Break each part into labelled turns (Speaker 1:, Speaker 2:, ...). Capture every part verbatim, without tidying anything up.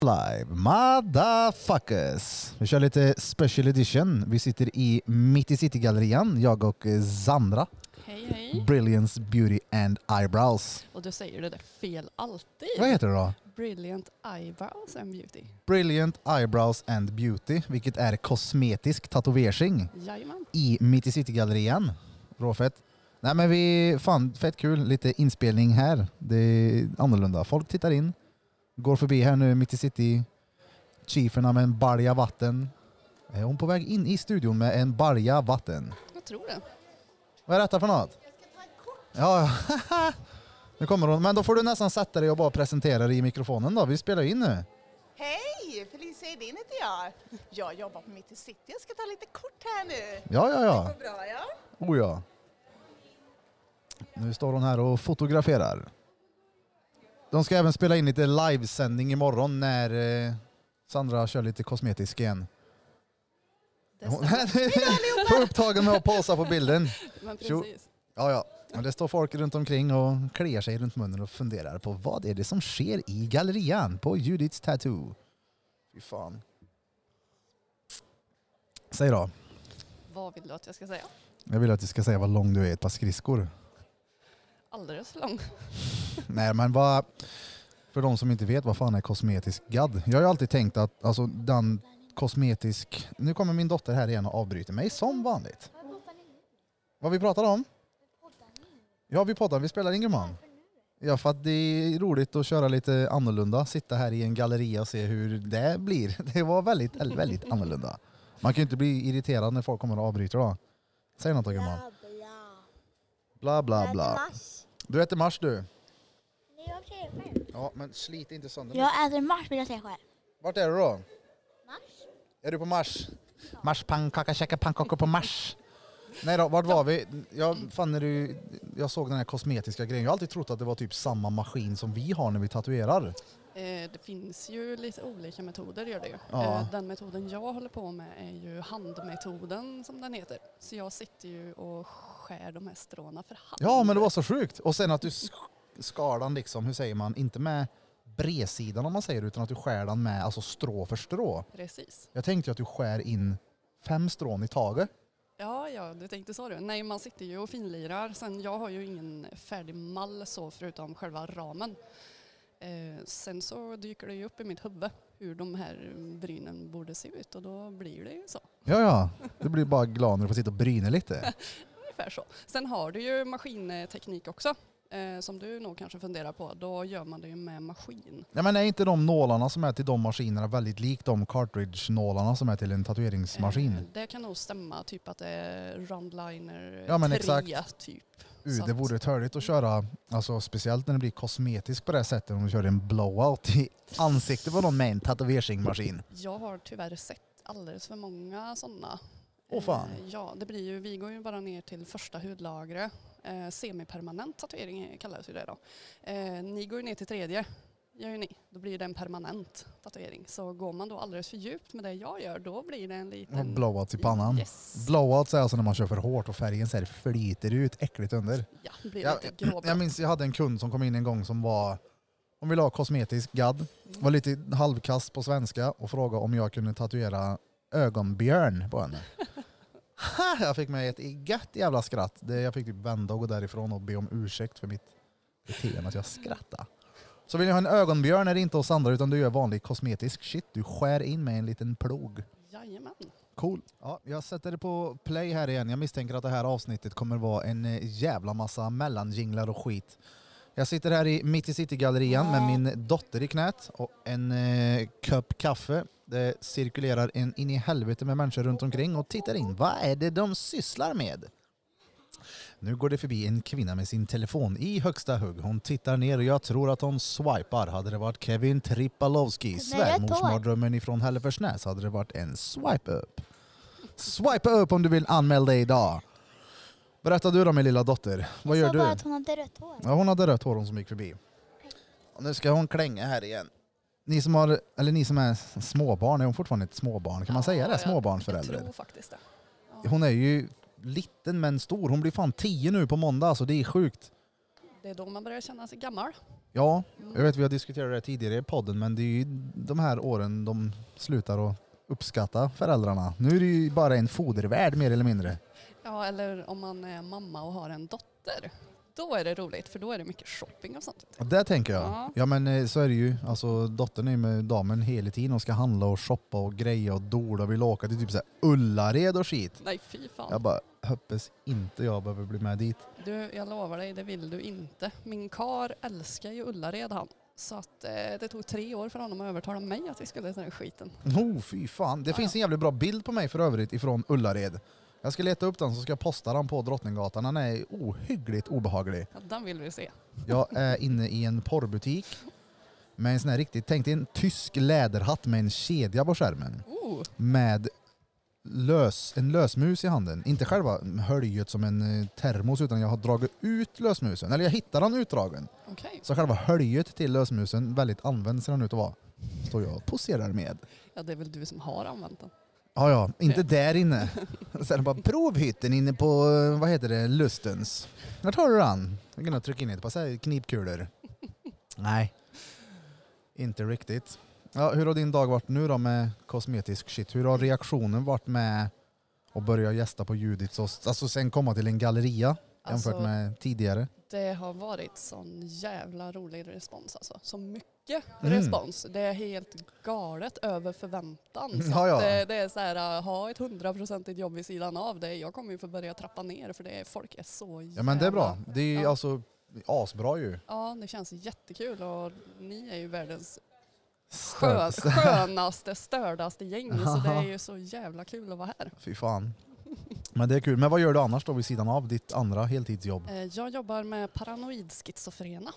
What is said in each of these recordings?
Speaker 1: Live, motherfuckers. Vi kör lite special edition. Vi sitter i mitt i City-gallerian, jag och Sandra.
Speaker 2: Hej hej.
Speaker 1: Brilliance Beauty and Eyebrows.
Speaker 2: Och du säger det där fel alltid.
Speaker 1: Vad heter det då?
Speaker 2: Brilliant Eyebrows and Beauty.
Speaker 1: Brilliant Eyebrows and Beauty, vilket är kosmetisk tatuering.
Speaker 2: Jajamän.
Speaker 1: I mitt i City-gallerian. Råfett. Nej men vi, fan fett kul, lite inspelning här. Det är annorlunda. Folk tittar in. Går förbi här nu mitt i city. Chieferna med en balja vatten. Är hon på väg in i studion med en balja vatten?
Speaker 2: Jag tror det.
Speaker 1: Vad är detta för något?
Speaker 3: Jag ska ta ett kort.
Speaker 1: Ja, nu kommer hon. Men då får du nästan sätta dig och bara presentera dig i mikrofonen då. Vi spelar in nu.
Speaker 3: Hej, Felicia Edin heter jag. Jag jobbar på Mitt i City. Jag ska ta lite kort här nu.
Speaker 1: Ja, ja,
Speaker 3: Det
Speaker 1: ja.
Speaker 3: går bra, ja.
Speaker 1: Oh ja. Nu står hon här och fotograferar. De ska även spela in lite livesändning imorgon när eh, Sandra kör lite kosmetisk igen.
Speaker 2: Det
Speaker 1: Hon
Speaker 2: stämmer.
Speaker 1: får upptagen med att posa på bilden.
Speaker 2: Men
Speaker 1: Tjo.
Speaker 2: precis.
Speaker 1: Ja, ja. Men det står folk runt omkring och kliar sig runt munnen och funderar på vad är det som sker i gallerian på Judiths Tattoo. Fy fan. Säg då.
Speaker 2: Vad vill du att jag ska säga?
Speaker 1: Jag vill att du ska säga vad lång du är i ett par skridskor.
Speaker 2: Alldeles för lång.
Speaker 1: Nej, men vad... För de som inte vet, vad fan är kosmetisk gadd? Jag har ju alltid tänkt att alltså, den kosmetisk... Nu kommer min dotter här igen och avbryter mig som vanligt. Vad vi pratar om? Ja, vi poddar. Vi spelar ingen man. Ja, för att det är roligt att köra lite annorlunda. Sitta här i en galleria och se hur det blir. Det var väldigt, väldigt annorlunda. Man kan ju inte bli irriterad när folk kommer och avbryter då. Säg något, gumman. Bla, bla, bla. Du äter mars, du.
Speaker 4: Jag säger själv.
Speaker 1: Ja, men slit inte sönder.
Speaker 4: Jag äter mars vill jag säga själv.
Speaker 1: Vart är du då?
Speaker 4: Mars?
Speaker 1: Är du på Mars? Mars, pannkaka, käka pannkakor på Mars. Nej då, vart var vi? Jag, fan, när du, jag såg den här kosmetiska grejen. Jag har alltid trott att det var typ samma maskin som vi har när vi tatuerar.
Speaker 2: Eh, det finns ju lite olika metoder, gör det ju.
Speaker 1: Ja.
Speaker 2: Eh, den metoden jag håller på med är ju handmetoden som den heter. Så jag sitter ju och skär de här stråna för hand.
Speaker 1: Ja, men det var så sjukt. Och sen att du sk- skar den liksom, hur säger man? Inte med bredsidan om man säger, utan att du skär den med alltså strå för strå.
Speaker 2: Precis.
Speaker 1: Jag tänkte ju att du skär in fem strån i taget.
Speaker 2: Ja, ja, du tänkte så du. Nej, man sitter ju och finlirar. Sen, jag har ju ingen färdig mall så förutom själva ramen. Eh, sen så dyker det ju upp i mitt huvud hur de här brynen borde se ut och då blir det ju så.
Speaker 1: Ja, ja. Du blir bara glad när du får sitta och bryna lite.
Speaker 2: Ungefär så. Sen har du ju maskinteknik också. Eh, som du nog kanske funderar på. Då gör man det ju med maskin.
Speaker 1: Ja, men är inte de nålarna som är till de maskinerna väldigt likt de cartridge-nålarna som är till en tatueringsmaskin?
Speaker 2: Eh, det kan nog stämma. Typ att det är Rundliner
Speaker 1: Ja, men
Speaker 2: tre
Speaker 1: exakt.
Speaker 2: typ.
Speaker 1: Uh,
Speaker 2: Så
Speaker 1: det
Speaker 2: att-
Speaker 1: vore törligt att köra, alltså, speciellt när det blir kosmetiskt på det sättet, om du kör en blowout i ansiktet på någon med en tatueringsmaskin.
Speaker 2: Jag har tyvärr sett alldeles för många sådana.
Speaker 1: Åh fan.
Speaker 2: Eh, ja, det blir ju, vi går ju bara ner till första hudlagret. Eh, semipermanent tatuering kallas ju det då. Eh, ni går ju ner till tredje, gör ju ni. Då blir det en permanent tatuering. Så går man då alldeles för djupt med det jag gör, då blir det en liten...
Speaker 1: Blowouts i pannan.
Speaker 2: Yes.
Speaker 1: Blowouts är alltså när man kör för hårt och färgen så här flyter ut äckligt under.
Speaker 2: Ja, det blir
Speaker 1: Jag,
Speaker 2: lite gråblått.
Speaker 1: jag minns jag hade en kund som kom in en gång som var, om vi la kosmetisk gadd, var lite halvkast på svenska och frågade om jag kunde tatuera ögonbjörn på henne. Ha, jag fick mig ett gött jävla skratt. Det, jag fick typ vända och gå därifrån och be om ursäkt för mitt beteende att jag skrattade. Så vill jag ha en ögonbjörn är det inte hos andra utan du gör vanlig kosmetisk shit. Du skär in med en liten plog.
Speaker 2: Jajamän.
Speaker 1: Cool. Ja, jag sätter det på play här igen. Jag misstänker att det här avsnittet kommer vara en eh, jävla massa mellanjinglar och skit. Jag sitter här i mitt i City-gallerian med min dotter i knät och en eh, kopp kaffe. Det cirkulerar en in i helvete med människor runt omkring och tittar in. Vad är det de sysslar med? Nu går det förbi en kvinna med sin telefon i högsta hugg. Hon tittar ner och jag tror att hon swipar. Hade det varit Kevin Tripalowski, svärmorsmardrömmen ifrån Hälleforsnäs, hade det varit en swipe up. Swipe upp om du vill anmäla dig idag. Berätta du då, min lilla dotter. Vad gör
Speaker 4: Jag sa
Speaker 1: du?
Speaker 4: bara att hon hade rött hår.
Speaker 1: Ja, hon hade rött hår, hon som gick förbi. Och nu ska hon klänga här igen. Ni som, har, eller ni som är småbarn, är hon fortfarande ett småbarn? Kan man säga det?
Speaker 2: jag-
Speaker 1: Småbarnsförälder.
Speaker 2: Jag tror faktiskt det. Ja.
Speaker 1: Hon är ju liten men stor. Hon blir fan tio nu på måndag, så det är sjukt.
Speaker 2: Det är då man börjar känna sig gammal.
Speaker 1: Ja,
Speaker 2: Mm.
Speaker 1: jag vet vi har diskuterat det tidigare i podden, men det är ju de här åren de slutar att uppskatta föräldrarna. Nu är det ju bara en fodervärld mer eller mindre.
Speaker 2: Ja, eller om man är mamma och har en dotter. Då är det roligt, för då är det mycket shopping och sånt.
Speaker 1: Och det tänker jag.
Speaker 2: Ja.
Speaker 1: Ja men eh, så är det ju. Alltså dottern är ju med damen hela tiden och ska handla och shoppa och greja och dola och vill åka till typ så här Ullared och skit.
Speaker 2: Nej, fy fan.
Speaker 1: Jag bara hoppas inte jag behöver bli med dit.
Speaker 2: Du, jag lovar dig, det vill du inte. Min kar älskar ju Ullared han. Så att eh, det tog tre år för honom att övertala mig att vi skulle ta den skiten.
Speaker 1: Oh fy fan. Det
Speaker 2: Ja,
Speaker 1: finns
Speaker 2: ja.
Speaker 1: en jävligt bra bild på mig för övrigt ifrån Ullared. Jag ska leta upp den så ska jag posta den på Drottninggatan. Den är ohyggligt obehaglig.
Speaker 2: Ja, den vill vi se.
Speaker 1: Jag är inne i en porrbutik med en sån här riktigt, tänk dig en tysk läderhatt med en kedja på skärmen.
Speaker 2: Oh,
Speaker 1: Med lös, en lösmus i handen. Inte själva höljet som en eh, termos utan jag har dragit ut lösmusen. Eller jag hittar den utdragen.
Speaker 2: okej.
Speaker 1: Så själva höljet till lösmusen väldigt använd ser den ut att vara. Står jag och poserar med.
Speaker 2: Ja, det är väl du som har använt den.
Speaker 1: Ja, ja, inte där inne. Sen är det bara provhytten inne på, eh, vad heter det, Lustens. Vart har du den? Jag kan nog trycka in ett par så här knipkulor. Nej, inte riktigt. Ja, hur har din dag varit nu då med kosmetisk shit? Hur har reaktionen varit med att börja gästa på Judits och alltså sen komma till en galleria jämfört
Speaker 2: Alltså,
Speaker 1: med tidigare?
Speaker 2: det har varit sån jävla rolig respons alltså. Så mycket
Speaker 1: Mm.
Speaker 2: respons. Det är helt galet över förväntan. Så
Speaker 1: Ja, ja.
Speaker 2: att Det, det är så här, uh, ha ett hundraprocentigt jobb vid sidan av det. Jag kommer ju få börja trappa ner för det är, folk är så jävla...
Speaker 1: Ja men det är bra. Det är ju
Speaker 2: Ja.
Speaker 1: alltså asbra ju.
Speaker 2: Ja, det känns jättekul och ni är ju världens skön,
Speaker 1: Stö-
Speaker 2: skönaste, stördaste gäng. Så det är ju så jävla kul att vara här.
Speaker 1: Fy fan. Men det är kul. Men vad gör du annars då vid sidan av ditt andra heltidsjobb?
Speaker 2: Eh, Jag jobbar med paranoid schizofrena.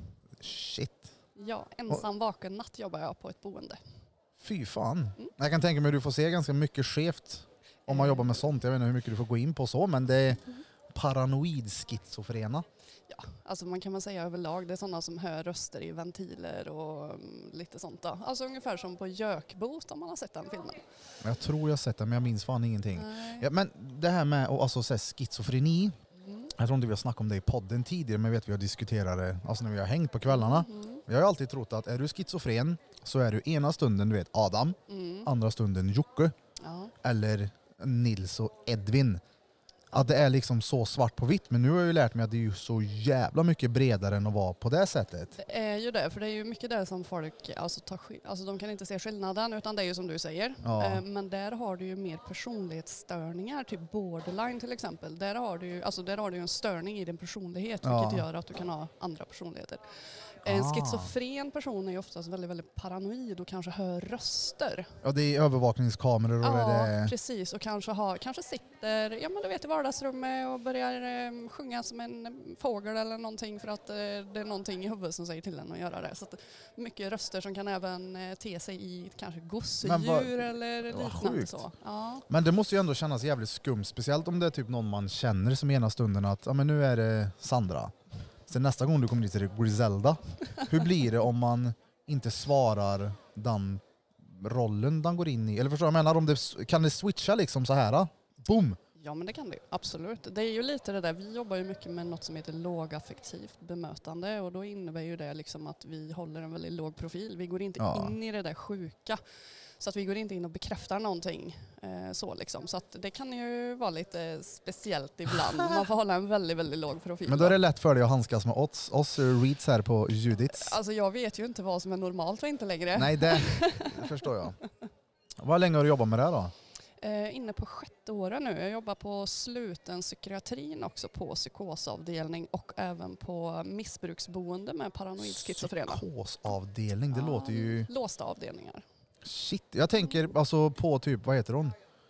Speaker 1: Shit.
Speaker 2: Ja, ensam vaken natt jobbar jag på ett boende.
Speaker 1: Fy fan.
Speaker 2: Mm.
Speaker 1: Jag kan tänka mig att du får se ganska mycket skevt om man
Speaker 2: Eh.
Speaker 1: jobbar med sånt. Jag vet inte hur mycket du får gå in på så, men det är paranoid schizofrena.
Speaker 2: Ja, alltså man kan väl säga överlag, det är sådana som hör röster i ventiler och mm, lite sånt då. Alltså ungefär som på Jökbot om man har sett den filmen.
Speaker 1: Jag tror jag har sett det, men jag minns fan ingenting.
Speaker 2: Nej.
Speaker 1: Ja, men det här med att alltså, så här, schizofreni,
Speaker 2: Mm.
Speaker 1: jag tror inte vi har snackat om det i podden tidigare, men jag vet vi har diskuterat det alltså när vi har hängt på kvällarna.
Speaker 2: Mm.
Speaker 1: Jag har ju alltid trott att är du schizofren så är du ena stunden du vet Adam,
Speaker 2: Mm.
Speaker 1: andra stunden Jocke
Speaker 2: Ja.
Speaker 1: eller Nils och Edvin. Att det är liksom så svart på vitt, men nu har jag ju lärt mig att det är ju så jävla mycket bredare än att vara på det sättet.
Speaker 2: Det är ju det, för det är ju mycket där som folk alltså, tar skill- alltså de kan inte se skillnaden utan det är ju som du säger.
Speaker 1: Ja.
Speaker 2: Eh, Men där har du ju mer personlighetsstörningar, typ borderline till exempel. Där har du ju, alltså där har du ju en störning i din personlighet
Speaker 1: Ja.
Speaker 2: vilket gör att du kan ha andra personligheter. En
Speaker 1: Ah.
Speaker 2: schizofren person är ju oftast väldigt, väldigt paranoid och kanske hör röster.
Speaker 1: Ja, det är övervakningskameror och
Speaker 2: Ja,
Speaker 1: det är...
Speaker 2: precis. Och kanske, har, kanske sitter ja, men du vet, i vardagsrummet och börjar eh, sjunga som en fågel eller någonting för att eh, det är någonting i huvudet som säger till en att göra det. Så att, mycket röster som kan även eh, te sig i kanske gosedjur
Speaker 1: Men vad-
Speaker 2: eller
Speaker 1: vad
Speaker 2: liknande.
Speaker 1: sjukt.
Speaker 2: Så. Ja.
Speaker 1: Men det måste ju ändå kännas jävligt skumt, speciellt om det är typ någon man känner som ena stunden att ja, men nu är det Sandra. Sen nästa gång du kommer dit så är det Griselda. Hur blir det om man inte svarar den rollen den går in i? Eller förstår du vad jag menar? Om det, kan det switcha liksom så här? Boom!
Speaker 2: Ja, men det kan det ju. Absolut. Det är ju lite det där, vi jobbar ju mycket med något som heter lågaffektivt bemötande och då innebär ju det liksom att vi håller en väldigt låg profil. Vi går inte
Speaker 1: Ja.
Speaker 2: in i det där sjuka. Så att vi går inte in och bekräftar någonting. Eh, så, liksom. Så att det kan ju vara lite speciellt ibland. Man får hålla en väldigt, väldigt låg profil.
Speaker 1: Men då är det lätt för dig att handskas med oss, oss reads här på Judits.
Speaker 2: Alltså jag vet ju inte vad som är normalt och inte längre.
Speaker 1: Nej, det förstår jag. Vad länge har du jobbat med det här då?
Speaker 2: Eh, inne på sjätte året nu. Jag jobbar på sluten psykiatrin också på psykosavdelning och även på missbruksboende med paranoid schizofrena.
Speaker 1: Psykosavdelning, det
Speaker 2: Ja,
Speaker 1: låter ju...
Speaker 2: Låsta avdelningar.
Speaker 1: Shit, jag tänker alltså på typ, vad heter hon?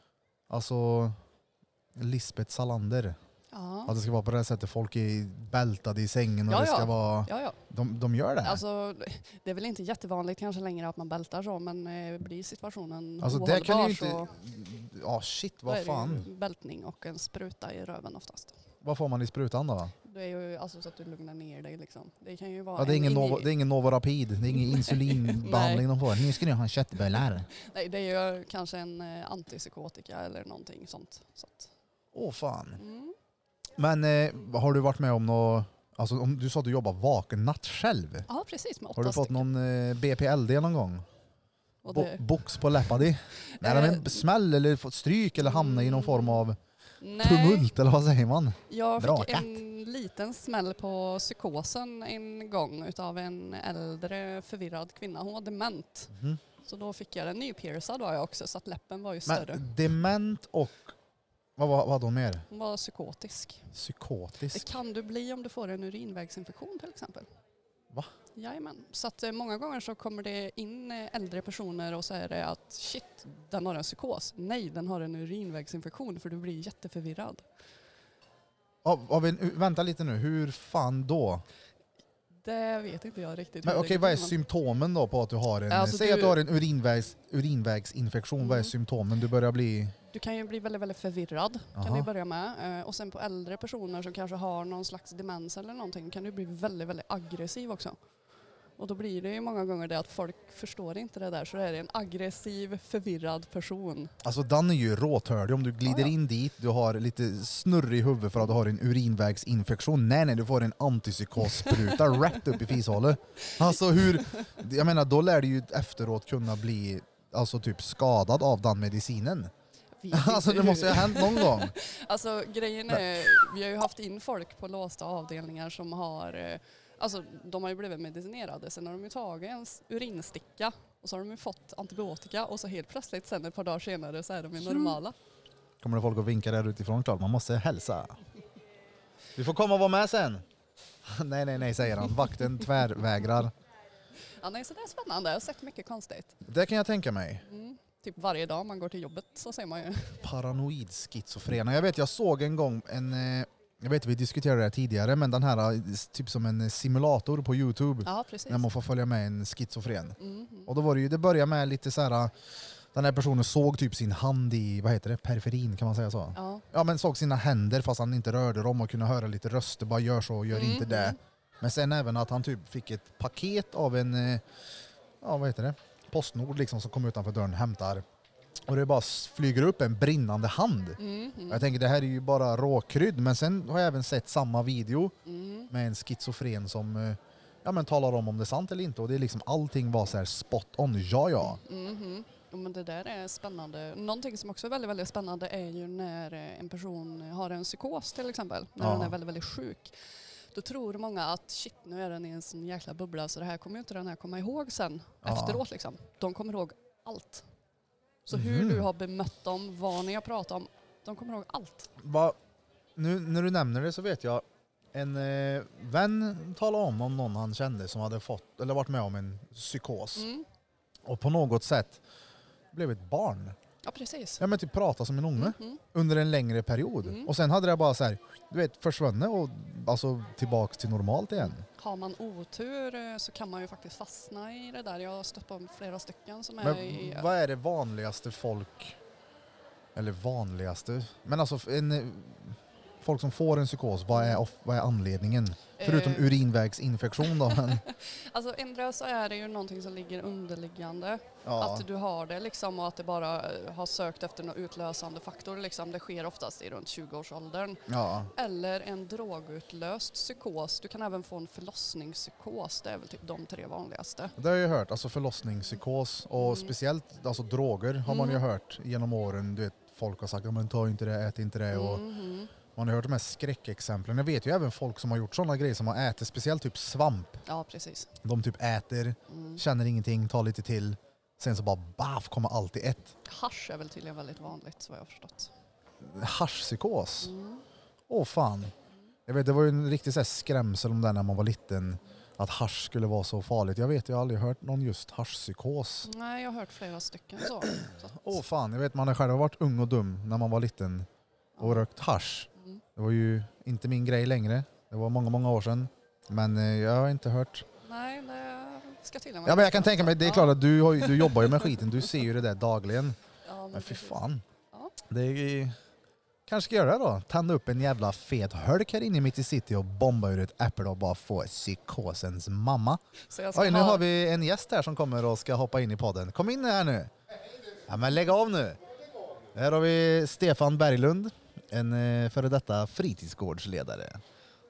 Speaker 1: Alltså Lisbeth Salander.
Speaker 2: Ja,
Speaker 1: Att det ska vara på det här sättet, folk är bältade i sängen och
Speaker 2: Ja,
Speaker 1: det ska
Speaker 2: ja.
Speaker 1: vara...
Speaker 2: ja. ja.
Speaker 1: De, de gör det?
Speaker 2: Alltså, det är väl inte jättevanligt kanske längre att man bältar så, men eh, blir situationen
Speaker 1: Alltså, det
Speaker 2: ohållbar
Speaker 1: kan ju inte...
Speaker 2: så
Speaker 1: Ja shit,
Speaker 2: då
Speaker 1: vad
Speaker 2: är det
Speaker 1: fan.
Speaker 2: ju bältning och en spruta i röven oftast.
Speaker 1: Vad får man i sprutan då?
Speaker 2: Det är ju alltså så att du lugnar ner dig liksom. Det kan ju vara
Speaker 1: Ja, det, är
Speaker 2: en
Speaker 1: ingen
Speaker 2: inge-
Speaker 1: Novo, det är ingen Novorapid, det är ingen insulinbehandling de får. Nu ska ni ha köttbullar.
Speaker 2: Nej, det är ju kanske en eh, antipsykotika eller någonting sånt. Så att,
Speaker 1: Åh fan.
Speaker 2: mm.
Speaker 1: Men eh, har du varit med om något Alltså om du sa att du jobbar vaken natt själv.
Speaker 2: Ja, precis. Med åtta
Speaker 1: Har du fått
Speaker 2: stycken.
Speaker 1: någon eh, B P L D någon gång?
Speaker 2: Och
Speaker 1: Bo-
Speaker 2: det,
Speaker 1: box på läppadi? Nej, men en smäll eller fått stryk eller hamna i någon form av
Speaker 2: nej,
Speaker 1: tumult eller vad säger man?
Speaker 2: jag
Speaker 1: Bra
Speaker 2: fick
Speaker 1: katt.
Speaker 2: en liten smäll på psykosen en gång utav en äldre förvirrad kvinna. Hon var dement.
Speaker 1: Mhm.
Speaker 2: Så då fick jag en ny piercad var jag också, så att läppen var ju större.
Speaker 1: Men dement och vad var vad då mer?
Speaker 2: Hon var psykotisk. Det
Speaker 1: Psykotisk.
Speaker 2: kan du bli om du får en urinvägsinfektion till exempel.
Speaker 1: Va?
Speaker 2: Jajamän. Så att eh, många gånger så kommer det in eh, äldre personer och säger det att shit, den har en psykos. Nej, den har en urinvägsinfektion, för du blir jätteförvirrad.
Speaker 1: Av, av en, vänta lite nu, hur fan då?
Speaker 2: Det vet inte jag riktigt.
Speaker 1: Men
Speaker 2: hur
Speaker 1: okej,
Speaker 2: det
Speaker 1: vad är
Speaker 2: går till, men-
Speaker 1: symptomen då på att du har en...
Speaker 2: Alltså,
Speaker 1: säg
Speaker 2: du-
Speaker 1: att du har en urinvägs, urinvägsinfektion, vad är
Speaker 2: Mm.
Speaker 1: symptomen? Du börjar bli...
Speaker 2: Du kan ju bli väldigt, väldigt förvirrad, kan
Speaker 1: Aha.
Speaker 2: du börja med. Eh, Och sen på äldre personer som kanske har någon slags demens eller någonting kan du bli väldigt, väldigt aggressiv också. Och då blir det ju många gånger det att folk förstår inte det där, så är det en aggressiv, förvirrad person.
Speaker 1: Alltså den är ju råtördig om du glider
Speaker 2: Ja, ja.
Speaker 1: in dit, du har lite snurr i huvudet för att du har en urinvägsinfektion. Nej, nej, du får en antipsykosspruta rätt upp i fishålet. Alltså hur... Jag menar, då lär du ju efteråt kunna bli alltså typ skadad av den medicinen.
Speaker 2: Vet
Speaker 1: Alltså
Speaker 2: inte
Speaker 1: det måste ju
Speaker 2: hur.
Speaker 1: ha hänt någon gång.
Speaker 2: Alltså grejen är, vi har ju haft in folk på låsta avdelningar som har, eh, alltså de har ju blivit medicinerade. Sen har de ju tagit en s- urinsticka och så har de ju fått antibiotika och så helt plötsligt sen ett par dagar senare så är de ju normala.
Speaker 1: Kommer det folk och vinkar där utifrån? Klart, man måste hälsa. Du får komma och vara med sen. Nej, nej, nej, säger han. Vakten tvärvägrar.
Speaker 2: Ja, nej, så det är spännande. Jag har sett mycket konstigt.
Speaker 1: Det kan jag tänka mig.
Speaker 2: Mm. Typ varje dag man går till jobbet så ser man ju.
Speaker 1: Paranoid schizofrena. Jag vet, jag såg en gång en... eh, Jag vet, vi diskuterade det här tidigare, men den här eh, typ som en simulator på YouTube.
Speaker 2: Ja, precis.
Speaker 1: När man får följa med en schizofren.
Speaker 2: Mm.
Speaker 1: Och då var det ju, det började med lite så här. Den här personen såg typ sin hand i, vad heter det, periferin, kan man säga så?
Speaker 2: Ja.
Speaker 1: Ja, men såg sina händer fast han inte rörde dem och kunde höra lite röster, bara gör så, gör
Speaker 2: Mm,
Speaker 1: inte det.
Speaker 2: mm.
Speaker 1: Men sen även att han typ fick ett paket av en, eh, ja vad heter det, Postnord liksom som kom utanför dörren, hämtar. Och det bara s- flyger upp en brinnande hand.
Speaker 2: Mm. Mm.
Speaker 1: Jag tänker det här är ju bara råkrydd, men sen har jag även sett samma video
Speaker 2: Mm.
Speaker 1: med en schizofren som eh, ja, men talar om om det är sant eller inte. Och det är liksom allting var så här spot on, ja ja.
Speaker 2: Mhm. Ja, men det där är spännande. Någonting som också är väldigt, väldigt spännande är ju när eh, en person har en psykos till exempel. När
Speaker 1: Ja.
Speaker 2: den är väldigt, väldigt sjuk. Då tror många att shit, nu är den i en sån jäkla bubbla så det här kommer ju inte den här komma ihåg sen
Speaker 1: Ja.
Speaker 2: efteråt liksom. De kommer ihåg allt. Så
Speaker 1: Mhm.
Speaker 2: hur du har bemött dem, vad ni har pratat om, de kommer ihåg allt.
Speaker 1: Va, nu när du nämner det så vet jag en eh, vän talade om om någon han kände som hade fått eller varit med om en psykos
Speaker 2: Mm.
Speaker 1: och på något sätt blev ett barn.
Speaker 2: Ja, precis.
Speaker 1: Ja men typ prata som en unge
Speaker 2: Mhm.
Speaker 1: under en längre period.
Speaker 2: Mm.
Speaker 1: Och sen hade det bara så här, du vet, försvunnit och alltså tillbaks till normalt igen.
Speaker 2: Har man otur eh, så kan man ju faktiskt fastna i det där. Jag har stött på flera stycken som är
Speaker 1: Men
Speaker 2: i...
Speaker 1: vad är det vanligaste folk, eller vanligaste, men alltså en, eh, folk som får en psykos, vad är, off- vad är anledningen? Förutom
Speaker 2: eh,
Speaker 1: urinvägsinfektion då. Men,
Speaker 2: Alltså ändra så är det ju någonting som ligger underliggande.
Speaker 1: ja.
Speaker 2: Att du har det liksom och att det bara eh, har sökt efter någon utlösande faktor liksom. Det sker oftast i runt tjugo-årsåldern.
Speaker 1: ja.
Speaker 2: Eller en drogutlöst psykos. Du kan även få en förlossningspsykos. Det är väl typ de tre vanligaste.
Speaker 1: Det har jag hört, alltså förlossningspsykos och
Speaker 2: Mm.
Speaker 1: speciellt alltså droger har man ju
Speaker 2: Mm.
Speaker 1: hört genom åren. Du vet, folk har sagt, ja, men ta inte det, ät inte det. Och
Speaker 2: Mhm.
Speaker 1: man har hört de här skräckexemplen. Jag vet ju även folk som har gjort sådana grejer som har ätit, speciellt typ svamp.
Speaker 2: Ja, precis.
Speaker 1: De typ äter,
Speaker 2: Mm.
Speaker 1: känner ingenting, tar lite till. Sen så bara baff kommer alltid ett.
Speaker 2: Hasch är väl tydligen väldigt vanligt, så vad jag har förstått.
Speaker 1: Haschpsykos.
Speaker 2: Mm.
Speaker 1: Åh fan. Jag vet, det var ju en riktig så här skrämsel om det när man var liten. Att hasch skulle vara så farligt. Jag vet, jag har aldrig hört någon just haschpsykos.
Speaker 2: Nej, jag har hört flera stycken så. så att,
Speaker 1: Åh fan, jag vet man har själv varit ung och dum när man var liten och
Speaker 2: ja.
Speaker 1: rökt hasch.
Speaker 2: Mm.
Speaker 1: Det var ju inte min grej längre. Det var många, många år sedan. Men eh, jag har inte hört.
Speaker 2: Nej, det ska till.
Speaker 1: Ja, men jag kan tänka mig, det är
Speaker 2: Ja.
Speaker 1: klart att du, har, ju- du jobbar ju med skiten. Du ser ju det där dagligen.
Speaker 2: Ja, men
Speaker 1: Men fy
Speaker 2: precis.
Speaker 1: fan.
Speaker 2: Ja.
Speaker 1: Det är, kanske ska göra det då. Tända upp en jävla fet hölk här inne mitt i city och bomba ur ett äpple och bara få psykosens mamma.
Speaker 2: Så jag ska
Speaker 1: Oj, nu
Speaker 2: ha-
Speaker 1: har vi en gäst här som kommer och ska hoppa in i podden. Kom in här nu. Ja, men lägg av nu. Här har vi Stefan Berglund, en eh, före detta fritidsgårdsledare.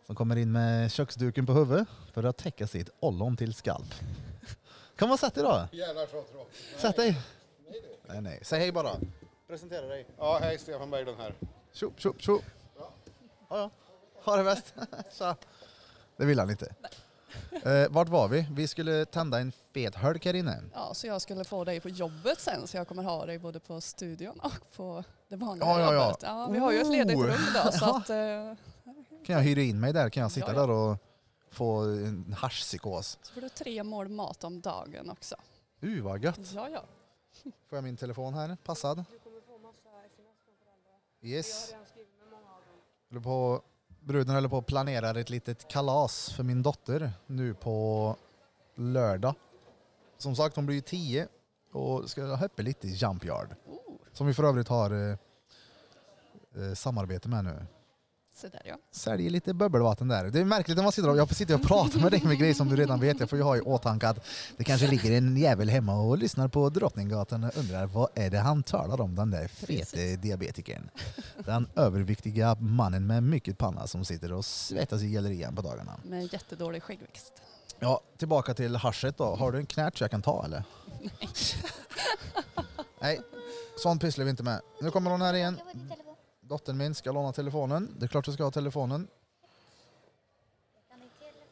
Speaker 1: som kommer in med köksduken på huvudet för att täcka sitt ollon till skalp. Kan man sätta dig då?
Speaker 5: Jävlar så tråkigt.
Speaker 1: Sätt dig. Nej, nej. Säg hej bara. Presentera dig.
Speaker 5: Ja, hej, Stefan Berglund här.
Speaker 1: Tjup, tjup, tjup. Ja, ja. Ha det bäst. Så. Det vill han inte. Eh, vart var vi? Vi skulle tända en fet hölk här inne.
Speaker 2: Ja, så jag skulle få dig på jobbet sen, så jag kommer ha dig både på studion och på det vanliga
Speaker 1: Ja, ja, ja.
Speaker 2: jobbet. Ja, vi har ju ett ledigt
Speaker 1: Oh.
Speaker 2: rum idag, så
Speaker 1: Ja.
Speaker 2: att... Eh,
Speaker 1: Kan jag hyra in mig där? Kan jag sitta
Speaker 2: Ja, ja.
Speaker 1: där och få en haschpsykos?
Speaker 2: så får du tre mål mat om dagen också.
Speaker 1: Uh, vad gött.
Speaker 2: Ja, ja.
Speaker 1: Får jag min telefon här? Passad?
Speaker 6: Du kommer få massa sms från föräldrar.
Speaker 1: Yes.
Speaker 6: Jag har redan skrivit med många av dem.
Speaker 1: Håller på, bruden håller på att planera ett litet kalas för min dotter nu på lördag. Som sagt, hon blir ju tio och ska ha öppet lite i Jump Yard.
Speaker 2: Oh,
Speaker 1: Som vi för övrigt har eh, eh, samarbete med nu.
Speaker 2: så där ja.
Speaker 1: Säljer lite bubbelvatten där. Det är märkligt när man sitter och, jag får sitta och prata med dig med grejer som du redan vet. Jag får ju ha i åtanke att det kanske ligger en jävel hemma och lyssnar på Drottninggatan och undrar vad är det han talar om, den där fete
Speaker 2: Precis.
Speaker 1: diabetikern. Den överviktiga mannen med mycket panna som sitter och svettas i gallerian på dagarna.
Speaker 2: Med jättedålig skäggväxt.
Speaker 1: Ja, tillbaka till haschet då. Har du en knärt så jag kan ta eller?
Speaker 2: Nej.
Speaker 1: Nej, sånt pysslar vi inte med. Nu kommer hon här igen.
Speaker 4: Jag får din telefon.
Speaker 1: Dottern min ska låna telefonen. Det är klart du ska ha telefonen.
Speaker 4: Kan din telefon?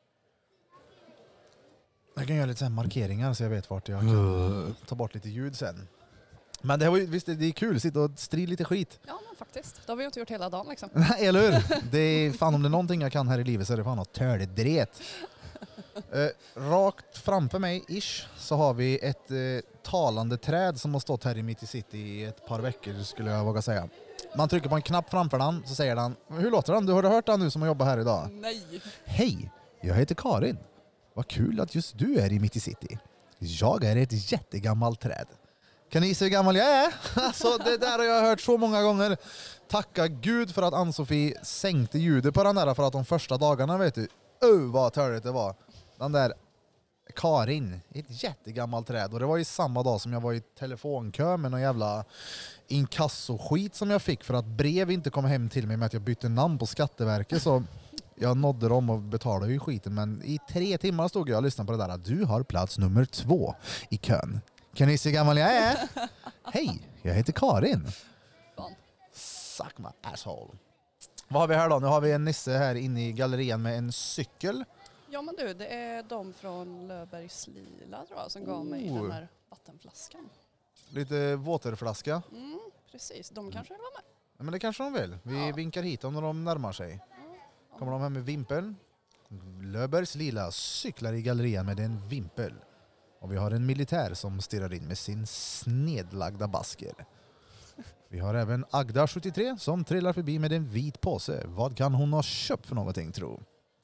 Speaker 1: Jag kan göra lite så här markeringar så jag vet vart jag kan ta bort lite ljud sen. Men det, var ju, visst, det är kul, sitta och strida lite skit.
Speaker 2: Ja, men faktiskt. Det har vi ju inte gjort hela dagen liksom.
Speaker 1: Nej, eller hur? Det är fan, om det är någonting jag kan här i livet så är det fan att tördret. Eh, rakt framför mig, ish, så har vi ett eh, talande träd som har stått här i mitt i city i ett par veckor skulle jag våga säga. Man trycker på en knapp framför den så säger den, hur låter den? Du har hört den nu som har jobbat här idag?
Speaker 2: Nej!
Speaker 1: Hej, jag heter Karin. Vad kul att just du är i mitt i city. Jag är ett jättegammalt träd. Kan ni se hur gammal jag är? Alltså, det där har jag hört så många gånger. Tacka Gud för att Ann-Sofie sänkte ljudet på den där för att de första dagarna, vet du, öh vad törligt det var. Den där Karin, ett jättegammalt träd. Och det var ju samma dag som jag var i telefonkö med någon jävla inkasso-skit som jag fick för att brev inte kom hem till mig med att jag bytte namn på Skatteverket. Så jag nådde dem och betalade ju skiten. Men i tre timmar stod jag och lyssnade på det där. Du har plats nummer två i kön. Kan ni se hur gammal jag är? Hej, jag heter Karin.
Speaker 2: Fan.
Speaker 1: Suck my asshole. Vad har vi här då? Nu har vi en nisse här inne i gallerian med en cykel.
Speaker 2: Ja men du, det är de från Löfbergs Lila tror jag som gav mig
Speaker 1: Oh.
Speaker 2: den här vattenflaskan.
Speaker 1: Lite våterflaska.
Speaker 2: Mm, precis, de kanske vill vara med.
Speaker 1: Ja, men det kanske de vill. Vi
Speaker 2: Ja.
Speaker 1: vinkar hit dem när de närmar sig. Kommer de här med vimpeln. Löfbergs Lila cyklar i gallerian med en vimpel. Och vi har en militär som stirrar in med sin snedlagda basker. Vi har även Agda sjuttiotre som trillar förbi med en vit påse. Vad kan hon ha köpt för någonting, tro?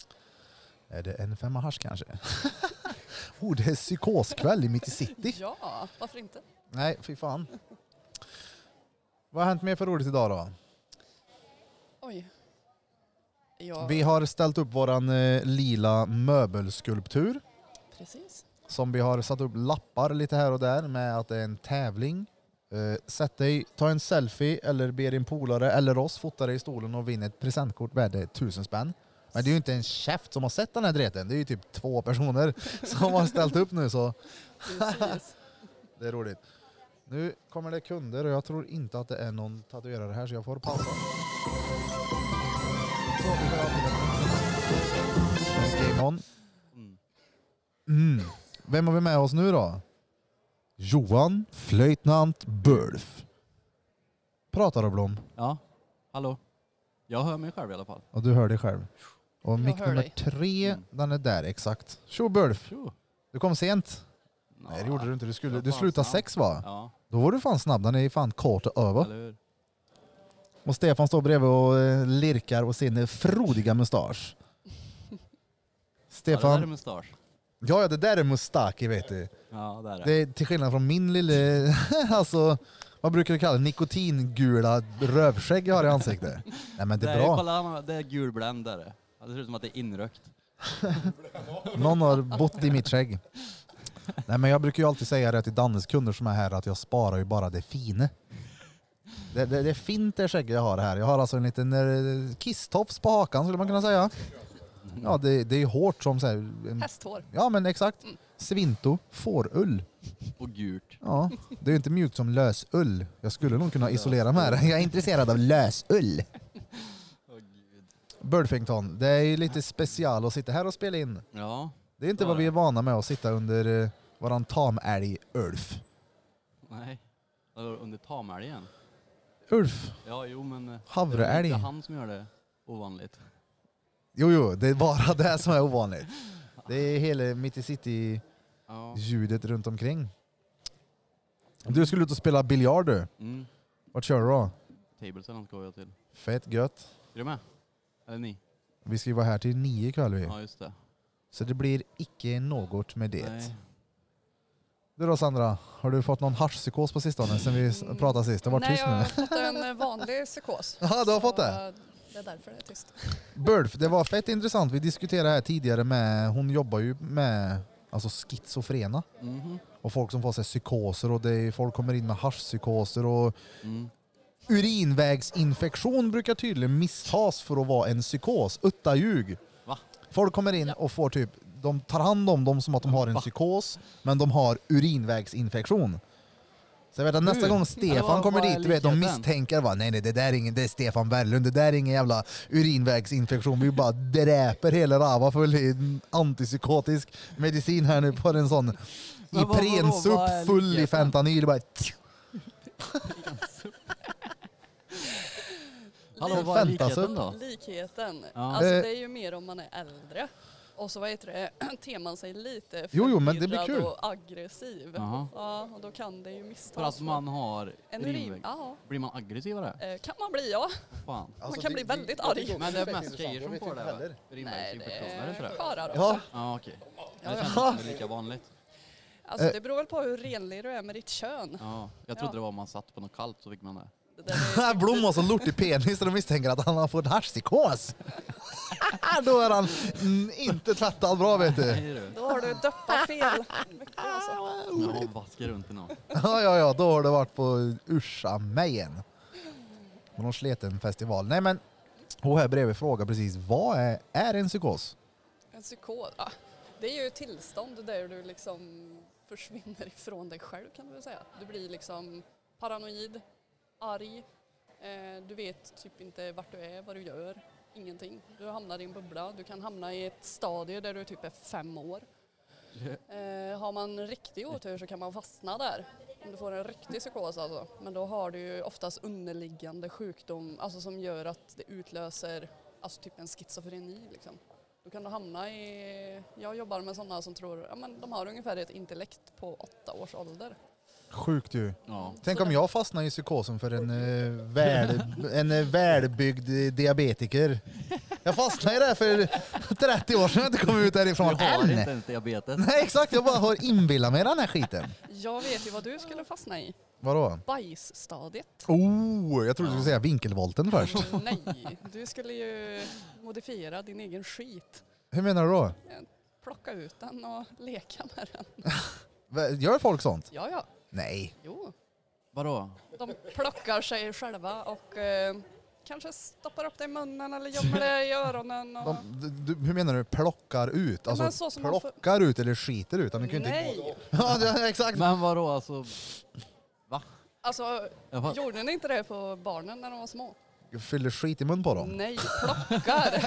Speaker 1: Är det en femma hasch kanske? oh, det är psykoskväll i mitt i city.
Speaker 2: Ja, varför inte?
Speaker 1: Nej, fy fan. Vad har hänt mer för roligt idag då?
Speaker 2: Oj. Ja,
Speaker 1: Vi har ställt upp våran eh, lila möbelskulptur.
Speaker 2: precis.
Speaker 1: Som vi har satt upp lappar lite här och där med att det är en tävling. Eh, sätt dig, ta en selfie eller be din polare eller oss fota dig i stolen och vinna ett presentkort värde tusen spänn. Men det är ju inte en käft som har sett den här dreten. Det är ju typ två personer som har ställt upp nu, så
Speaker 2: Precis.
Speaker 1: det är roligt. Nu kommer det kunder och jag tror inte att det är någon tatuerare här så jag får pausa. Så, vi börjar alltid. Game on. Mm. Vem har vi med oss nu då? Johan Flöjtnant Bulf. Pratar du, Blom?
Speaker 7: Ja, hallå. Jag hör mig själv i alla fall.
Speaker 1: Och du hör dig själv. Och
Speaker 2: Jag
Speaker 1: mick
Speaker 2: hör
Speaker 1: nummer
Speaker 2: dig.
Speaker 1: tre,
Speaker 7: Mm.
Speaker 1: den är där exakt. Tjo Bulf,
Speaker 7: Tjo.
Speaker 1: du kom sent. Nej, det gjorde du inte. Du, skulle, du slutade sex, va?
Speaker 7: Ja,
Speaker 1: Då var du fan snabb. Den är fan kort och över.
Speaker 7: eller hur?
Speaker 1: Och Stefan står bredvid och eh, lirkar och sin frodiga mustasch.
Speaker 7: Ja, det
Speaker 1: Stefan,
Speaker 7: där är mustasch.
Speaker 1: ja, ja, det där är mustaki, vet du.
Speaker 7: Ja, det är det.
Speaker 1: Det är till skillnad från min lille, alltså, vad brukar du kalla det? Nikotingula rövskägg jag har i ansiktet. Nej, men det är bra.
Speaker 7: Kolla, det är gulbländare. Det ser ut som att det är inrökt.
Speaker 1: Någon har bott i mitt skägg. Nej, men jag brukar ju alltid säga det till Dannes kunder som är här att jag sparar ju bara det fina. Det, det, det är fint det skägg jag har här. Jag har alltså en liten eh, kisstofs på hakan skulle man kunna säga. Ja, det, det är hårt som så här, en,
Speaker 2: Hästhår.
Speaker 1: ja men exakt.
Speaker 2: Mm.
Speaker 1: Svinto, fårull.
Speaker 7: Och gult.
Speaker 1: Ja, det är ju inte mjukt som lösull. Jag skulle nog kunna isolera mig här. Jag är intresserad av lösull.
Speaker 7: Åh gud.
Speaker 1: Birdfington, det är ju lite special att sitta här och spela in.
Speaker 7: Ja,
Speaker 1: Det är inte
Speaker 7: Ja,
Speaker 1: vad vi
Speaker 7: det.
Speaker 1: är vana med att sitta under eh, våran tamälg Ulf.
Speaker 7: nej. Eller under tamälgen.
Speaker 1: Ulf,
Speaker 7: Ja, jo men... eh,
Speaker 1: Havreälg.
Speaker 7: Det är inte han som gör det ovanligt.
Speaker 1: jo jo, det är bara det som är ovanligt. Det är hela mitt i city
Speaker 7: Ja.
Speaker 1: ljudet runt omkring. Du skulle ut och spela biljard du.
Speaker 7: Mm.
Speaker 1: Vart kör du då?
Speaker 7: Tablesen ska jag till.
Speaker 1: Fett gött.
Speaker 7: Är du med? Eller ni?
Speaker 1: Vi ska ju vara här till nio ikväll vi.
Speaker 7: Ja, just det.
Speaker 1: Så det blir icke något med det.
Speaker 7: Nej.
Speaker 1: Du då Sandra, har du fått någon haschpsykos på sistone sen vi s- pratade sist? Det var
Speaker 2: Nej,
Speaker 1: tyst
Speaker 2: jag har
Speaker 1: nu.
Speaker 2: fått en eh, vanlig psykos.
Speaker 1: Ja, du har
Speaker 2: Så,
Speaker 1: fått det?
Speaker 2: eh, Det är därför det är tyst.
Speaker 1: Burf, det var fett intressant. Vi diskuterade här tidigare med, hon jobbar ju med alltså schizofrena.
Speaker 7: Mhm.
Speaker 1: Och folk som får sig psykoser och det är, folk kommer in med haschpsykoser och
Speaker 7: Mm.
Speaker 1: urinvägsinfektion brukar tydligen misstas för att vara en psykos. Utta ljug.
Speaker 7: Va?
Speaker 1: Folk kommer in och får typ, de tar hand om dem som att de har en
Speaker 7: Va?
Speaker 1: psykos, men de har urinvägsinfektion. Så jag vet att nästa
Speaker 7: Nu?
Speaker 1: gång
Speaker 7: Eller
Speaker 1: Stefan
Speaker 7: vad-
Speaker 1: kommer
Speaker 7: vad är
Speaker 1: dit, du vet, de
Speaker 7: likheten?
Speaker 1: misstänker va, nej nej det där är ingen, det är Stefan Berglund, det där är ingen jävla urinvägsinfektion, vi bara dräper hela Rava full i antipsykotisk medicin här nu på en sån
Speaker 7: Men vad- vadå,
Speaker 1: Iprensupp
Speaker 7: vad är
Speaker 1: full i
Speaker 7: likheten?
Speaker 1: fentanyl, bara
Speaker 7: Hallå, vad är
Speaker 1: Fantasup.
Speaker 7: likheten då?
Speaker 2: Likheten.
Speaker 7: Ja.
Speaker 2: Alltså
Speaker 1: Eh.
Speaker 2: det är ju mer om man är äldre. Och så vad heter det, ter man sig lite
Speaker 1: Jo, jo, men det blir
Speaker 2: förvirrad
Speaker 1: kul.
Speaker 2: och aggressiv.
Speaker 7: Jaha.
Speaker 2: Ja, och då kan det ju misstas.
Speaker 7: För att man har
Speaker 2: en urin.
Speaker 7: urinväg.
Speaker 2: Ja,
Speaker 7: Blir man aggressivare?
Speaker 2: eh, kan man bli ja.
Speaker 7: Fan.
Speaker 2: Man kan bli väldigt arg.
Speaker 7: Men det är mest tjejer som får det va?
Speaker 2: Nej, det
Speaker 7: Urinvägsinfektion, är det inte
Speaker 2: är
Speaker 7: det?
Speaker 2: karlar också.
Speaker 1: Ja,
Speaker 7: Ja, okej.
Speaker 2: Ja,
Speaker 7: Det
Speaker 2: ja.
Speaker 7: känns som det är lika vanligt.
Speaker 2: Alltså
Speaker 1: Eh.
Speaker 2: det beror väl på hur renlig du är med ditt kön.
Speaker 7: Ja, jag trodde
Speaker 2: Ja.
Speaker 7: det var om man satt på något kallt så fick man det.
Speaker 2: Det där är-
Speaker 1: Blom har så lortig penis och de misstänker att han har fått haschpsykos. Då är han mm, inte tvättad bra vet du.
Speaker 7: Nej du.
Speaker 2: Då har du döppat fel. Mycket alltså.
Speaker 7: Jag vaskar runt i någon.
Speaker 1: Ja, ja, ja, då har det varit på Ursa Mejen. På någon sleten festival. Nej men, och här bredvid frågar precis, vad är, är en psykos?
Speaker 2: En psykos, ja. Det är ju ett tillstånd där du liksom försvinner ifrån dig själv kan du väl säga. Du blir liksom paranoid, arg, eh, du vet typ inte vart du är, vad du gör, ingenting. Du hamnar i en bubbla, du kan hamna i ett stadie där du typ är fem år. Eh, har man riktig otur så kan man fastna där. Om du får en riktig psykos alltså. Men då har du ju oftast underliggande sjukdom alltså som gör att det utlöser alltså typ en schizofreni liksom. Då kan du hamna i, jag jobbar med sådana som tror, ja men de har ungefär ett intellekt på åtta års ålder.
Speaker 1: Sjukt ju.
Speaker 7: Ja.
Speaker 1: Tänk
Speaker 2: Så
Speaker 1: om
Speaker 2: det-
Speaker 1: jag fastnar i psykosen för en, eh, väl, en eh, välbyggd eh, diabetiker. Jag fastnade i det för trettio år sedan jag inte kom ut därifrån
Speaker 7: Du har
Speaker 1: än.
Speaker 7: inte ens diabetes.
Speaker 1: Nej exakt, jag bara har inbillat mig den här skiten.
Speaker 2: Jag vet ju vad du skulle fastna i.
Speaker 1: Vadå?
Speaker 2: Bajsstadiet.
Speaker 1: Oh, jag trodde du skulle säga vinkelvolten först.
Speaker 2: Nej, du skulle ju modifiera din egen skit.
Speaker 1: Hur menar du då?
Speaker 2: Plocka ut den och leka med den.
Speaker 1: Va- Gör folk sånt?
Speaker 2: Ja, ja.
Speaker 1: Nej.
Speaker 2: Jo.
Speaker 7: Vadå?
Speaker 2: De plockar sig själva och eh, kanske stoppar upp det i munnen eller gömmer det i öronen. Och...
Speaker 1: De, du, hur menar du plockar ut?
Speaker 2: Ja, men
Speaker 1: Alltså
Speaker 2: så som man får-
Speaker 1: plockar ut eller skiter ut? De kan ju inte...
Speaker 2: Nej,
Speaker 1: Ja, det- exakt.
Speaker 7: Men vadå alltså?
Speaker 2: alltså
Speaker 7: Jag bara,
Speaker 2: gjorde ni inte det på barnen när de var små?
Speaker 1: Fyller skit i mun på dem.
Speaker 2: Nej, plockar.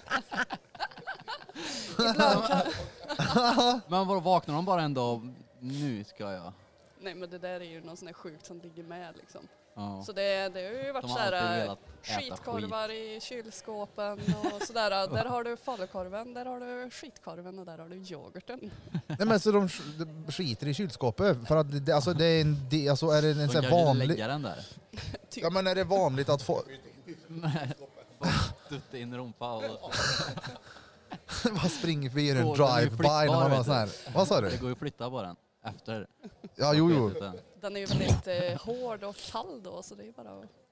Speaker 2: Ibland kan...
Speaker 7: men vadå, vaknar de bara en dag och nu ska jag?
Speaker 2: Nej men det där är ju något sånt där sjukt som ligger med liksom.
Speaker 7: Ja.
Speaker 2: Så det, det har ju varit
Speaker 7: De har alltid
Speaker 2: sådär
Speaker 7: velat äta
Speaker 2: skitkorvar i kylskåpen och sådär. Där har du falukorven, där har du skitkorven och där har du yoghurten.
Speaker 1: Nej men så de, sk- de skiter i kylskåpet för att det, alltså det är en, det, alltså är det en
Speaker 7: De
Speaker 1: sån här
Speaker 7: kanske
Speaker 1: vanlig...
Speaker 7: lägger den där.
Speaker 2: Typ.
Speaker 1: Ja men är det vanligt att få...
Speaker 7: Nej, bara dutta in rumpa och...
Speaker 1: Vad springer förbi en
Speaker 7: Åh, den är ju
Speaker 1: drive-by när man
Speaker 7: flyttbar,
Speaker 1: har
Speaker 7: vet
Speaker 1: sån här... Vad sa
Speaker 7: Det
Speaker 1: du?
Speaker 7: går ju att flytta på den efter.
Speaker 1: Ja jo jo.
Speaker 2: Den är ju väldigt eh, hård och kall då så det är bara att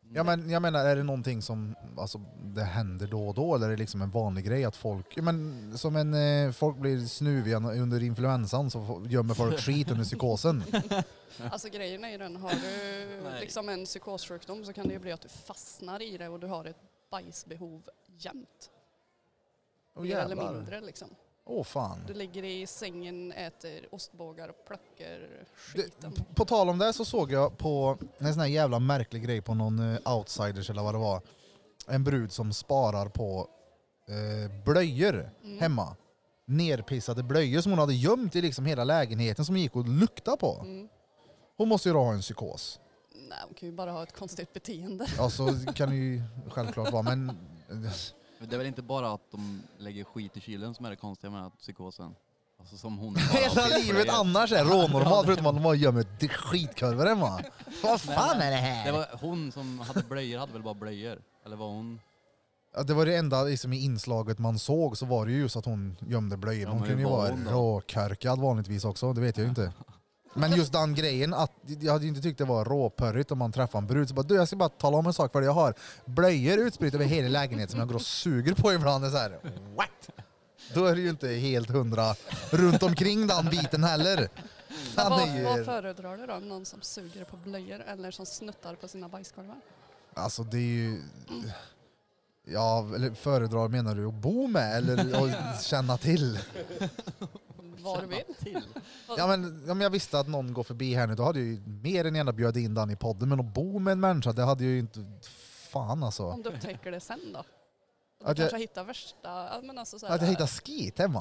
Speaker 1: Ja, men jag menar, är det någonting som alltså, det händer då och då, eller är det liksom en vanlig grej att folk, ja, men som en eh, folk blir snuviga under influensan så får- gömmer folk skit under psykosen.
Speaker 2: Alltså grejen är ju den, har du liksom en psykossjukdom så kan det ju bli att du fastnar i det och du har ett bajsbehov jämt.
Speaker 1: Åh,
Speaker 2: Mer eller
Speaker 1: jävlar.
Speaker 2: mindre liksom.
Speaker 1: Åh fan.
Speaker 2: Du ligger i sängen, äter ostbågar och plockar
Speaker 1: Det,
Speaker 2: skiten.
Speaker 1: på, på tal om det så såg jag på en sån här jävla märklig grej på någon uh, outsiders eller vad det var. En brud som sparar på uh, blöjor
Speaker 2: Mm.
Speaker 1: hemma. Nerpissade blöjor som hon hade gömt i liksom hela lägenheten som gick att lukta på.
Speaker 2: Mm.
Speaker 1: Hon måste ju då ha en psykos.
Speaker 2: Nej, hon kan ju bara ha ett konstigt beteende.
Speaker 1: Ja, så kan det ju självklart vara, men
Speaker 7: Men det är väl inte bara att de lägger skit i kylen som är det konstiga med att psykosen. Alltså som hon
Speaker 1: hela livet annars är rånormalt förutom att de bara gömmer skitkurvor hemma. Vad fan är det här?
Speaker 7: Det var hon som hade blöjor, hade väl bara blöjor? Eller var hon?
Speaker 1: Ja, det var det enda liksom, i inslaget man såg så var det ju just att hon gömde blöjor.
Speaker 7: Ja,
Speaker 1: Hon
Speaker 7: men
Speaker 1: kunde ju
Speaker 7: hur var
Speaker 1: vara
Speaker 7: hon då?
Speaker 1: råkörkad vanligtvis också, det vet jag ju inte. Men just den grejen, att jag hade ju inte tyckt det var råpörrigt om man träffar en brud. Så bara, du, jag ska bara tala om en sak för dig. Jag har blöjor utspritt över hela lägenheten som jag går och suger på ibland. Det är så här, what? Då är det ju inte helt hundra runt omkring den biten heller. Han
Speaker 2: Vad,
Speaker 1: är
Speaker 2: vad
Speaker 1: ju,
Speaker 2: föredrar du då? Någon som suger på blöjor eller som snuttar på sina bajskorvar?
Speaker 1: alltså det är ju... Ja, eller föredrar menar du att bo med eller att känna till?
Speaker 2: Vad du vill.
Speaker 7: Till.
Speaker 1: Ja, men om jag visste att någon går förbi här nu då hade jag ju mer än gärna bjöd in den i podden. Men att bo med en människa, det hade jag ju inte... Fan alltså.
Speaker 2: Om du upptäcker det sen då? Du
Speaker 1: Att jag-
Speaker 2: kanske hittar värsta... ja, Men alltså så här,
Speaker 1: Att jag hittar skit hemma.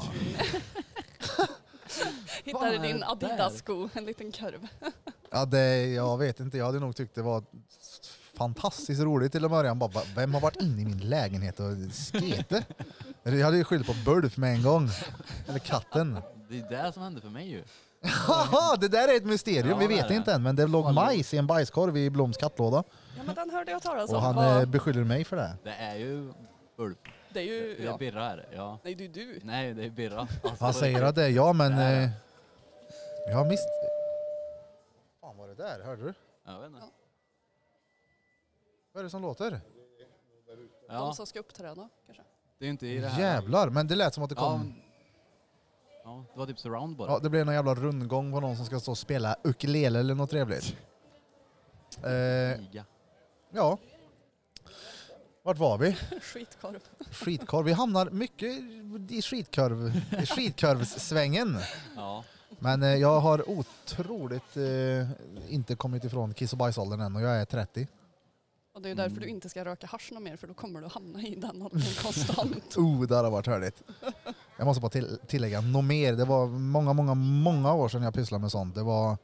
Speaker 2: hittar
Speaker 7: Vad
Speaker 2: i
Speaker 7: är
Speaker 2: din
Speaker 7: det
Speaker 2: Adidas-sko, en liten kurv.
Speaker 1: Ja, det, jag vet inte, jag hade nog tyckt det var fantastiskt roligt till en början. Bara, vem har varit inne i min lägenhet och skete? Jag hade ju skyllt på Bulf med en gång. Eller katten.
Speaker 7: Det är det som hände för mig ju.
Speaker 1: Haha, det där är ett mysterium,
Speaker 7: Ja,
Speaker 1: vi
Speaker 7: det är
Speaker 1: vet
Speaker 7: det.
Speaker 1: inte än. Men det låg
Speaker 7: Hallå.
Speaker 1: majs i en bajskorv i Bloms kattlåda.
Speaker 2: Ja men den hörde jag talas
Speaker 1: Och
Speaker 2: om.
Speaker 1: han
Speaker 2: Vad-
Speaker 1: eh, beskyller mig för det.
Speaker 7: Det är ju Ulf.
Speaker 2: det är ju...
Speaker 7: Det är
Speaker 2: Ja.
Speaker 7: Birra här. Ja.
Speaker 2: Nej, det är du.
Speaker 7: Nej, det är Birra. Alltså,
Speaker 1: Han
Speaker 7: på
Speaker 1: säger
Speaker 7: riktigt.
Speaker 1: att det är jag, men...
Speaker 7: Det är det.
Speaker 1: Eh, jag har mist... Fan var det där, hörde du?
Speaker 7: Jag vet inte.
Speaker 1: Vad är det som låter?
Speaker 2: De
Speaker 7: Ja,
Speaker 2: som ska uppträda kanske.
Speaker 7: det är inte i det här.
Speaker 1: Jävlar, men det lät som att det
Speaker 7: Ja,
Speaker 1: kom...
Speaker 7: men- ja, det var typ surround bara.
Speaker 1: Ja, det blev en jävla rundgång på någon som ska stå och spela ukulele eller något trevligt. Eh,
Speaker 7: Liga.
Speaker 1: ja. Vart var vi?
Speaker 2: Skitkorv.
Speaker 1: Skitkorv. Vi hamnar mycket i skitkorv, i skitkorvssvängen.
Speaker 7: Ja.
Speaker 1: Men eh, jag har otroligt eh, inte kommit ifrån kiss- och bajsåldern än och jag är trettio.
Speaker 2: Och det är därför du inte ska röka hasch något mer, för då kommer du hamna i den åldern konstant.
Speaker 1: Oh, det hade varit härligt. Jag måste bara till, tillägga något mer. Det var många, många, många år sedan jag pysslade med sånt. Det var...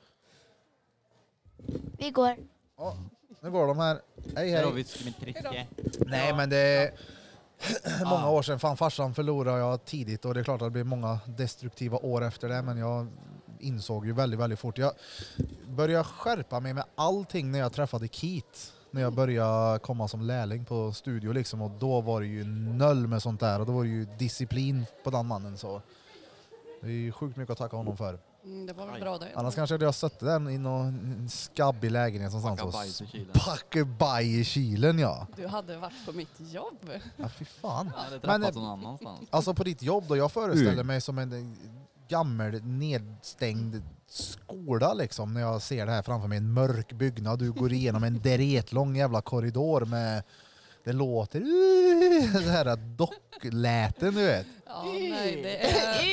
Speaker 4: Vi går.
Speaker 1: Ja, nu går de här. Hej,
Speaker 7: Här har
Speaker 1: hej.
Speaker 7: vi Smittricke.
Speaker 1: Nej, men det är många år sedan. Fan, farsan förlorade jag tidigt och det är klart att det blir många destruktiva år efter det, men jag insåg ju väldigt, väldigt fort. Jag började skärpa mig med allting när jag träffade Keith. När jag började komma som lärling på studio liksom, och då var det ju noll med sånt där och då var det ju disciplin på den mannen, så det är ju sjukt mycket att tacka honom för.
Speaker 2: Mm, det var väl bra det.
Speaker 1: Annars kanske hade jag suttit där i någon skabbig lägenhet någonstans
Speaker 7: Packa
Speaker 1: och
Speaker 7: bajs i kylen.
Speaker 1: packa baj i kylen, ja.
Speaker 2: Du hade varit på mitt jobb.
Speaker 1: Ja, fy fan.
Speaker 7: Jag hade
Speaker 1: Men,
Speaker 7: träffat
Speaker 1: eh,
Speaker 7: någon annanstans.
Speaker 1: Alltså på ditt jobb då, jag föreställer mig som en gammal nedstängd skola liksom, när jag ser det här framför mig, en mörk byggnad, du går igenom en dretlång jävla korridor med, det låter det här dockläten, du vet.
Speaker 2: Ja, nej, det är...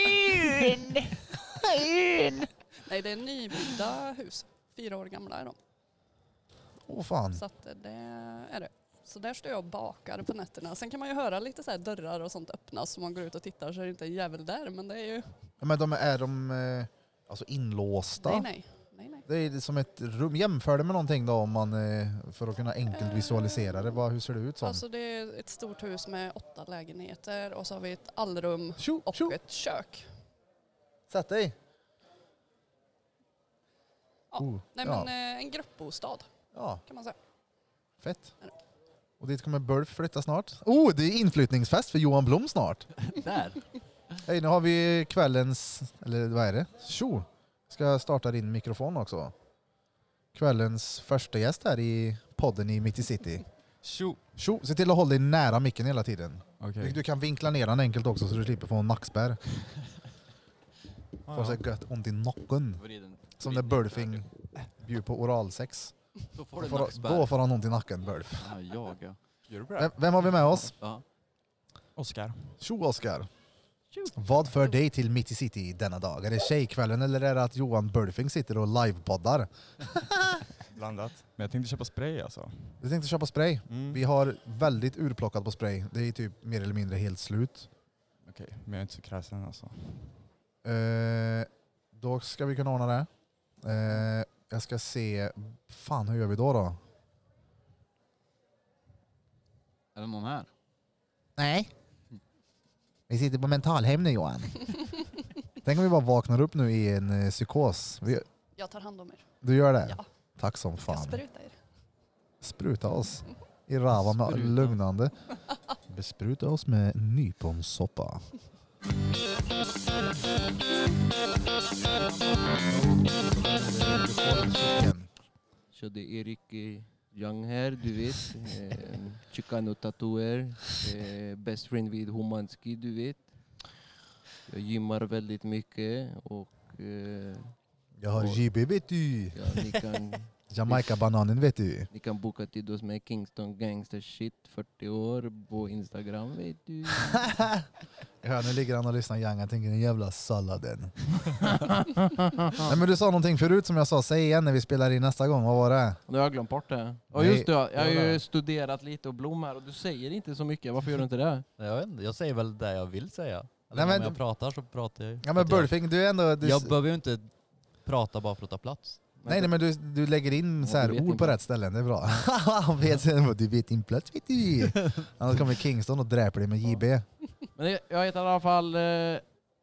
Speaker 2: Nej, det är nybyggda hus. Fyra år gamla är de.
Speaker 1: Åh fan.
Speaker 2: Så att det är det. Så där står jag och bakar på nätterna. Sen kan man ju höra lite så här dörrar och sånt öppnas, så man går ut och tittar så är det inte en jävel där, men det är ju...
Speaker 1: Men de är de eh, alltså inlåsta?
Speaker 2: Nej, nej. nej, nej.
Speaker 1: Det är som ett rum. Jämför det med någonting då, om man, eh, för att kunna enkelt visualisera det. Vad, hur ser det ut som?
Speaker 2: Alltså det är ett stort hus med åtta lägenheter och så har vi ett allrum
Speaker 1: Tjo,
Speaker 2: och
Speaker 1: tjo.
Speaker 2: ett kök.
Speaker 1: Sätt dig.
Speaker 2: Ja.
Speaker 1: Oh,
Speaker 2: Nej,
Speaker 1: ja.
Speaker 2: men eh, en gruppbostad
Speaker 1: Ja,
Speaker 2: kan man säga.
Speaker 1: fett. Och dit kommer Bulf flytta snart. Oh, det är inflyttningsfest för Johan Blom snart.
Speaker 7: Där.
Speaker 1: Hej, nu har vi kvällens, eller vad är det? Tjo! Ska starta din mikrofon också. Kvällens första gäst här i podden i Mitt i City.
Speaker 5: Tjo!
Speaker 1: Tjo, se till att hålla dig nära micken hela tiden.
Speaker 5: Okej.
Speaker 1: Du kan vinkla ner den enkelt också så du slipper få en nackspärr.
Speaker 5: Ah,
Speaker 1: Får så
Speaker 5: ja.
Speaker 1: gött ont i nacken.
Speaker 7: Vriden.
Speaker 1: Som när Burfing bjuder på oralsex.
Speaker 7: Då får
Speaker 1: Då
Speaker 7: du
Speaker 1: får,
Speaker 7: nackspärr.
Speaker 1: då får han ont i nacken, Burf.
Speaker 7: Ja, jag ja.
Speaker 5: Gör du bra?
Speaker 1: Vem, vem har vi med oss?
Speaker 7: Ja.
Speaker 5: Oskar.
Speaker 1: Tjo Oskar. Vad för dig till Mitt i City denna dag? Är det tjejkvällen eller är det att Johan Burfing sitter och livepoddar?
Speaker 5: Blandat. Men jag tänkte köpa spray alltså.
Speaker 1: Du tänkte köpa spray?
Speaker 5: Mm.
Speaker 1: Vi har väldigt urplockat på spray. Det är typ mer eller mindre helt slut.
Speaker 5: Okej, men jag är inte så kräsen alltså.
Speaker 1: Eh, då ska vi kunna ordna det. Eh, jag ska se... Fan, hur gör vi då då?
Speaker 7: Är det någon här?
Speaker 1: Nej. Vi sitter på mentalhem nu, Johan. Tänk om vi bara vaknar upp nu i en eh, psykos. Vi,
Speaker 2: Jag tar hand om er.
Speaker 1: du gör det?
Speaker 2: Ja.
Speaker 1: Tack som
Speaker 2: Ska
Speaker 1: fan.
Speaker 2: spruta er.
Speaker 1: Spruta oss i rava med
Speaker 7: Spruta.
Speaker 1: lugnande. Bespruta oss med nyponsoppa.
Speaker 8: Så det är Erik eh, Young här, du vet. Eh, Chicano tatuer. Eh, best friend vid Humanski, du vet. Jag gymmar väldigt mycket och eh,
Speaker 1: Jag har J B, vet du.
Speaker 8: ja, ni, kan,
Speaker 1: Jamaica-bananen, vet du.
Speaker 8: ni kan boka tid hos mig, Kingston Gangster Shit, fyrtio år, på Instagram, vet du.
Speaker 1: Ja, nu ligger han och lyssnar Young. Jag tänker den jävla salladen. Nej, men du sa någonting förut som jag sa. Säg igen när vi spelar in nästa gång. Vad var det?
Speaker 8: Nu har jag glömt bort det. Och
Speaker 1: Nej,
Speaker 8: just det, jag har
Speaker 1: det var
Speaker 8: ju
Speaker 1: det.
Speaker 8: studerat lite och Blom här och du säger inte så mycket. Varför gör du inte det?
Speaker 9: Jag vet inte, jag säger väl det jag vill säga. Eller
Speaker 1: Nej,
Speaker 9: om
Speaker 1: men-
Speaker 9: jag pratar så pratar jag ju.
Speaker 1: Ja, men
Speaker 9: Att jag,
Speaker 1: Burfing, du är ändå... Du,
Speaker 9: jag behöver ju inte prata bara för att ta plats.
Speaker 1: nej, nej, men du, du lägger in
Speaker 8: Ja,
Speaker 1: så här
Speaker 8: du vet
Speaker 1: ord
Speaker 8: din
Speaker 1: på
Speaker 8: plats.
Speaker 1: rätt ställen. Det är bra. Han vet, du vet din plats, vet du. Annars kommer Kingston och dräper dig med J B.
Speaker 8: Men det, jag heter i alla fall... Eh,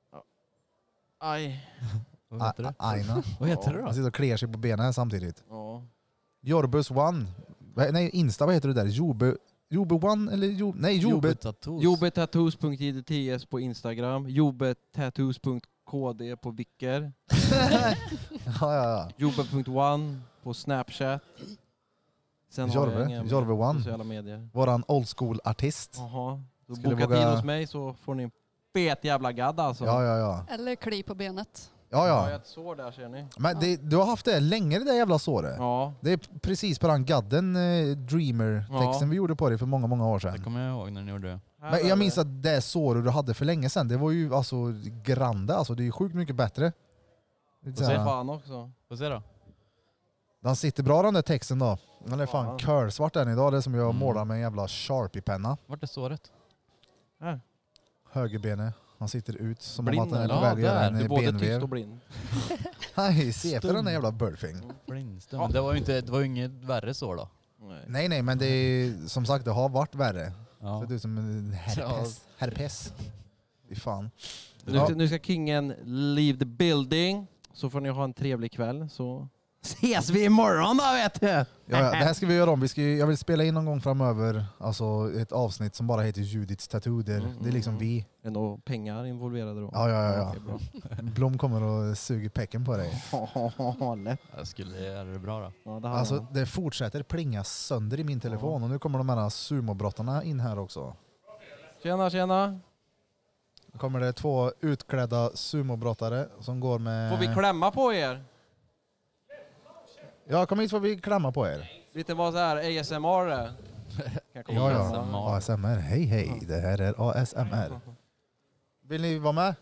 Speaker 8: aj.
Speaker 9: Vad heter
Speaker 1: A-
Speaker 9: det?
Speaker 1: Aina.
Speaker 9: Vad heter det
Speaker 1: Han
Speaker 9: då?
Speaker 1: sitter och kliar sig på benen samtidigt.
Speaker 8: Ja.
Speaker 1: Jorbus One. Va- Nej, Insta, vad heter det där? Jobe, Jobe One eller Jo... Nej, Jobe...
Speaker 9: Tattoos.
Speaker 8: Jobetattoos punkt j d t s på Instagram. Jobetattoos punkt k d på Vicker.
Speaker 1: ja, ja, ja.
Speaker 8: Jobe punkt one på Snapchat. Sen har
Speaker 1: Jorve,
Speaker 8: jag inga
Speaker 1: Jorve
Speaker 8: mer
Speaker 1: One.
Speaker 8: sociala medier.
Speaker 1: Våran old school artist.
Speaker 8: Jaha. Då
Speaker 1: Skulle
Speaker 8: boka
Speaker 1: våga-
Speaker 8: tid hos mig så får ni en fet jävla gadd alltså.
Speaker 1: Ja, ja, ja.
Speaker 2: Eller kli på benet.
Speaker 1: Ja,
Speaker 8: Jag har
Speaker 1: ja.
Speaker 8: ett sår där ser ni.
Speaker 1: Men det, du har haft det länge, det där jävla såret.
Speaker 8: Ja.
Speaker 1: Det är precis på den gadden eh, Dreamer-texten
Speaker 8: Ja.
Speaker 1: vi gjorde på dig för många, många år
Speaker 9: Det
Speaker 1: sedan.
Speaker 9: kommer jag ihåg när ni gjorde det.
Speaker 8: Här
Speaker 1: Men
Speaker 8: är
Speaker 1: jag minns
Speaker 8: det.
Speaker 1: att det såret du hade för länge sedan, det var ju alltså grande, alltså det är ju sjukt mycket bättre. Lite
Speaker 8: Och
Speaker 1: så
Speaker 8: se
Speaker 1: här,
Speaker 8: fan också.
Speaker 9: Får se då.
Speaker 1: den sitter bra den där texten då. Den är fan
Speaker 8: Fan.
Speaker 1: körsvart den idag, det är som jag
Speaker 9: Mm.
Speaker 1: målar med en jävla Sharpie-penna.
Speaker 9: Vart är såret?
Speaker 8: Här.
Speaker 1: Högerbenet, han sitter ut som
Speaker 8: Blind
Speaker 1: om att han är på
Speaker 8: eller?
Speaker 1: väg att
Speaker 9: Ja,
Speaker 1: göra
Speaker 9: där.
Speaker 1: en
Speaker 8: Du är
Speaker 1: eh,
Speaker 8: både tyst
Speaker 1: benvev.
Speaker 8: och blind.
Speaker 1: Nej, se efter
Speaker 9: Stum.
Speaker 1: den där jävla Burfing.
Speaker 9: Blinstum.
Speaker 8: Ja.
Speaker 9: Men det var ju inte, det var ju inget värre så då.
Speaker 8: Nej.
Speaker 1: Nej, nej, men det är som sagt, det har varit värre.
Speaker 9: Ja.
Speaker 1: Det är som en herpes. Herpes. Fy fan.
Speaker 8: Nu,
Speaker 1: Ja.
Speaker 8: ska, nu ska kingen leave the building. Så får ni ha en trevlig kväll. Så ses vi imorgon då vet du!
Speaker 1: Ja, ja, det här ska vi göra om. Vi ska, ju- jag vill spela in någon gång framöver alltså ett avsnitt som bara heter Judiths Tattoo. Där
Speaker 8: Mm,
Speaker 1: det är liksom
Speaker 8: mm,
Speaker 1: vi.
Speaker 8: Är det några pengar involverade då?
Speaker 1: Ja, ja, ja, ja.
Speaker 8: Okej, bra.
Speaker 1: Blom kommer och suger pecken på dig.
Speaker 8: Lätt.
Speaker 9: Jag skulle göra det bra då.
Speaker 8: Ja, det har
Speaker 1: Alltså
Speaker 8: jag.
Speaker 1: det fortsätter plinga sönder i min telefon och nu kommer de här sumobrottarna in här också.
Speaker 8: Tjena, tjena.
Speaker 1: Nu kommer det två utklädda sumobrottare som går med...
Speaker 8: Får vi klämma på er?
Speaker 1: Ja, kom hit får vi klämma på er.
Speaker 8: Lite vad så här A S M R det. Kan jag komma
Speaker 1: Ja,
Speaker 8: och
Speaker 1: ja.
Speaker 8: klämma?
Speaker 1: A S M R. Hej, hej. Det här är A S M R. Vill ni vara med?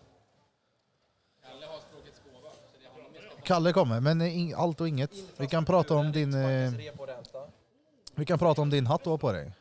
Speaker 1: Kalle kommer, men ing- allt och inget. Vi kan prata om din... Eh, vi kan prata om din hatt du har på dig.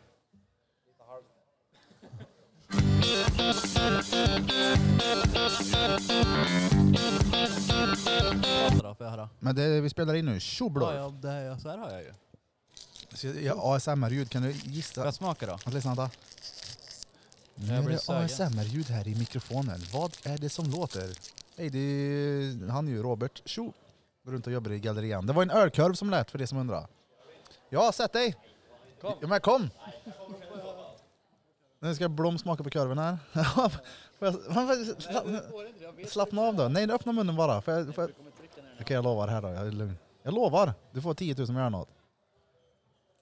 Speaker 9: Prata då, får jag höra?
Speaker 1: Men det vi spelar in nu, tjoblå.
Speaker 9: Ja, ja, det här, så här har jag ju.
Speaker 1: Så jag- A S M R-ljud, kan du
Speaker 9: Får
Speaker 1: gissa?
Speaker 9: jag smaka då?
Speaker 1: Lyssna, vänta. Nu är
Speaker 9: blir
Speaker 1: det
Speaker 9: sugen.
Speaker 1: A S M R-ljud här i mikrofonen. Vad är det som låter? Hej, det är han ju, Robert. Tjo! Går runt och jobbar i gallerian. Det var en ölkorv som lät för det som undrar. Ja, sätt dig! Kom! Ja, men kom! Nu ska Blom smaka på korven här. Får jag- får jag- Slappna av då. Nej, öppna munnen bara. Får jag, får jag... Okej, jag lovar här då. Jag är lugn. Jag lovar. Du får tio tusen om jag gör något.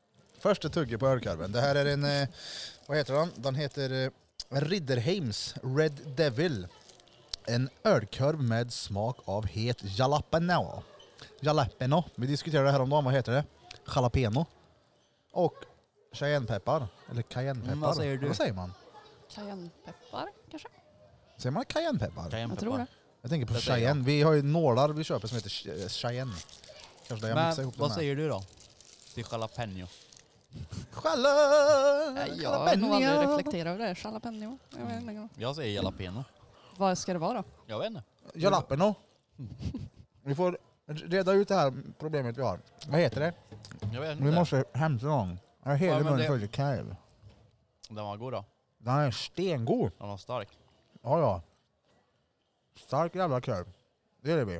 Speaker 1: Första tugget på ölkorven. Det här är en, eh, vad heter den? Den heter eh, Ridderheims Red Devil. En ölkorv med smak av het jalapeno. Jalapeno. Vi diskuterade det här om dagen. Vad heter det? Jalapeno. Och cayennepeppar. Eller cayennepeppar.
Speaker 9: Mm, vad säger du?
Speaker 1: Vad säger man?
Speaker 2: Cayennepeppar kanske?
Speaker 1: Säger man cayennepeppar?
Speaker 2: Jag tror det.
Speaker 1: Jag tänker på
Speaker 9: Det säger
Speaker 1: Cheyenne. Vi har ju nålar vi köper som heter Ch- Cheyenne. Kanske där jag mixar
Speaker 9: Men
Speaker 1: ihop
Speaker 9: vad
Speaker 1: de här.
Speaker 9: säger du då? Till jalapeno.
Speaker 1: Challa!
Speaker 2: Nej, Jag har nog aldrig reflekterat över det. Jalapeno. Jag vet inte.
Speaker 9: Jag säger jalapeno.
Speaker 2: Vad ska det vara då?
Speaker 9: Jag vet inte.
Speaker 1: Jalapeno. Vi får reda ut det här problemet vi har. Vad heter det?
Speaker 9: Jag vet inte.
Speaker 1: Vi måste hämta någon. Jag har hela
Speaker 9: Ja, men
Speaker 1: munnen
Speaker 9: det-
Speaker 1: full av korv.
Speaker 9: Den var god då.
Speaker 1: Den är stengod.
Speaker 9: Den var stark.
Speaker 1: Ja, ja. Stark jävla korv. Det är det vi.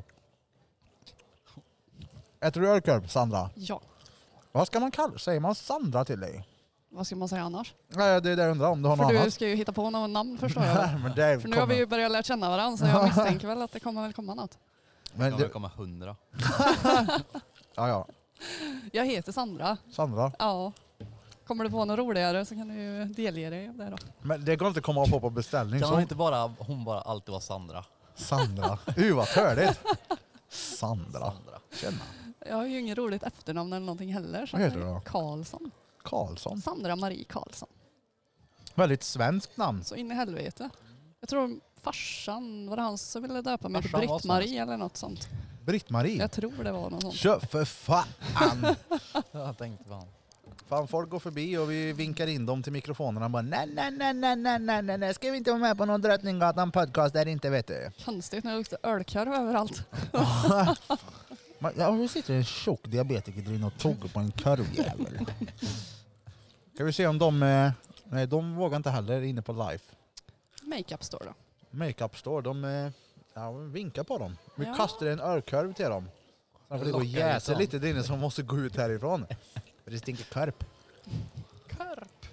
Speaker 1: Äter du ölkorv, Sandra?
Speaker 2: Ja.
Speaker 1: Vad ska man kalla? Säger man Sandra till dig?
Speaker 2: Vad ska man säga annars?
Speaker 1: Nej, det är det jag undrar om du har
Speaker 2: För
Speaker 1: något
Speaker 2: du
Speaker 1: annat.
Speaker 2: ska ju hitta på något namn förstår jag.
Speaker 1: Nej, men det
Speaker 2: För nu har vi ju börjat lära känna varandra så jag misstänker väl att det kommer väl komma något.
Speaker 1: Men
Speaker 9: Det
Speaker 1: det,
Speaker 9: kommer komma hundra.
Speaker 1: ja, ja.
Speaker 2: Jag heter Sandra.
Speaker 1: Sandra.
Speaker 2: Ja. Kommer du på något roligare så kan du ju delge dig av det då.
Speaker 1: Men det går inte att komma på på beställning.
Speaker 9: Kan
Speaker 1: Så.
Speaker 9: hon inte bara, hon bara alltid vara Sandra?
Speaker 1: Sandra. Uh, vad törligt. Sandra.
Speaker 9: Sandra.
Speaker 1: Tjena.
Speaker 2: Jag har ju inget roligt efternamn eller någonting heller. Så
Speaker 1: Vad heter
Speaker 2: jag-
Speaker 1: du då?
Speaker 2: Karlsson.
Speaker 1: Karlsson.
Speaker 2: Sandra Marie Karlsson.
Speaker 1: Väldigt svenskt namn.
Speaker 2: Så in i helvete. Jag tror farsan, var det han som ville döpa mig till
Speaker 9: Farsan var
Speaker 2: Britt-Marie eller något sånt.
Speaker 1: Britt-Marie.
Speaker 2: Jag tror det var något sånt.
Speaker 1: Kör för fan.
Speaker 9: Jag tänkte på han.
Speaker 1: Fan, folk går förbi och vi vinkar in dem till mikrofonerna och bara nej, nej, nej, nej, nej, nej, nej, nej. Ska vi inte vara med på någon Drottninggatan podcast där inte vet du?
Speaker 2: Konstigt när det luktar ölkorv överallt.
Speaker 1: Men, ja, nu sitter en tjock diabetiker där inne och tuggar på en korvjävel. Ska vi se om de... eh, Nej, de vågar inte heller inne på life.
Speaker 2: Makeup står då.
Speaker 1: Makeup store, de... eh, Ja, vi vinkar på dem. Vi
Speaker 2: Ja.
Speaker 1: kastar en ölkorv till dem. Sen får det gå och
Speaker 9: Lockar
Speaker 1: jäsa
Speaker 9: lite
Speaker 1: lite där inne som måste gå ut härifrån. För det stinker korp.
Speaker 2: Korp.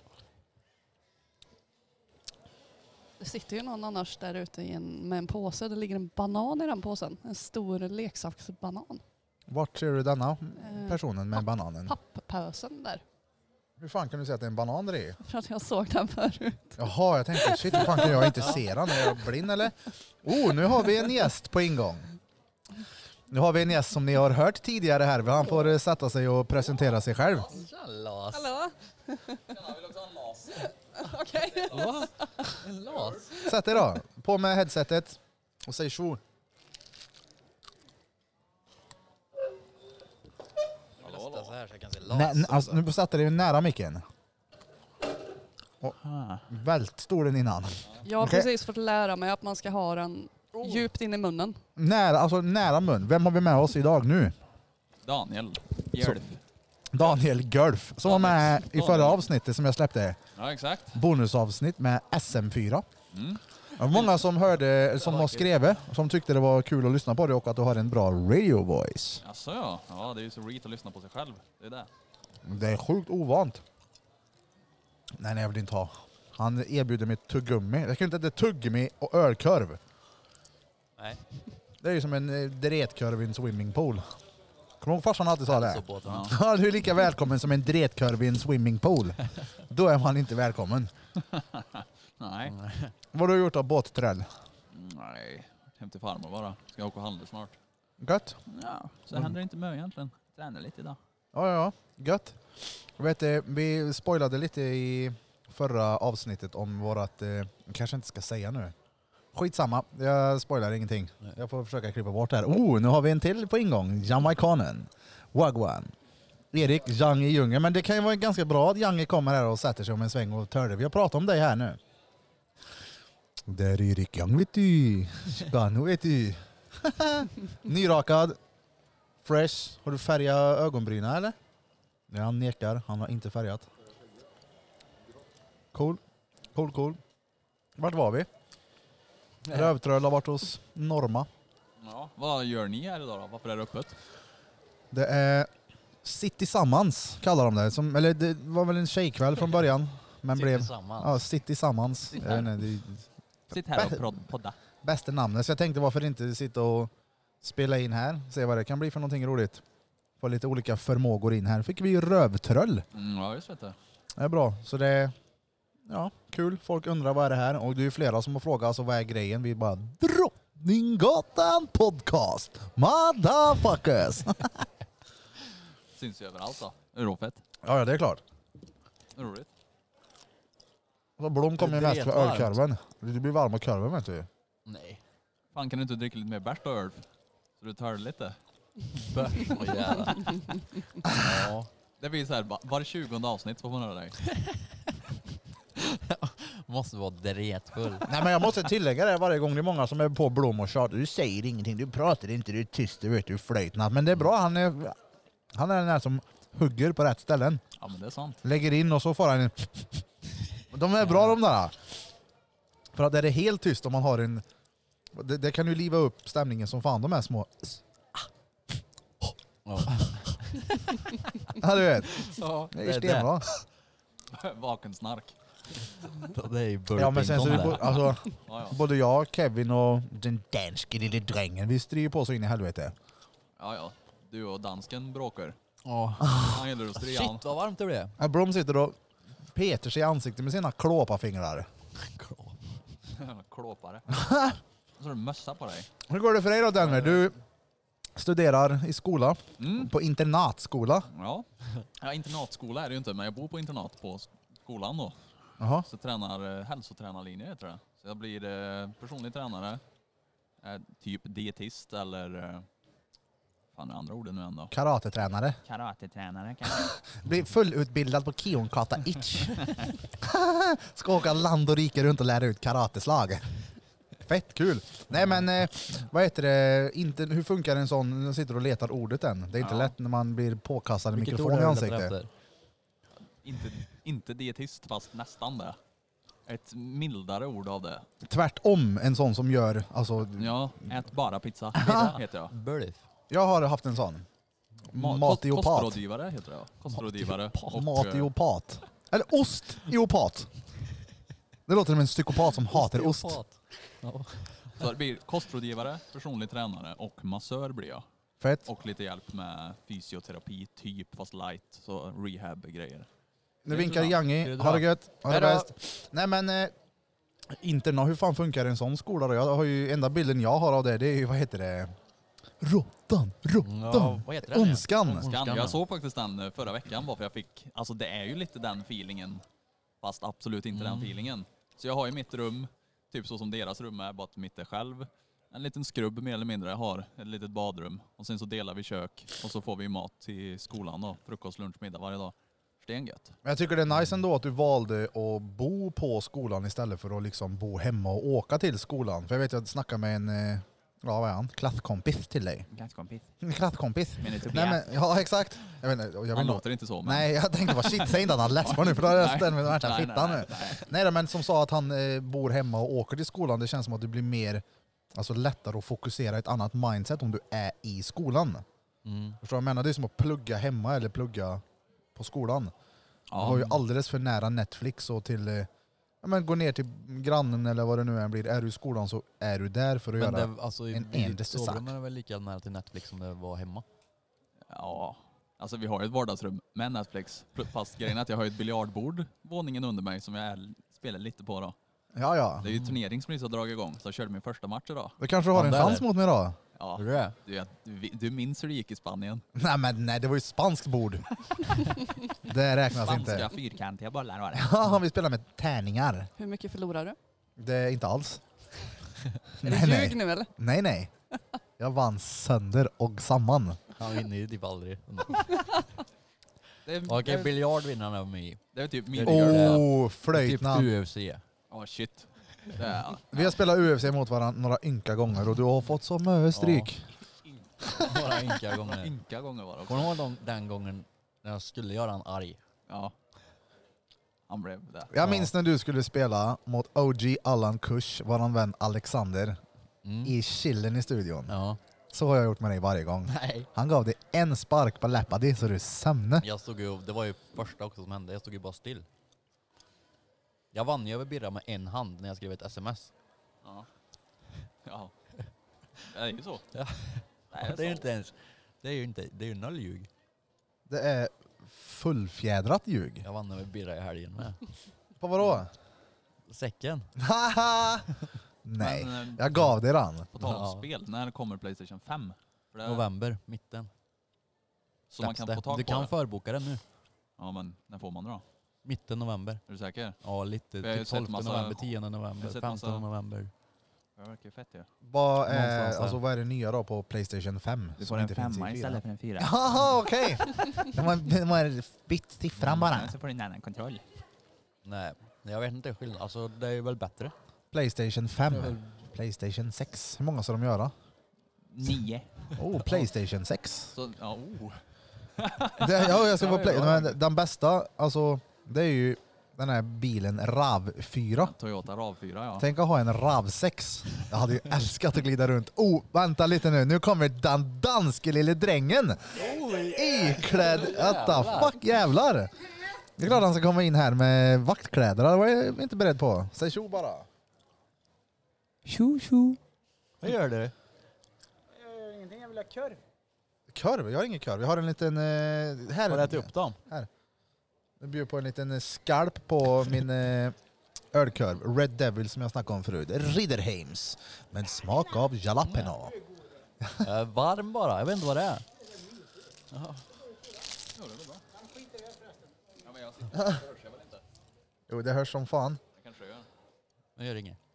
Speaker 2: Det sitter ju någon annars där ute i en, med en påse. Det ligger en banan i den påsen. En stor leksaksbanan.
Speaker 1: Vart ser du denna
Speaker 2: Eh,
Speaker 1: personen med bananen?
Speaker 2: Papppösen där.
Speaker 1: Hur fan kan du säga att det är en banan där i?
Speaker 2: För att jag såg den förut.
Speaker 1: Jaha, jag tänkte shit, hur fan kan jag inte se den? Är jag blind eller? Oh, nu har vi en gäst på ingång. Nu har vi en gäst som ni har hört tidigare här. Han får eh, sätta sig och presentera sig själv.
Speaker 9: Jallas.
Speaker 2: Hallå? Okej.
Speaker 9: Va? En las?
Speaker 1: Sätt dig då. På med headsetet och säg tjo.
Speaker 9: Så här så jag kan se las.
Speaker 1: Nä, alltså, nu satte dig nära micken. Och vält stolen innan.
Speaker 2: Jag har
Speaker 1: Okej.
Speaker 2: precis fått lära mig att man ska ha den djupt in i munnen.
Speaker 1: Nära, alltså nära mun. Vem har vi med oss idag nu?
Speaker 5: Daniel Hjälp.
Speaker 1: Daniel Gulf som var med i förra avsnittet som jag släppte.
Speaker 5: Ja, exakt.
Speaker 1: Bonusavsnitt med S M fyra.
Speaker 5: Mm.
Speaker 1: Det var många som hörde, som har skrivit, som tyckte det var kul att lyssna på det och att du har en bra radio rovoice.
Speaker 5: Alltså ja. Ja, det är ju så roligt att lyssna på sig själv. Det är det.
Speaker 1: Det är sjukt ovant. Nej, nej, jag vill inte ha. Han erbjuder mig tuggummi. Jag kan inte äta tuggummi och ölkorv.
Speaker 9: Nej.
Speaker 1: Det är ju som en eh, dretkorv i en swimmingpool. Kommer du ihåg farsan alltid sa
Speaker 9: Så
Speaker 1: det?
Speaker 9: båten.
Speaker 5: Ja.
Speaker 1: Ja, du är lika välkommen som en dretkorv i en swimmingpool. Då är man inte välkommen.
Speaker 5: Nej.
Speaker 1: Vad har du gjort av båtträll?
Speaker 5: Nej. Hem till farmor bara. Ska åka och handla snart.
Speaker 1: Gött?
Speaker 5: Ja, så händer det inte mycket egentligen. Tränar lite idag.
Speaker 1: Ja, ja, ja. Gött. Jag vet, eh, vi spoilade lite i förra avsnittet om vårat... Eh, jag kanske inte ska säga nu. Skitsamma, jag spoilar ingenting. Jag får försöka klippa bort det här. Oh, nu har vi en till på ingång. Jamaikanen. Wagwan. Erik, Yang i djungeln. Men det kan ju vara ganska bra att Yang kommer här och sätter sig om en sväng och törde. Vi har pratat om dig här nu. Där är Erik Yang, vet du. Spano, vet du. Nyrakad. Fresh. Har du färgat ögonbryna eller? Nej, han nekar. Han har inte färgat. Cool. Cool, cool. Vart var vi? Rövtröll har varit hos Norma.
Speaker 5: Ja. Vad gör ni här idag då? Varför är det öppet?
Speaker 1: Det är Sitt tillsammans kallar de det. Som, eller det var väl en tjejkväll från början. Men
Speaker 9: Sitt
Speaker 1: blev...
Speaker 9: tillsammans.
Speaker 1: Ja, Sitt tillsammans.
Speaker 5: Sitt
Speaker 1: Jag
Speaker 5: här.
Speaker 1: vet inte, det är
Speaker 5: Sitt här och prod- podda.
Speaker 1: bästa namnet. Så jag tänkte varför inte sitta och spela in här. Se vad det kan bli för någonting roligt. Får lite olika förmågor in här. Fick vi ju rövtröll.
Speaker 7: Mm, ja, just vet det.
Speaker 1: Det är bra. Så det är ja, kul. Folk undrar vad är det här. Och det är ju flera som har frågat alltså, vad är grejen. Vi bara Drottninggatan podcast. Motherfuckers.
Speaker 7: Syns ju överallt då. Det är råfett.
Speaker 1: Ja, ja, det är klart.
Speaker 7: Det är roligt.
Speaker 1: Så Blom kommer ju
Speaker 9: Det är
Speaker 1: mest för
Speaker 9: jättevarmt.
Speaker 1: ölkorven. Det blir varm av korven vet du.
Speaker 7: Nej. Fan, kan du inte dricka lite mer bärs och öl? Så du tar det lite.
Speaker 9: Åh jävlar. Ja.
Speaker 7: Det blir så här, va- var tjugonde avsnitt får man höra dig.
Speaker 9: Måste vara dretfull.
Speaker 1: Nej, men jag måste tillägga det varje gång. Det är många som är på Blom och tjatar. Du säger ingenting, du pratar inte, du är tyst, du vet du flöjtnat. Men det är bra, han är, han är den här som hugger på rätt ställen.
Speaker 7: Ja, men det är sant.
Speaker 1: Lägger in och så får han en... De är bra de där. För att är det helt tyst om man har en... Det, det kan ju liva upp stämningen som fan, de här små...
Speaker 9: Ja.
Speaker 1: Ja, du vet.
Speaker 9: Ja,
Speaker 1: Det är stenbra.
Speaker 7: Vakensnark.
Speaker 9: det är ju
Speaker 1: Ja, men sen så är det, bo- alltså,
Speaker 7: Ja, ja.
Speaker 1: både jag, Kevin och den danske lille drängen, vi stryger på så in i helvete.
Speaker 7: Ja, ja. Du och dansken bråkar.
Speaker 9: Ja.
Speaker 7: Han gillar att stria.
Speaker 9: Shit vad varmt det blev.
Speaker 1: Ja, Blom sitter och peter sig i ansiktet med sina klåpafingrar.
Speaker 7: Klåpare. Så har du mössa på dig.
Speaker 1: Hur går det för dig då, Denver? Du studerar i skola,
Speaker 7: Mm.
Speaker 1: på internatskola.
Speaker 7: Ja. ja, internatskola är det ju inte, men jag bor på internat på skolan då.
Speaker 1: Jaha.
Speaker 7: Så tränar eh, hälsotränarlinje heter det. Så jag blir eh, personlig tränare, eh, typ dietist eller eh, fan är andra orden nu ändå.
Speaker 1: Karatetränare.
Speaker 7: Karatetränare kanske.
Speaker 1: Blir fullutbildad på Kionkata Itch. Ska åka land och rike runt och lära ut karateslag. Fett kul. Nej men, eh, vad heter det, inte, hur funkar en sån, jag sitter och letar ordet än. Det är inte
Speaker 7: Ja.
Speaker 1: lätt när man blir påkastad en
Speaker 9: Vilket
Speaker 1: mikrofon
Speaker 9: ord
Speaker 1: i
Speaker 9: är det
Speaker 1: ansiktet.
Speaker 9: efter?
Speaker 7: inte, inte dietist fast nästan det. Ett mildare ord av det.
Speaker 1: Tvärtom en sån som gör, alltså,
Speaker 7: Ja, ät bara pizza heter jag.
Speaker 9: Bulf.
Speaker 1: jag har haft en sån.
Speaker 7: Ma-
Speaker 1: Matiopat.
Speaker 7: Kostrådgivare heter jag. Kostrådgivare. Och, eh,
Speaker 1: Matiopat. Eller ostiopat. Det låter som en psykopat som hatar ost.
Speaker 9: Ja.
Speaker 7: Så det blir kostrådgivare, personlig tränare och massör blir jag.
Speaker 1: Fett.
Speaker 7: Och lite hjälp med fysioterapi typ fast light, så rehab-grejer.
Speaker 1: Nu vinkar Jangi. Ha det gött. Ha det bäst. Nej men, eh, interna, hur fan funkar en sån skola då? Jag har ju, enda bilden jag har av det, det är ju, vad heter det? Råttan, råttan,
Speaker 9: Ja, vad heter den?
Speaker 1: ondskan.
Speaker 7: Ondskan.
Speaker 9: ja.
Speaker 7: Jag såg faktiskt den eh, förra veckan bara för jag fick, alltså det är ju lite den feelingen, fast absolut inte
Speaker 9: Mm.
Speaker 7: den feelingen. Så jag har ju mitt rum, typ så som deras rum är, bara att mitt är själv. En liten skrubb mer eller mindre, jag har ett litet badrum. Och sen så delar vi kök och så får vi mat till skolan då. Frukost, lunch, middag varje dag. Stengött.
Speaker 1: Men jag tycker det är nice ändå att du valde att bo på skolan istället för att liksom bo hemma och åka till skolan. För jag vet att jag snackade med en, eh, ja vad är han? Klasskompis till dig.
Speaker 7: Klasskompis.
Speaker 1: En klasskompis.
Speaker 7: Men det
Speaker 1: Nej, men, ja exakt. Jag vet inte, jag vill
Speaker 7: Han
Speaker 1: nog-
Speaker 7: låter inte så. Men...
Speaker 1: Nej, jag tänkte bara shit, säg inte att han läspar nu för då är jag
Speaker 7: Nej.
Speaker 1: ställd med värsta
Speaker 7: Nej,
Speaker 1: fittan
Speaker 7: nej,
Speaker 1: nu.
Speaker 7: nej, nej.
Speaker 1: Nej då, men som sa att han eh, bor hemma och åker till skolan, det känns som att det blir mer, alltså lättare att fokusera ett annat mindset om du är i skolan.
Speaker 9: Mm.
Speaker 1: Förstår du vad jag menar? Det är som att plugga hemma eller plugga på skolan.
Speaker 7: Ja.
Speaker 1: Du var ju alldeles för nära Netflix och till, eh, ja, men gå ner till grannen eller vad det nu än blir. Är du i skolan så är du där för att
Speaker 9: Men
Speaker 1: göra.
Speaker 9: det, alltså, i
Speaker 1: en
Speaker 9: ditt
Speaker 1: endaste
Speaker 9: sovrum
Speaker 1: sak.
Speaker 9: är väl lika nära till Netflix som det var hemma?
Speaker 7: Ja, alltså vi har ju ett vardagsrum med Netflix. Fast grejen är att jag har ett biljardbord våningen under mig som jag är, spelar lite på då.
Speaker 1: Ja, ja.
Speaker 7: Det är ju turnering som precis har dragit igång, så jag körde min första match idag.
Speaker 1: Då kanske du har
Speaker 9: Ja,
Speaker 1: en
Speaker 9: där
Speaker 1: chans
Speaker 9: är-
Speaker 1: mot mig då?
Speaker 7: Ja,
Speaker 9: Hur är det?
Speaker 7: du, vet, du, du minns hur det gick i Spanien?
Speaker 1: Nej men nej, det var ju spanskt bord. Det räknas
Speaker 7: Spanska
Speaker 1: inte.
Speaker 7: fyrkantiga bollar var det.
Speaker 1: Ja, vi spelar med tärningar.
Speaker 2: Hur mycket förlorar du?
Speaker 1: Det är inte alls.
Speaker 2: Är
Speaker 1: nej,
Speaker 2: det
Speaker 1: nej.
Speaker 2: ljug nu eller?
Speaker 1: nej, nej. Jag vann sönder och samman.
Speaker 9: Han vinner ju typ aldrig.
Speaker 7: Det är,
Speaker 9: Okej,
Speaker 7: det,
Speaker 9: biljard vinner han över mig.
Speaker 7: det är typ min...
Speaker 9: Det gör det.
Speaker 1: Oh,
Speaker 9: Typ
Speaker 1: flöjtnant.
Speaker 9: U F C.
Speaker 7: Åh shit. Det är,
Speaker 1: Vi har spelat U F C mot varandra några ynka gånger och du har fått så mycket stryk.
Speaker 9: Några ynka gånger.
Speaker 7: ynka gånger var det också.
Speaker 9: Kommer du ihåg de- den gången när jag skulle göra han arg?
Speaker 7: Ja. Han blev det.
Speaker 1: Jag minns när du skulle spela mot O G Allan Kush, våran vän Alexander,
Speaker 9: Mm.
Speaker 1: i chillen i studion.
Speaker 9: Ja.
Speaker 1: Så har jag gjort med dig varje gång.
Speaker 9: Nej.
Speaker 1: Han gav dig en spark på läppadi så du sömne.
Speaker 9: Jag stod ju, det var ju första också som hände, jag stod ju bara still. Jag vann ju över Birra med en hand när jag skrev ett sms.
Speaker 7: Ja. Ja. Det är ju så.
Speaker 9: Ja.
Speaker 7: Nej,
Speaker 9: Det är ju inte ens Det är ju inte, det är ju noll ljug.
Speaker 1: Det är fullfjädrat ljug.
Speaker 9: Jag vann över birra i helgen med.
Speaker 1: På vadå?
Speaker 9: Säcken.
Speaker 1: Haha! Nej,
Speaker 7: Men, eh,
Speaker 1: jag gav dig den.
Speaker 7: På tal om
Speaker 9: Ja.
Speaker 7: spel, när kommer PlayStation fem? För det,
Speaker 9: November, mitten.
Speaker 7: så man kan
Speaker 9: Släpps
Speaker 7: få
Speaker 9: det.
Speaker 7: tag
Speaker 9: Du
Speaker 7: på
Speaker 9: kan
Speaker 7: det.
Speaker 9: förboka den nu.
Speaker 7: Ja, men när får man det då?
Speaker 9: Mitten november.
Speaker 7: Är du säker?
Speaker 9: Ja, lite.
Speaker 7: Vi har ju
Speaker 9: Typ
Speaker 7: sett
Speaker 9: tolfte
Speaker 7: massa-
Speaker 9: november, tionde
Speaker 7: jag har
Speaker 9: november,
Speaker 7: sett
Speaker 9: femtonde
Speaker 7: massa-
Speaker 9: november.
Speaker 7: Det verkar ju fett ju.
Speaker 1: Vad är,
Speaker 9: Någonstans där.
Speaker 1: alltså, vad är det nya då på PlayStation fem?
Speaker 10: Du
Speaker 1: som
Speaker 10: får en
Speaker 1: inte finns i
Speaker 10: femma
Speaker 1: fyra?
Speaker 10: istället för en fyra.
Speaker 1: Jaha, okej. De har, de har bytt siffran bara.
Speaker 10: Så får du en annan kontroll.
Speaker 9: Nej, jag vet inte skillnad. Alltså det är väl bättre.
Speaker 1: PlayStation fem. Playstation sex. Hur många ska de göra?
Speaker 10: Nio.
Speaker 1: Oh, Playstation sex.
Speaker 7: Så, ja, oh.
Speaker 1: Det, ja, jag ska få play. Men den bästa, alltså, det är ju den här bilen RAV fyra.
Speaker 7: Toyota RAV fyra, ja.
Speaker 1: Tänk att ha en RAV sex. Jag hade ju älskat att glida runt. Oh, vänta lite nu. Nu kommer den danske lille drängen. Iklädd. What the fuck, jävlar. Det är klart han ska komma in här med vaktkläder. Det var jag inte beredd på. Säg tjo bara.
Speaker 10: Tjo, tjo.
Speaker 9: Vad gör du?
Speaker 6: Ingenting, jag vill ha korv.
Speaker 1: Korv? Jag har ingen korv. Jag har en liten... Eh, här.
Speaker 9: Har du ätit upp dem?
Speaker 1: Jag bjuder på en liten eh, skalp på min eh, ölkorv. Red Devil som jag snackade om förut. Ridderheims. Med smak av jalapeno.
Speaker 9: Jag är varm bara, jag vet inte vad det är.
Speaker 7: Ja, men jag sitter här, hörs jag väl inte?
Speaker 1: Jo, det hörs som fan.
Speaker 7: Det kanske jag gör.
Speaker 9: Jag gör inget.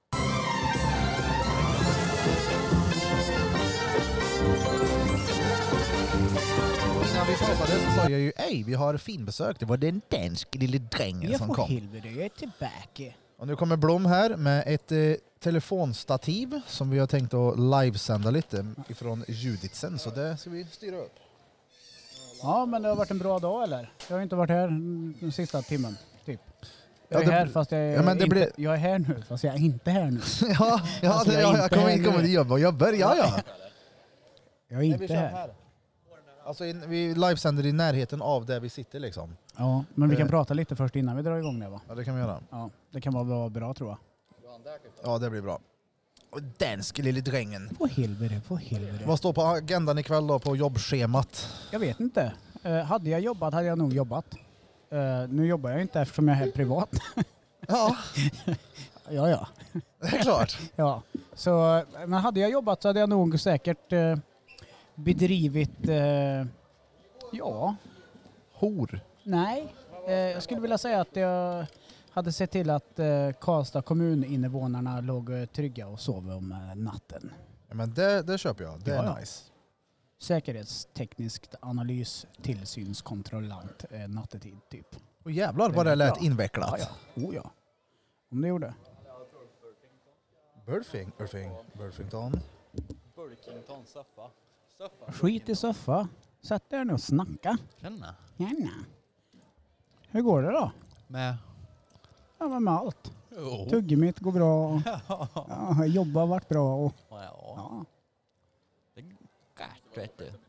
Speaker 1: När vi pausade så sa jag ju ej, vi har finbesök. Det var den danske lille drängen som kom.
Speaker 6: helvete, jag är tillbaka.
Speaker 1: Och nu kommer Blom här med ett eh, telefonstativ som vi har tänkt att livesända lite ifrån Juditsen. Så det ska vi styra upp.
Speaker 6: Ja, men det har varit en bra dag eller? Jag har inte varit här den sista timmen, typ. Jag är
Speaker 1: Ja, det-
Speaker 6: här fast jag är,
Speaker 1: ja, men det
Speaker 6: inte,
Speaker 1: blir-
Speaker 6: jag är här nu fast jag är inte här nu.
Speaker 1: ja, ja,
Speaker 6: Alltså,
Speaker 1: det,
Speaker 6: jag är
Speaker 1: ja jag
Speaker 6: inte
Speaker 1: kommer
Speaker 6: här
Speaker 1: in, kommer
Speaker 6: nu.
Speaker 1: till jobb och jobbar. Ja, ja.
Speaker 6: Jag är inte här.
Speaker 1: Alltså, in, vi livesänder i närheten av där vi sitter liksom.
Speaker 6: Ja, men vi kan
Speaker 1: Eh.
Speaker 6: prata lite först innan vi drar igång det va?
Speaker 1: Ja, det kan vi göra.
Speaker 6: Ja, det kan vara vara bra tror jag.
Speaker 1: Ja, det blir bra. Och danske lille drängen.
Speaker 6: På helvete, på helvete.
Speaker 1: Vad står på agendan ikväll då på jobbschemat?
Speaker 6: Jag vet inte. Eh, hade jag jobbat hade jag nog jobbat. Eh, nu jobbar jag inte eftersom jag är här privat.
Speaker 1: Ja,
Speaker 6: ja, ja.
Speaker 1: det är klart.
Speaker 6: Ja, så, men hade jag jobbat så hade jag nog säkert eh, bedrivit, eh, ja,
Speaker 1: Hor.
Speaker 6: nej. Eh, jag skulle vilja säga att jag hade sett till att eh, Karlstad kommuninvånarna låg eh, trygga och sov om eh, natten.
Speaker 1: Ja, men det, det köper jag. Det är
Speaker 6: Ja, ja.
Speaker 1: nice.
Speaker 6: Säkerhetstekniskt analys, tillsynskontrollant, eh, nattetid typ.
Speaker 1: Och jävlar vad det lät
Speaker 6: Ja.
Speaker 1: invecklat.
Speaker 6: Ja, ja. Oh, ja. Om det gjorde.
Speaker 1: Burfing, Burfing, Burfington.
Speaker 9: Burkington, soffa. Soffa.
Speaker 6: Skit i soffa. Sätt dig nu och snacka.
Speaker 9: Känna.
Speaker 6: Gärna. Hur går det då?
Speaker 9: Med.
Speaker 6: Ja, men med allt.
Speaker 9: Jo.
Speaker 6: Tuggummit går bra. Och, ja, jobba har varit bra. Och,
Speaker 9: Ja.
Speaker 6: ja.
Speaker 9: Det är gött vet du.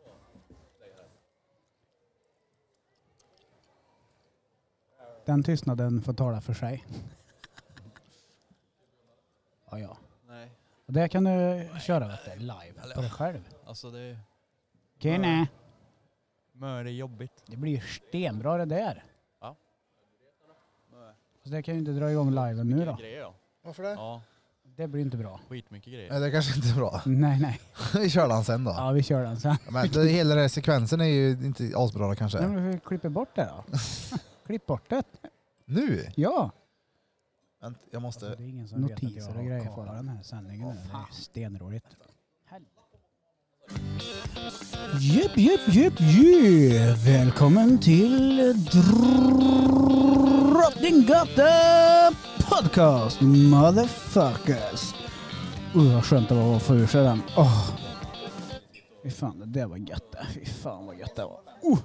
Speaker 6: Den tystnaden får tala för sig. Ja, ja.
Speaker 9: Nej.
Speaker 6: Och det kan du köra vet du, live på dig själv.
Speaker 9: Alltså det är...
Speaker 6: Kenne,
Speaker 9: Mör är jobbigt.
Speaker 6: det blir stenbra det där.
Speaker 9: Ja.
Speaker 6: Så det kan ju inte dra igång live nu då.
Speaker 9: Grejer då.
Speaker 1: Varför det?
Speaker 9: Ja,
Speaker 6: Det blir inte bra.
Speaker 9: skitmycket grejer.
Speaker 1: Nej, det kanske inte är bra.
Speaker 6: Nej, nej.
Speaker 1: Vi kör den sen då.
Speaker 6: Ja, vi kör den sen.
Speaker 1: Men det, hela den här sekvensen är ju inte asbra kanske.
Speaker 6: Nej, men vi klipper bort det då. Klipp bort det.
Speaker 1: Nu?
Speaker 6: Ja.
Speaker 1: Vänta, jag måste...
Speaker 6: Det är ingen som notiser och grejer på den här sändningen nu. Det är stenroligt. Jupp, jupp, jupp, jupp. Välkommen till Drottninggata podcast, motherfuckers. Uh, vad skönt det var att få ur sig den. Åh. Fy fan, det där var gött det. Fy fan vad gött det var. Uh.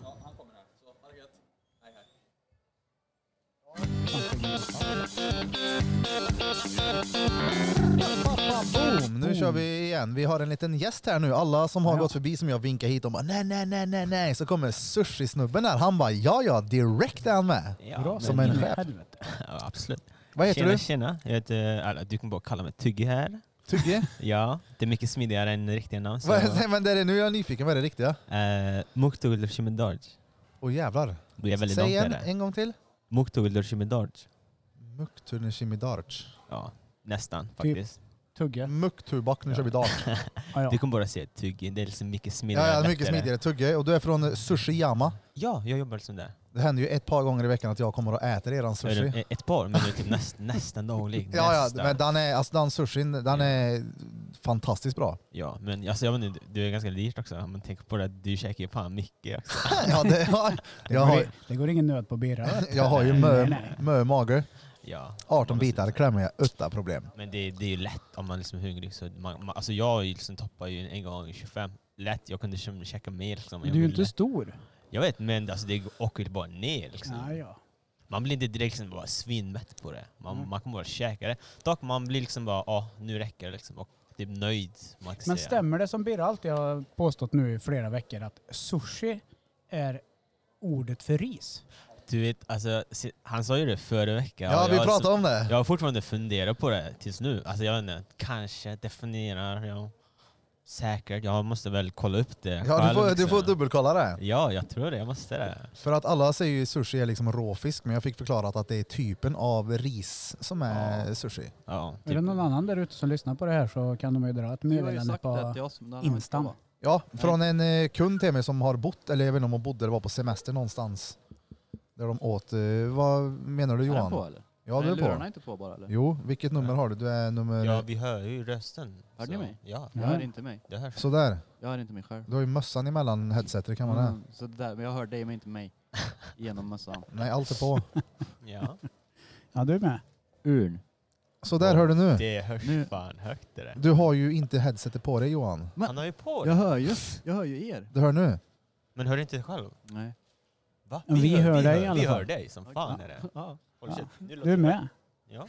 Speaker 1: Boom! Nu kör vi igen. Vi har en liten gäst här nu. Alla som har
Speaker 6: Ja.
Speaker 1: gått förbi som jag vinkar hit, de bara nej, nej, nej, nej, nej. Så kommer sushi-snubben här. Han bara ja, ja, direkt är han med.
Speaker 6: Bra,
Speaker 1: som
Speaker 6: men
Speaker 1: en
Speaker 6: in i
Speaker 1: chef.
Speaker 6: helvete.
Speaker 11: Ja, absolut.
Speaker 1: Vad heter
Speaker 11: tjena,
Speaker 1: du?
Speaker 11: Tjena, jag heter, eller, du kan bara kalla mig Tugge här.
Speaker 1: Tugge?
Speaker 11: Ja, det är mycket smidigare än riktiga namn. Så...
Speaker 1: Men det är, nu är jag nyfiken, vad är det riktiga?
Speaker 11: Uh, Muktugul Shimedaj.
Speaker 1: Åh jävlar.
Speaker 11: Det är väldigt
Speaker 1: Säg
Speaker 11: långt
Speaker 1: en,
Speaker 11: är det.
Speaker 1: en gång till.
Speaker 11: Muktugul Shimedaj.
Speaker 1: Muktugul Shimedaj.
Speaker 11: Ja, nästan faktiskt.
Speaker 6: Tugge.
Speaker 1: Muktubak, nu kör vi dart.
Speaker 11: ah, ja. Du kan bara säga Tugge, det är liksom mycket smidigare.
Speaker 1: Ja, ja mycket smidigare. Tugge, och du är från Sushiyama.
Speaker 11: Ja, jag jobbar som där.
Speaker 1: Det händer ju ett par gånger i veckan att jag kommer och äter eran sushi.
Speaker 11: Ett par, men det är typ näst, nästan daglig.
Speaker 1: Ja, ja,
Speaker 11: nästan.
Speaker 1: men den, är, alltså, den sushin, den
Speaker 11: ja.
Speaker 1: är fantastiskt bra.
Speaker 11: Ja, men alltså, jag menar, du är ganska dyrt också. Man tänker på det, du käkar ju fan mycket också.
Speaker 1: ja, det, ja,
Speaker 6: det,
Speaker 1: jag
Speaker 6: går,
Speaker 1: har,
Speaker 6: det går ingen nöd på birra.
Speaker 1: jag har ju mö, mö mager.
Speaker 11: Ja,
Speaker 1: arton bitar klämmer jag utan problem.
Speaker 11: Men det, det är ju lätt om man liksom är hungrig. Så man, man, alltså jag liksom toppar ju en gång i tjugofem. Lätt, jag kunde käka mer. Liksom,
Speaker 6: du är ju inte stor.
Speaker 11: Jag vet, men alltså, det åker bara ner. Liksom.
Speaker 6: Ja, ja.
Speaker 11: Man blir inte direkt liksom bara svinmätt på det. Man, mm. man kan bara käka det. Dock man blir liksom bara, ja, nu räcker det liksom. Och typ nöjd. Man kan
Speaker 6: men
Speaker 11: säga.
Speaker 6: Stämmer det som Birra alltid har påstått nu i flera veckor att sushi är ordet för ris?
Speaker 11: Du vet, alltså, han sa ju det förra veckan.
Speaker 1: Ja, vi pratade
Speaker 11: så,
Speaker 1: om det.
Speaker 11: Jag har fortfarande funderat på det tills nu. Alltså jag vet inte, kanske definierar jag säkert. Jag måste väl kolla upp det.
Speaker 1: Ja,
Speaker 11: själv,
Speaker 1: du får,
Speaker 11: liksom.
Speaker 1: du får dubbelkolla det.
Speaker 11: Ja, jag tror det. Jag måste det.
Speaker 1: För att alla säger ju sushi är liksom råfisk, men jag fick förklarat att det är typen av ris som är ja. sushi.
Speaker 11: Ja,
Speaker 6: typ. Är det någon annan där ute som lyssnar på det här så kan de ju dra ett meddelande på Insta.
Speaker 1: Ja, från en eh, kund till mig som har bott, eller jag vet inte om hon bodde, det var på semester någonstans. Där de åt, eh, vad menar du Johan?
Speaker 7: Är på eller?
Speaker 1: Ja, du är på.
Speaker 7: Lurarna inte på bara eller?
Speaker 1: Jo, vilket nummer ja. har du? Du är nummer...
Speaker 11: Ja, vi hör ju rösten.
Speaker 7: Hör ni mig?
Speaker 11: Ja.
Speaker 7: Jag hör inte mig.
Speaker 11: Det hörs.
Speaker 1: Sådär.
Speaker 7: Jag hör inte mig själv.
Speaker 1: Du har ju mössan emellan headsetet, kan man mm,
Speaker 7: det? Så där, men jag hör dig men inte mig. Genom mössan.
Speaker 1: Nej, allt är på.
Speaker 11: ja.
Speaker 6: Ja, du är med.
Speaker 7: Urn.
Speaker 1: Så där hör du nu.
Speaker 11: Det hörs nu. Fan högt det där.
Speaker 1: Du har ju inte headsetet på dig Johan.
Speaker 11: Men, han har ju på det.
Speaker 7: Jag hör ju. Jag hör ju er.
Speaker 1: Du hör nu?
Speaker 11: Men hör inte själv?
Speaker 7: Nej.
Speaker 11: Va?
Speaker 6: Vi, vi hör, hör dig
Speaker 11: hör,
Speaker 6: i alla
Speaker 11: vi
Speaker 6: fall.
Speaker 11: Vi hör dig som fan
Speaker 7: okay.
Speaker 11: är det.
Speaker 7: Ja.
Speaker 11: Ja.
Speaker 6: Du är med.
Speaker 11: Ja.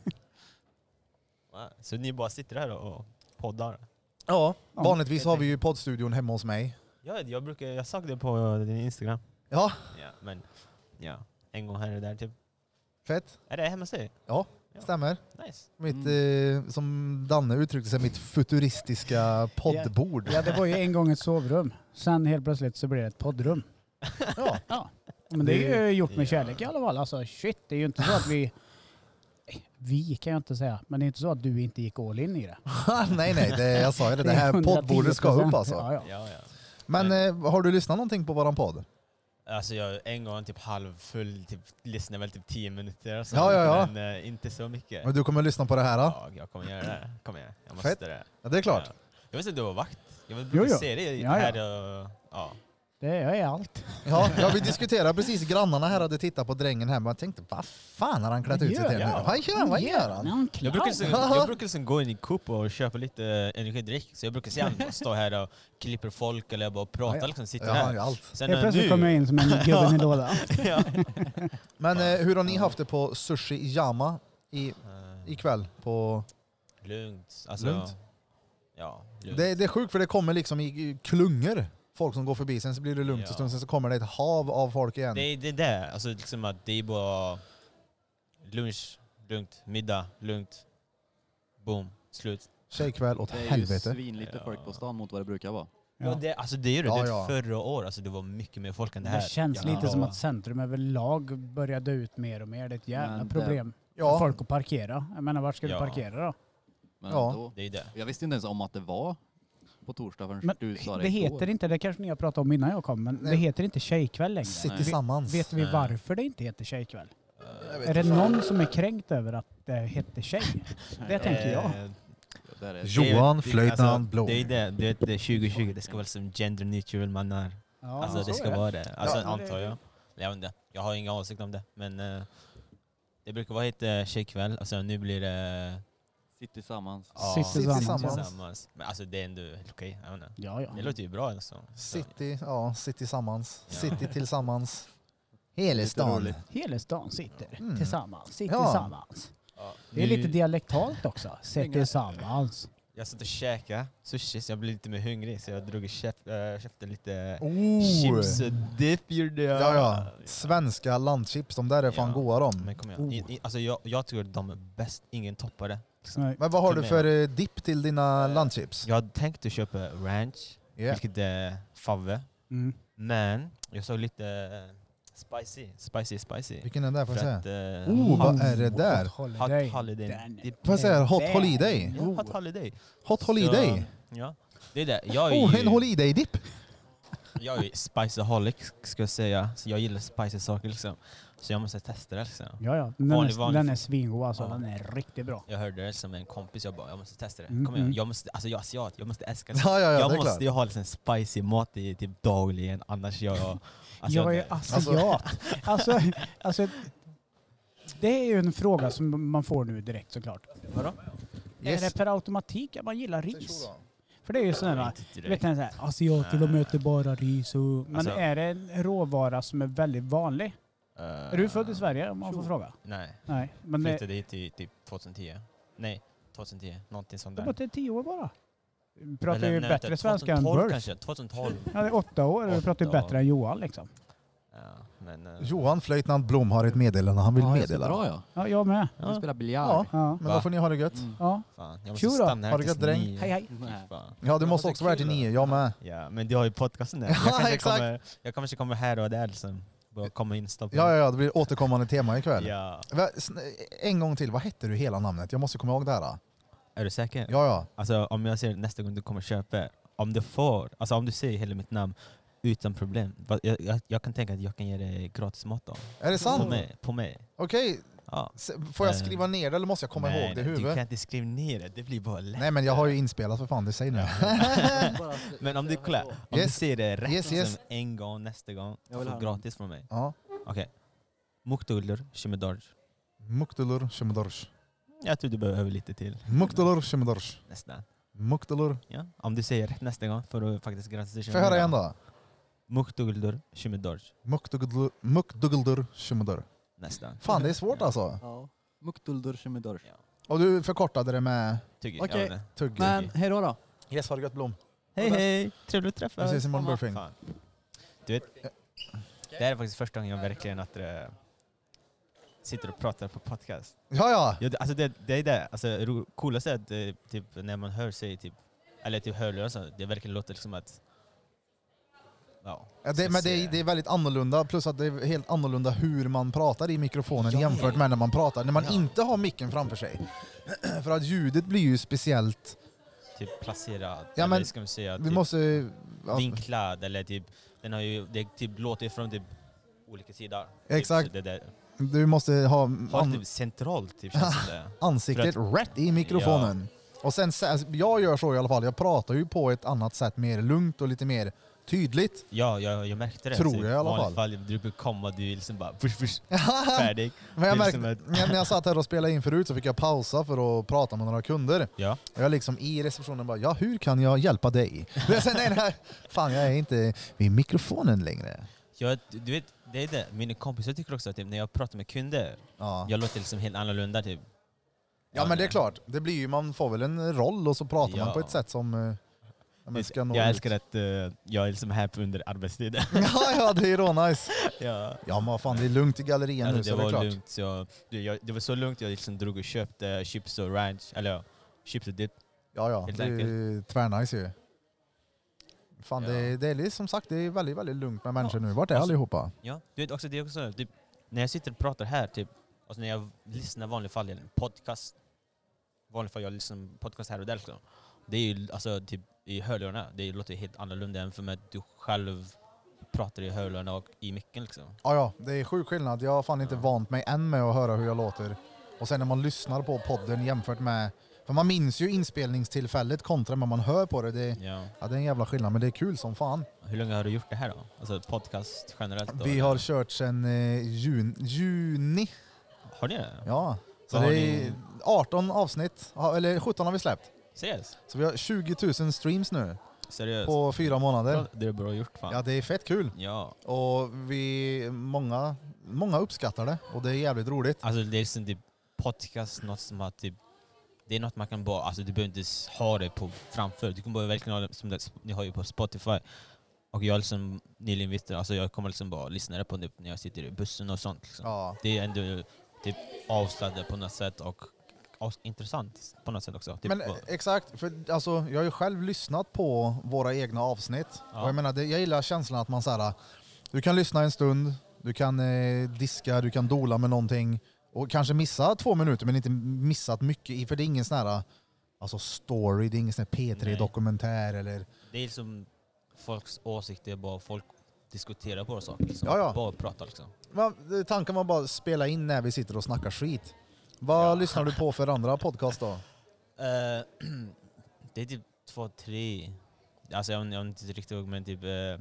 Speaker 11: Så ni bara sitter här och poddar?
Speaker 1: Ja, vanligtvis har vi ju poddstudion hemma hos mig.
Speaker 11: Ja, jag brukar, jag såg det på din Instagram.
Speaker 1: Ja.
Speaker 11: Ja, men ja, en gång här och där typ.
Speaker 1: Fett.
Speaker 11: Är det hemma hos dig?
Speaker 1: Ja,
Speaker 11: ja.
Speaker 1: Stämmer.
Speaker 11: Nice.
Speaker 1: Mitt, mm. eh, som Danne uttryckte sig, mitt futuristiska poddbord.
Speaker 6: Ja, det var ju en gång ett sovrum. Sen helt plötsligt så blev det ett poddrum.
Speaker 1: Ja.
Speaker 6: Ja. Men det är ju gjort med kärlek i alla fall. Alltså shit, det är ju inte så att vi... Vi kan jag inte säga, men det är inte så att du inte gick all in i det.
Speaker 1: nej, nej, det, jag sa ju det. Det här poddbordet ska upp alltså.
Speaker 6: Ja, ja.
Speaker 11: Ja, ja.
Speaker 1: Men, men eh, har du lyssnat någonting på våran podd?
Speaker 11: Alltså jag en gång typ halvfull, typ lyssnade väl typ tio minuter. Så,
Speaker 1: ja, ja, ja.
Speaker 11: Men äh, inte så mycket.
Speaker 1: Men du kommer lyssna på det här då?
Speaker 11: Ja, jag kommer göra det. Kom igen, jag måste
Speaker 1: Fett.
Speaker 11: det.
Speaker 1: Ja, det är klart.
Speaker 11: Ja. Jag visste att du var vakt. Jag vill
Speaker 6: jo, jo.
Speaker 11: se det
Speaker 6: ja,
Speaker 11: här
Speaker 6: ja.
Speaker 11: och, ja.
Speaker 6: Det är allt.
Speaker 1: Ja, ja, vi diskuterade precis, grannarna här hade tittat på drängen här, men jag tänkte, vad fan har han klätt ut sig till?
Speaker 11: Ja.
Speaker 1: Vad gör han? Vad gör han?
Speaker 11: Jag brukar, sen, jag brukar sen gå in i Coop och köpa lite energidryck, så jag brukar se honom stå här och klipper folk eller bara prata,
Speaker 1: ja,
Speaker 11: liksom sitter
Speaker 1: ja,
Speaker 11: här.
Speaker 1: Ja, allt.
Speaker 11: Sen
Speaker 6: jag plötsligt
Speaker 11: nu...
Speaker 6: kommer jag in som en gubbe i låda.
Speaker 11: ja.
Speaker 1: Men eh, hur har ni haft det på Sushiyama i, ikväll? På...
Speaker 11: Lugnt. Alltså,
Speaker 1: Lugnt?
Speaker 11: Ja, lugnt.
Speaker 1: Det, det är sjukt för det kommer liksom i klungor. Folk som går förbi, sen så blir det lugnt ja. och stund, sen så kommer det ett hav av folk igen.
Speaker 11: Det är det där, alltså liksom att det är bara lunch, lugnt, middag, lugnt, boom, slut.
Speaker 1: Tjejkväll åt
Speaker 7: helvete.
Speaker 1: helvete.
Speaker 7: Det är ju svinlite folk på stan mot vad det brukar vara.
Speaker 11: Ja, det, alltså det är det.
Speaker 1: Ja,
Speaker 11: det
Speaker 1: ja.
Speaker 11: Förra året, alltså det var mycket mer folk än det här.
Speaker 6: Det känns
Speaker 11: ja.
Speaker 6: lite som att centrum överlag börjar dö ut mer och mer. Det är ett jävla
Speaker 7: Men
Speaker 6: problem
Speaker 1: det... ja.
Speaker 6: för folk att parkera. Jag menar, vart ska
Speaker 11: ja.
Speaker 6: du parkera då?
Speaker 7: Men
Speaker 1: ja,
Speaker 7: då,
Speaker 11: det är det.
Speaker 7: Jag visste inte ens om att det var på torsdag förrän
Speaker 6: men
Speaker 7: du sa det.
Speaker 6: Det heter inte, det kanske ni har pratat om innan jag kom, men Nej. det heter inte tjejkväll längre.
Speaker 1: Sitt tillsammans.
Speaker 6: Vet vi varför det inte heter tjejkväll? Är det någon som är kränkt över att det heter tjej? Det tänker jag.
Speaker 7: Det är
Speaker 1: Johan Flöjtnant Blom.
Speaker 11: Det är det, det, det är tjugo tjugo, det ska vara som gender neutral man är.
Speaker 6: Ja,
Speaker 11: alltså det ska
Speaker 6: det.
Speaker 11: vara det. Alltså
Speaker 6: ja,
Speaker 11: antar jag. Jag vet inte. Jag har inga åsikter om det, men uh, det brukar vara ett uh, tjejkväll. Alltså nu blir det
Speaker 7: Sitt tillsammans.
Speaker 6: Ja, Sitt tillsammans.
Speaker 11: tillsammans. Men alltså det är ändå okej, okay, jag vet inte.
Speaker 6: Ja, ja.
Speaker 11: Det låter ju bra alltså.
Speaker 1: City, ja, sitt tillsammans.
Speaker 11: Ja.
Speaker 1: City tillsammans. Hela stan.
Speaker 6: Hela stan sitter
Speaker 1: Mm.
Speaker 6: tillsammans. Sitt
Speaker 1: Ja.
Speaker 6: tillsammans.
Speaker 11: Ja.
Speaker 6: Det är
Speaker 11: Nu-
Speaker 6: lite dialektalt också. Sitt tillsammans.
Speaker 11: Jag satt och käkade sushi så jag blev lite mer hungrig så jag drog och köp, äh, köpte lite
Speaker 1: Oh.
Speaker 11: chips och dip gjorde jag.
Speaker 1: Ja, ja. Svenska landchips, de där är fan
Speaker 11: Ja.
Speaker 1: goda de.
Speaker 11: Men kom igen. I, i, alltså jag, jag tror de är bäst, ingen toppar det. Liksom.
Speaker 6: Nej.
Speaker 1: Men vad har
Speaker 11: Till
Speaker 1: du
Speaker 11: och med-
Speaker 1: för eh, dipp till dina
Speaker 11: Eh,
Speaker 1: landchips?
Speaker 11: Jag hade tänkt att köpa ranch,
Speaker 1: Yeah.
Speaker 11: vilket är fave.
Speaker 6: Mm.
Speaker 11: Men jag såg lite eh, spicy, spicy, spicy.
Speaker 1: Vilken är det där får jag
Speaker 11: För
Speaker 1: säga?
Speaker 11: att, eh,
Speaker 1: Oh, vad
Speaker 11: hot-
Speaker 1: är det där?
Speaker 6: Hot holiday.
Speaker 11: Hot holiday.
Speaker 6: Den
Speaker 11: Det-
Speaker 1: Får jag säga hot
Speaker 6: är
Speaker 1: holiday?
Speaker 11: Ja, hot holiday.
Speaker 1: Hot holiday?
Speaker 11: Så, ja, det är det. Jag är
Speaker 1: Oh,
Speaker 11: ju,
Speaker 1: en holiday dip!
Speaker 11: jag är spicyholic ska jag säga. Så jag gillar spicy saker liksom. Så jag måste testa det liksom.
Speaker 6: Ja, ja. Den,
Speaker 11: Vanlig-
Speaker 6: är,
Speaker 11: vanlig-
Speaker 6: den är svingod alltså.
Speaker 11: Ja.
Speaker 6: Den är riktigt bra.
Speaker 11: Jag hörde det som en kompis, jag bara, jag måste testa det.
Speaker 6: Mm,
Speaker 11: Kom igen,
Speaker 6: mm.
Speaker 11: jag måste, alltså jag är asiat, jag måste älska det.
Speaker 1: Ja, ja, ja,
Speaker 11: jag
Speaker 1: det är
Speaker 11: måste
Speaker 1: klart.
Speaker 11: ju ha liksom spicy mat i typ dagligen, annars jag... Alltså,
Speaker 6: Jag är asiat. Alltså, alltså, det är ju en fråga som man får nu direkt såklart.
Speaker 11: Vadå?
Speaker 1: Yes.
Speaker 6: Är det per automatik att man gillar ris? För det är ju sådär, du vet
Speaker 11: direkt.
Speaker 6: den här, asiater de äter bara ris och... Men
Speaker 11: Alltså-
Speaker 6: är det en råvara som är väldigt vanlig?
Speaker 11: Uh,
Speaker 6: Är du född i Sverige om man får fråga?
Speaker 11: Nej.
Speaker 6: Nej, men det,
Speaker 11: Flyttade hit i typ tjugohundratio. Nej, tjugohundratio. Någonting sånt
Speaker 6: det
Speaker 11: där.
Speaker 6: var till tio år bara. Du pratar
Speaker 11: Eller
Speaker 6: ju
Speaker 11: nej,
Speaker 6: bättre
Speaker 11: det-
Speaker 6: svenska än
Speaker 11: tjugotolv
Speaker 6: Burf.
Speaker 11: kanske, tjugotolv.
Speaker 6: Ja, det är åtta år. Du pratar ju
Speaker 11: Åtta
Speaker 6: bättre
Speaker 11: år.
Speaker 6: än Johan liksom.
Speaker 11: Ja, men... eh,
Speaker 1: Johan Flöjtnant Blom har ett meddelande han vill
Speaker 9: Ja, jag är så
Speaker 1: meddela.
Speaker 9: bra ja.
Speaker 6: Ja, jag med.
Speaker 9: Jag vill spela biljard.
Speaker 1: Ja,
Speaker 6: Ja.
Speaker 1: men
Speaker 11: Va?
Speaker 1: då får ni ha det gött.
Speaker 9: Mm.
Speaker 6: Ja.
Speaker 11: Fan, jag måste
Speaker 6: Tjo då.
Speaker 11: stanna här
Speaker 1: Har det
Speaker 11: tills
Speaker 1: gött, dräng.
Speaker 11: nio.
Speaker 6: Hej, hej.
Speaker 11: Fy fan.
Speaker 1: Ja, du måste också vara här till nio, jag med.
Speaker 11: Ja, men du har ju podcasten där. Jag
Speaker 1: Ja,
Speaker 11: kanske
Speaker 1: exakt.
Speaker 11: kommer, jag kanske kommer här och där liksom. Bara komma in, stoppa.
Speaker 1: Ja, ja, ja, det blir återkommande tema ikväll.
Speaker 11: Ja.
Speaker 1: Va, sn- En gång till, vad hette du hela namnet? Jag måste komma ihåg det här. Då.
Speaker 11: Är du säker?
Speaker 1: Ja, ja.
Speaker 11: Alltså om jag ser nästa gång du kommer köpa, om du får, alltså om du säger hela mitt namn utan problem. Va- Jag, jag, jag kan tänka att jag kan ge dig gratis mat då.
Speaker 1: Är det
Speaker 11: På
Speaker 1: sant?
Speaker 11: mig. På mig.
Speaker 1: Okej,
Speaker 11: Ja.
Speaker 1: s- får jag
Speaker 11: Eh,
Speaker 1: skriva ner det eller måste jag komma
Speaker 11: Nej,
Speaker 1: ihåg det i
Speaker 11: nej, Du
Speaker 1: huvudet?
Speaker 11: kan inte skriva ner det, det blir bara lätt.
Speaker 1: Nej, men jag har ju inspelat för fan, det säger nu.
Speaker 11: Men om du kollar, om
Speaker 1: Yes.
Speaker 11: du säger det rätt
Speaker 1: Yes, yes.
Speaker 11: som en gång nästa gång,
Speaker 9: Jag
Speaker 11: du
Speaker 9: vill
Speaker 11: får
Speaker 9: ha
Speaker 11: gratis från mig.
Speaker 1: Ja.
Speaker 11: Okej. Muktulur, Shimedorj.
Speaker 1: Muktulur Shemedorsh.
Speaker 11: Jag tror du behöver lite till.
Speaker 1: Muktulur Shemedorsh.
Speaker 11: Nästan.
Speaker 1: Muktulur.
Speaker 11: Ja. Om du säger rätt nästa gång får du faktiskt gratis.
Speaker 1: Får jag höra igen då?
Speaker 11: Muktulur, Shimedorj.
Speaker 1: Muktuguldur Muktuguldur Shemedor.
Speaker 11: Nästan.
Speaker 1: Fan, det är svårt alltså.
Speaker 9: Ja. Muktuldur Shemedor.
Speaker 1: Och du förkortade det med
Speaker 11: Tuggi.
Speaker 9: Okej.
Speaker 11: jag vet inte.
Speaker 1: tugg.
Speaker 9: Men hej då då.
Speaker 1: Yes, har det gött Blom.
Speaker 11: Hej hej! Trevligt att
Speaker 1: Vi
Speaker 11: träffas.
Speaker 1: ses imorgon, Burfing.
Speaker 11: Fan. Du vet, det här är faktiskt första gången jag verkligen att, äh, sitter och pratar på podcast.
Speaker 1: Ja, ja.
Speaker 11: Ja, det, alltså det, det är det. Alltså, ro- coolast är att eh, typ, när man hör sig, typ, eller typ hörlösa, det verkligen låter som att... Ja,
Speaker 1: Ja, det, men det är, det är väldigt annorlunda, plus att det är helt annorlunda hur man pratar i mikrofonen
Speaker 11: Ja,
Speaker 1: jämfört
Speaker 11: ja.
Speaker 1: med när man pratar, när man
Speaker 11: Ja.
Speaker 1: inte har micken framför sig. För att ljudet blir ju speciellt.
Speaker 11: typ placerad,
Speaker 1: Ja,
Speaker 11: eller
Speaker 1: men
Speaker 11: ska man säga,
Speaker 1: Vi
Speaker 11: typ
Speaker 1: måste... Ja,
Speaker 11: vinklad, eller typ, den har ju, det typ låter från typ olika sidor.
Speaker 1: Exakt.
Speaker 11: Typ, så det där,
Speaker 1: du måste ha
Speaker 11: har
Speaker 1: an,
Speaker 11: typ centralt typ känns som det.
Speaker 1: ansiktet
Speaker 11: för
Speaker 1: rätt i mikrofonen. Och sen, sä- jag gör så i alla fall, jag pratar ju på ett annat sätt, mer lugnt och lite mer tydligt.
Speaker 11: Ja, jag, jag märkte det.
Speaker 1: Tror
Speaker 11: Så
Speaker 1: jag i alla
Speaker 11: vanligt
Speaker 1: fall.
Speaker 11: fall. Du brukar komma, du är liksom bara fush, fush, färdig.
Speaker 1: Men jag
Speaker 11: Det är
Speaker 1: märkte,
Speaker 11: liksom
Speaker 1: när jag satt här och spelade in förut så fick jag pausa för att prata med några kunder.
Speaker 11: Ja.
Speaker 1: Och jag liksom i receptionen bara, ja hur kan jag hjälpa dig? Men sen är det här, fan jag är inte vid mikrofonen längre.
Speaker 11: Jag, du vet, det är det. Mina kompisar tycker också att typ, när jag pratar med kunder,
Speaker 1: Ja.
Speaker 11: jag låter liksom helt annorlunda typ.
Speaker 1: Ja men det är klart, det blir ju, man får väl en roll och så pratar man
Speaker 11: Ja.
Speaker 1: på ett sätt som eh, ja, men ska nå
Speaker 11: Jag
Speaker 1: ut.
Speaker 11: älskar att uh, jag är liksom här på under arbetstiden.
Speaker 1: Ja, ja, det är då nice.
Speaker 11: Ja.
Speaker 1: Ja men vad fan, det är lugnt i gallerian
Speaker 11: Alltså,
Speaker 1: nu
Speaker 11: det
Speaker 1: så det är
Speaker 11: var
Speaker 1: klart.
Speaker 11: lugnt. Så jag, det, jag, det var så lugnt jag liksom drog och köpte chips och ranch, eller ja, chips och dip.
Speaker 1: Ja ja,
Speaker 11: Helt
Speaker 1: det är tvärnice ju. Fan
Speaker 11: Ja.
Speaker 1: det, är, det är som sagt, det är väldigt, väldigt lugnt med människor nu. Vart är
Speaker 11: Alltså-
Speaker 1: allihopa?
Speaker 11: Ja, du vet också, det är också typ, när jag sitter och pratar här, typ, alltså när jag lyssnar i vanliga fall, eller podcast, i vanliga fall jag lyssnar på podcast här och där, liksom. Det är ju alltså typ i hörlurarna, det låter helt annorlunda än för mig att du själv pratar i hörlurarna och i micken liksom.
Speaker 1: Ja ja, det är sjuk skillnad. Jag har fan inte
Speaker 11: Ja.
Speaker 1: vant mig än med att höra hur jag låter. Och sen när man lyssnar på podden jämfört med... För man minns ju inspelningstillfället kontra när man hör på det. Det,
Speaker 11: Ja.
Speaker 1: ja, det är en jävla skillnad, men det är kul som fan.
Speaker 11: Hur länge har du gjort det här då? Alltså podcast generellt då?
Speaker 1: Vi
Speaker 11: eller?
Speaker 1: har kört sedan eh, jun, juni.
Speaker 11: Har ni det?
Speaker 1: Ja. Så
Speaker 11: Vad
Speaker 1: det
Speaker 11: har
Speaker 1: är
Speaker 11: ni-
Speaker 1: arton avsnitt, ja, eller sjutton har vi släppt.
Speaker 11: Seriöst?
Speaker 1: Så vi har tjugo tusen streams nu
Speaker 11: Seriöst?
Speaker 1: på fyra månader.
Speaker 11: Det är bra gjort fan.
Speaker 1: Ja, det är fett kul.
Speaker 11: Ja.
Speaker 1: Och vi, många, många uppskattar det och det är jävligt roligt.
Speaker 11: Alltså det är som typ podcast, något som har typ det är något man kan bara, alltså du behöver inte ha det på framför. Du kan bara verkligen ha det som det, ni har ju på Spotify. Och jag liksom nyligen visste, alltså jag kommer liksom bara lyssna på det när jag sitter i bussen och sånt. Liksom.
Speaker 1: Ja.
Speaker 11: Det är ändå typ avslappnande på något sätt och intressant på något sätt också. Typ
Speaker 1: Men
Speaker 11: bara,
Speaker 1: exakt, för alltså, jag har ju själv lyssnat på våra egna avsnitt.
Speaker 11: Ja.
Speaker 1: Och jag menar, det, jag gillar känslan att man så här, du kan lyssna en stund, du kan eh, diska, du kan dola med någonting och kanske missa två minuter men inte missat mycket i, för det är ingen sån här alltså story, det är ingen sån här P tre-dokumentär eller...
Speaker 11: det är liksom folks åsikter, bara folk diskuterar på saker. Liksom.
Speaker 1: Ja, ja.
Speaker 11: Bara prata liksom.
Speaker 1: Men, tanken var bara att spela in när vi sitter och snackar skit. Vad
Speaker 11: Ja.
Speaker 1: lyssnar du på för andra podcast då?
Speaker 11: Uh, det är typ två, tre. Alltså jag, jag vet inte riktigt ihåg, men typ uh, uh,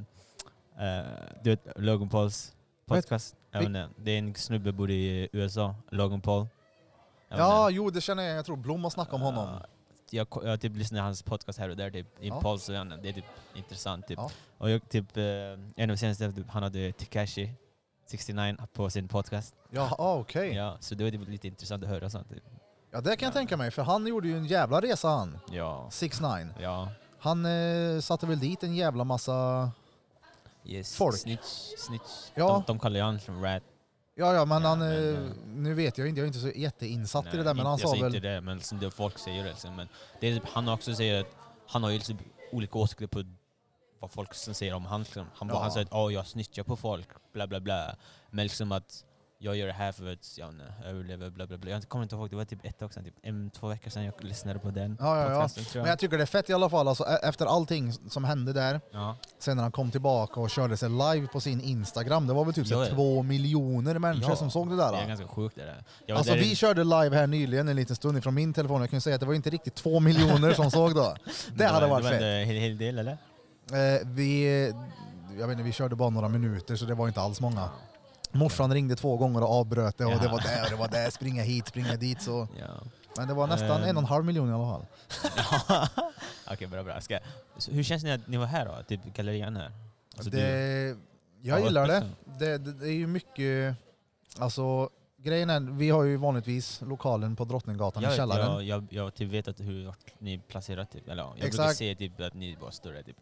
Speaker 11: du vet Logan Pauls podcast. Jag vet inte, det är en snubbe bor i U S A, Logan Paul. Jag vet
Speaker 1: Ja,
Speaker 11: inte.
Speaker 1: jo det känner jag. Jag tror Blom har snackat om honom.
Speaker 11: Uh, jag, jag typ lyssnar på hans podcast här och där, typ
Speaker 1: Ja.
Speaker 11: Impuls, och det är typ intressant. Typ.
Speaker 1: Ja.
Speaker 11: Och jag typ, uh, en av senaste, han hade Tekashi sextionio på sin podcast.
Speaker 1: Ja, ah, okej. Okay.
Speaker 11: Ja, så det var typ lite intressant att höra sånt. Typ.
Speaker 1: Ja, det kan jag tänka mig, för han gjorde ju en jävla resa han.
Speaker 11: Ja.
Speaker 1: sex nine.
Speaker 11: Ja.
Speaker 1: Han eh, satte väl dit en jävla massa
Speaker 11: Yes.
Speaker 1: folk.
Speaker 11: Snitch, snitch.
Speaker 1: Ja.
Speaker 11: De, de kallar ju han som rat.
Speaker 1: Ja, ja, men
Speaker 11: Ja,
Speaker 1: han,
Speaker 11: men,
Speaker 1: eh,
Speaker 11: eh,
Speaker 1: nu vet jag inte, jag är inte så jätteinsatt
Speaker 11: Nej,
Speaker 1: i det där, men
Speaker 11: inte,
Speaker 1: han
Speaker 11: jag
Speaker 1: sa
Speaker 11: säger
Speaker 1: väl...
Speaker 11: inte det, men som det folk säger det. Liksom. Men det är, han också säger att han har ju liksom olika åsikter på vad folk som säger om han. Liksom. Han,
Speaker 1: Ja.
Speaker 11: han säger att oh, jag snitchar på folk, bla bla bla. Men liksom att jag gör det här för att jag överlever, bla bla bla. Jag kommer inte ihåg, det var typ ett också, typ en, två veckor sedan jag lyssnade på den
Speaker 1: Ja, ja, ja.
Speaker 11: podcasten, tror jag.
Speaker 1: Men jag tycker det är fett i alla fall, alltså, e- efter allting som hände där,
Speaker 11: Ja.
Speaker 1: sen när han kom tillbaka och körde sig live på sin Instagram, det var väl typ så
Speaker 11: Ja, ja.
Speaker 1: två miljoner människor
Speaker 11: Ja,
Speaker 1: som såg det där.
Speaker 11: Det är
Speaker 1: då.
Speaker 11: ganska sjukt det där. Jag var
Speaker 1: Alltså
Speaker 11: där
Speaker 1: vi
Speaker 11: i-
Speaker 1: körde live här nyligen en liten stund ifrån min telefon, jag kan säga att det var inte riktigt två miljoner som såg då. Det hade
Speaker 11: var,
Speaker 1: varit
Speaker 11: det var
Speaker 1: fett.
Speaker 11: en hel, hel del, eller?
Speaker 1: Eh, vi, jag vet inte, vi körde bara några minuter så det var inte alls många. Morsan ringde två gånger och avbröt det och
Speaker 11: Ja.
Speaker 1: det var där och det var där, springa hit, springa dit. Så.
Speaker 11: Ja.
Speaker 1: Men det var nästan
Speaker 11: Ehm.
Speaker 1: en och en halv miljon i alla fall.
Speaker 11: Okej, bra, bra. Ska, så hur känns det att ni var här då? Typ gallerian här? Alltså,
Speaker 1: det,
Speaker 11: du-
Speaker 1: jag
Speaker 11: Ja,
Speaker 1: gillar det.
Speaker 11: öppet
Speaker 1: Det, det. Det är ju mycket, alltså grejen är, vi har ju vanligtvis lokalen på Drottninggatan
Speaker 11: jag
Speaker 1: i
Speaker 11: vet,
Speaker 1: källaren.
Speaker 11: Jag, jag, jag typ vet att hur vart ni placerat typ. Eller, ja, jag brukar
Speaker 1: Exakt.
Speaker 11: se typ att ni var större typ.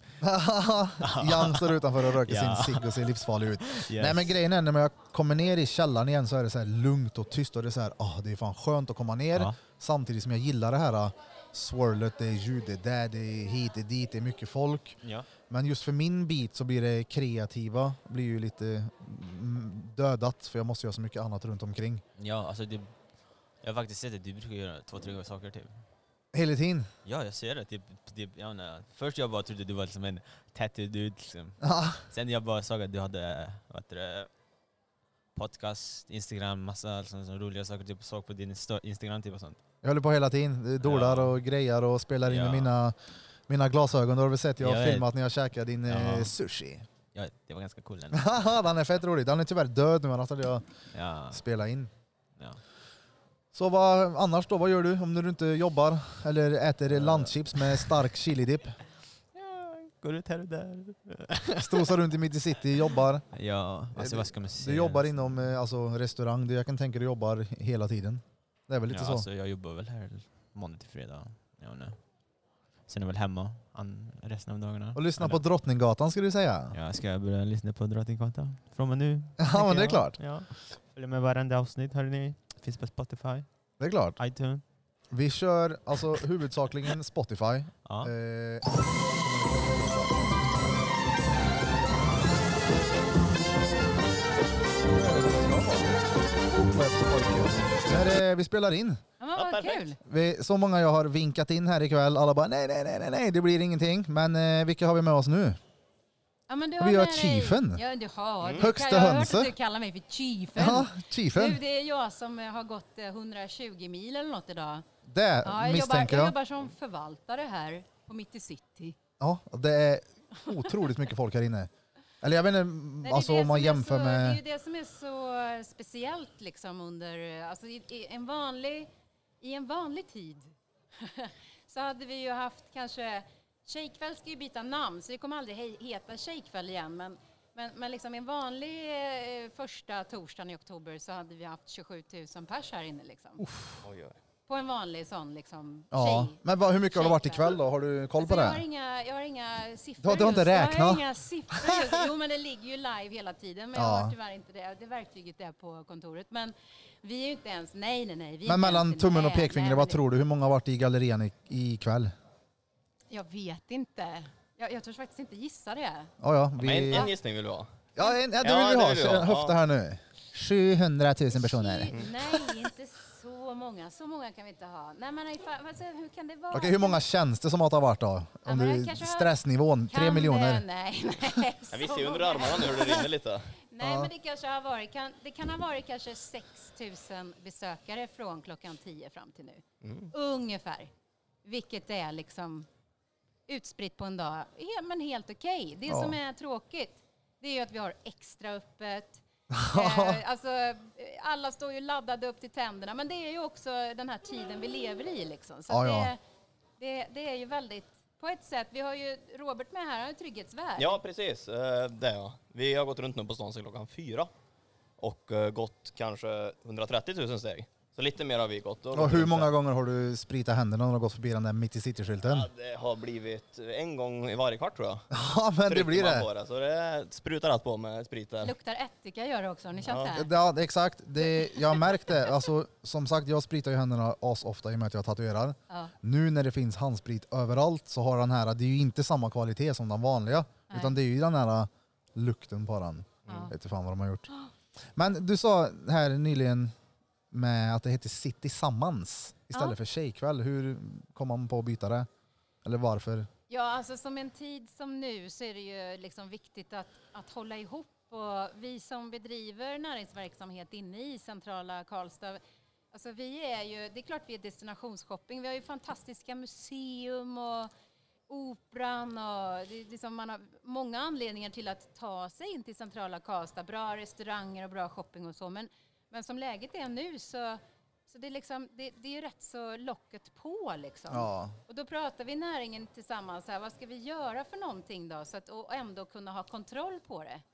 Speaker 1: Jan står utanför och röker
Speaker 11: Ja.
Speaker 1: sin cigg och ser livsfarlig ut.
Speaker 11: Yes.
Speaker 1: Nej men grejen är när jag kommer ner i källaren igen så är det så här lugnt och tyst och det är så här, ah, det är fan skönt att komma ner
Speaker 11: Ja.
Speaker 1: samtidigt som jag gillar det här uh, swirlet, det är ljud, det är där, det är hit, det är dit, det är mycket folk.
Speaker 11: Ja.
Speaker 1: Men just för min bit så blir det kreativa, blir ju lite mm, dödat för jag måste göra så mycket annat runt omkring.
Speaker 11: Ja, alltså det, jag har faktiskt sett att du brukar göra två, tre saker typ.
Speaker 1: Hela tiden.
Speaker 11: Ja, jag ser det. Typ, typ, ja, nej. Först jag bara trodde du var liksom en tattoo dude. Liksom.
Speaker 1: Ja.
Speaker 11: Sen jag bara såg att du hade vad heter det, podcast, Instagram, massa liksom, så roliga saker. Typ, såg på din sto- Instagram typ och sånt.
Speaker 1: Jag håller på hela tiden, dolar
Speaker 11: Ja.
Speaker 1: och grejer och spelar in
Speaker 11: Ja.
Speaker 1: med mina, mina glasögon. Då har du väl sett, jag har
Speaker 11: Jag vet.
Speaker 1: filmat när jag käkar din
Speaker 11: Ja.
Speaker 1: eh, sushi.
Speaker 11: Ja, det var ganska cool. Den.
Speaker 1: Den är fett rolig. Den är tyvärr död nu, annars hade jag
Speaker 11: Ja.
Speaker 1: spelat in.
Speaker 11: Ja.
Speaker 1: Så vad, annars då, vad gör du om du inte jobbar eller äter
Speaker 11: Ja.
Speaker 1: landchips med stark chilidipp?
Speaker 11: Går ut här och där.
Speaker 1: Strosar runt i Mitt i City, jobbar.
Speaker 11: Ja, alltså vad ska man säga?
Speaker 1: Du jobbar inom eh, alltså, restaurang, du, jag kan tänka dig jobbar hela tiden. Det är väl lite
Speaker 11: ja,
Speaker 1: så?
Speaker 11: Alltså, jag jobbar väl här måndag till fredag. Ja, nej. Sen är jag väl hemma an, resten av dagarna.
Speaker 1: Och lyssna
Speaker 11: Eller-
Speaker 1: på Drottninggatan ska du säga.
Speaker 11: Ja, jag ska börja lyssna på Drottninggatan från och nu.
Speaker 1: Ja,
Speaker 11: tänker
Speaker 1: men det är
Speaker 11: jag.
Speaker 1: klart.
Speaker 11: Ja. Följ med varenda avsnitt, hör ni. Finns på Spotify,
Speaker 1: Det är klart.
Speaker 11: iTunes.
Speaker 1: Vi kör alltså huvudsakligen Spotify.
Speaker 11: Ja.
Speaker 1: Eh, När eh, vi spelar in.
Speaker 12: Ja, men vad kul.
Speaker 1: Vi, så många jag har vinkat in här ikväll. Alla bara nej, nej, nej, nej, nej, det blir ingenting. Men eh, vilka har vi med oss nu?
Speaker 12: Ja, men du
Speaker 1: Vi
Speaker 12: har
Speaker 1: har
Speaker 12: med dig-
Speaker 1: chiefen.
Speaker 12: Ja, du har.
Speaker 1: Mm.
Speaker 12: Du
Speaker 1: Högsta
Speaker 12: kan, jag har hört
Speaker 1: hönset.
Speaker 12: att du kallar mig för chiefen.
Speaker 1: Ja, chiefen.
Speaker 12: Du, det är jag som eh, har gått eh, hundratjugo mil eller något idag.
Speaker 1: Det
Speaker 12: Ja, jag,
Speaker 1: misstänker
Speaker 12: jobbar,
Speaker 1: jag.
Speaker 12: jag jobbar som förvaltare här på Mitt i City.
Speaker 1: Ja, det är otroligt mycket folk här inne. Eller jag vet inte,
Speaker 12: Nej, det är
Speaker 1: alltså
Speaker 12: det
Speaker 1: om man
Speaker 12: som är
Speaker 1: jämför
Speaker 12: så, Det är
Speaker 1: med...
Speaker 12: ju det som är så eh, speciellt liksom under, eh, alltså i, i en vanlig, i en vanlig tid så hade vi ju haft kanske, tjejkväll ska ju byta namn så det kommer aldrig he, heta tjejkväll igen, men, men, men liksom en vanlig eh, första torsdagen i oktober så hade vi haft tjugosju tusen pers här inne liksom.
Speaker 1: Uff.
Speaker 9: Oj, oj.
Speaker 12: På en vanlig sån liksom
Speaker 1: Ja.
Speaker 12: tjej.
Speaker 1: Men vad, hur mycket har det varit
Speaker 12: tjejkväll.
Speaker 1: ikväll då? Har du koll på
Speaker 12: Alltså, jag, har
Speaker 1: det?
Speaker 12: inga, jag har inga siffror
Speaker 1: Du har- du har inte
Speaker 12: just. Jag
Speaker 1: räknat?
Speaker 12: har inga siffror just. Jo, men det ligger ju live hela tiden. Men jag
Speaker 1: Ja.
Speaker 12: har tyvärr inte det. Det verktyget är på kontoret. Men vi är ju inte ens, nej, nej, nej. Vi är
Speaker 1: Men
Speaker 12: inte
Speaker 1: mellan
Speaker 12: ens i
Speaker 1: tummen och
Speaker 12: närheten.
Speaker 1: pekfingret,
Speaker 12: Nej,
Speaker 1: vad
Speaker 12: men
Speaker 1: tror du? Hur många har varit i gallerian i, ikväll?
Speaker 12: det- Jag vet inte. Jag, jag tror faktiskt inte gissa det.
Speaker 1: Ja, ja,
Speaker 13: Men en, en gissning vill vi ha.
Speaker 1: Ja, en, ja, det
Speaker 13: Ja,
Speaker 1: vill vi
Speaker 13: det
Speaker 1: ha.
Speaker 13: vill vi
Speaker 1: Så
Speaker 13: ha.
Speaker 1: en höfta
Speaker 13: Ja.
Speaker 1: här nu. sjuhundratusen personer.
Speaker 12: Tjugo- Nej, inte så många. Så många kan vi inte ha. Nej, men ifall, alltså, hur kan det vara?
Speaker 1: Okej, hur många tjänster som har varit då? Om
Speaker 12: men det
Speaker 1: du,
Speaker 12: kanske har-
Speaker 1: stressnivån, tre
Speaker 12: Kan
Speaker 1: miljoner.
Speaker 12: Det? Nej, nej.
Speaker 13: Ja, vi
Speaker 12: så
Speaker 13: ser ju under
Speaker 12: många.
Speaker 13: armarna nu hur det rinner lite.
Speaker 12: Nej,
Speaker 1: Ja.
Speaker 12: men det kanske har varit, kan, det kan ha varit kanske sex tusen besökare från klockan tio fram till nu.
Speaker 13: Mm.
Speaker 12: Ungefär. Vilket är liksom utspritt på en dag. Ja, men helt okej. Det
Speaker 1: Ja.
Speaker 12: som är tråkigt, det är ju att vi har extra öppet. eh, alltså, eh, alla står ju laddade upp till tänderna, men det är ju också den här tiden vi lever i. Liksom. Så
Speaker 1: Ja,
Speaker 12: att
Speaker 1: ja.
Speaker 12: det, det, det är ju väldigt, på ett sätt, vi har ju Robert med här, han har en trygghetsvärd.
Speaker 13: Ja, precis. Eh, Det är jag. Vi har gått runt nu på stan sedan klockan fyra och eh, gått kanske hundratrettio tusen steg. Så lite mer har vi gått.
Speaker 1: Och hur många gånger har du spritat händerna när du har gått förbi den där mitt i city-skylten?
Speaker 13: Ja, det har blivit en gång i varje kvart tror jag.
Speaker 1: Ja, men det
Speaker 13: Trycker
Speaker 1: blir
Speaker 13: man
Speaker 1: det.
Speaker 13: på det. Så det sprutar allt på med sprit där.
Speaker 12: Luktar ättika gör det också, har ni känt
Speaker 13: Ja.
Speaker 12: det?
Speaker 1: Ja, det- exakt. Det, jag har märkt det. Alltså, som sagt, jag spritar ju händerna as ofta i och med att jag tatuerar.
Speaker 12: Ja.
Speaker 1: Nu när det finns handsprit överallt så har den här, det är ju inte samma kvalitet som den vanliga.
Speaker 12: Nej.
Speaker 1: Utan det är ju den här lukten på den.
Speaker 12: Ja.
Speaker 1: Vet inte fan vad de har gjort. Men du sa här nyligen med att det heter City Sammans istället
Speaker 12: Ja.
Speaker 1: för tjejkväll. Hur kom man på att byta det? Eller varför?
Speaker 12: Ja, alltså som en tid som nu så är det ju liksom viktigt att, att hålla ihop. Och vi som bedriver näringsverksamhet inne i centrala Karlstad, alltså vi är ju, det är klart vi är destinationsshopping. Vi har ju fantastiska museum och operan och det, är liksom man har många anledningar till att ta sig in till centrala Karlstad. Bra restauranger och bra shopping och så. Men, men som läget är nu så, så det, är liksom, det, det är ju rätt så locket på liksom.
Speaker 1: Ja.
Speaker 12: Och då pratar vi näringen tillsammans här, vad ska vi göra för någonting då? Så att, och ändå kunna ha kontroll på det.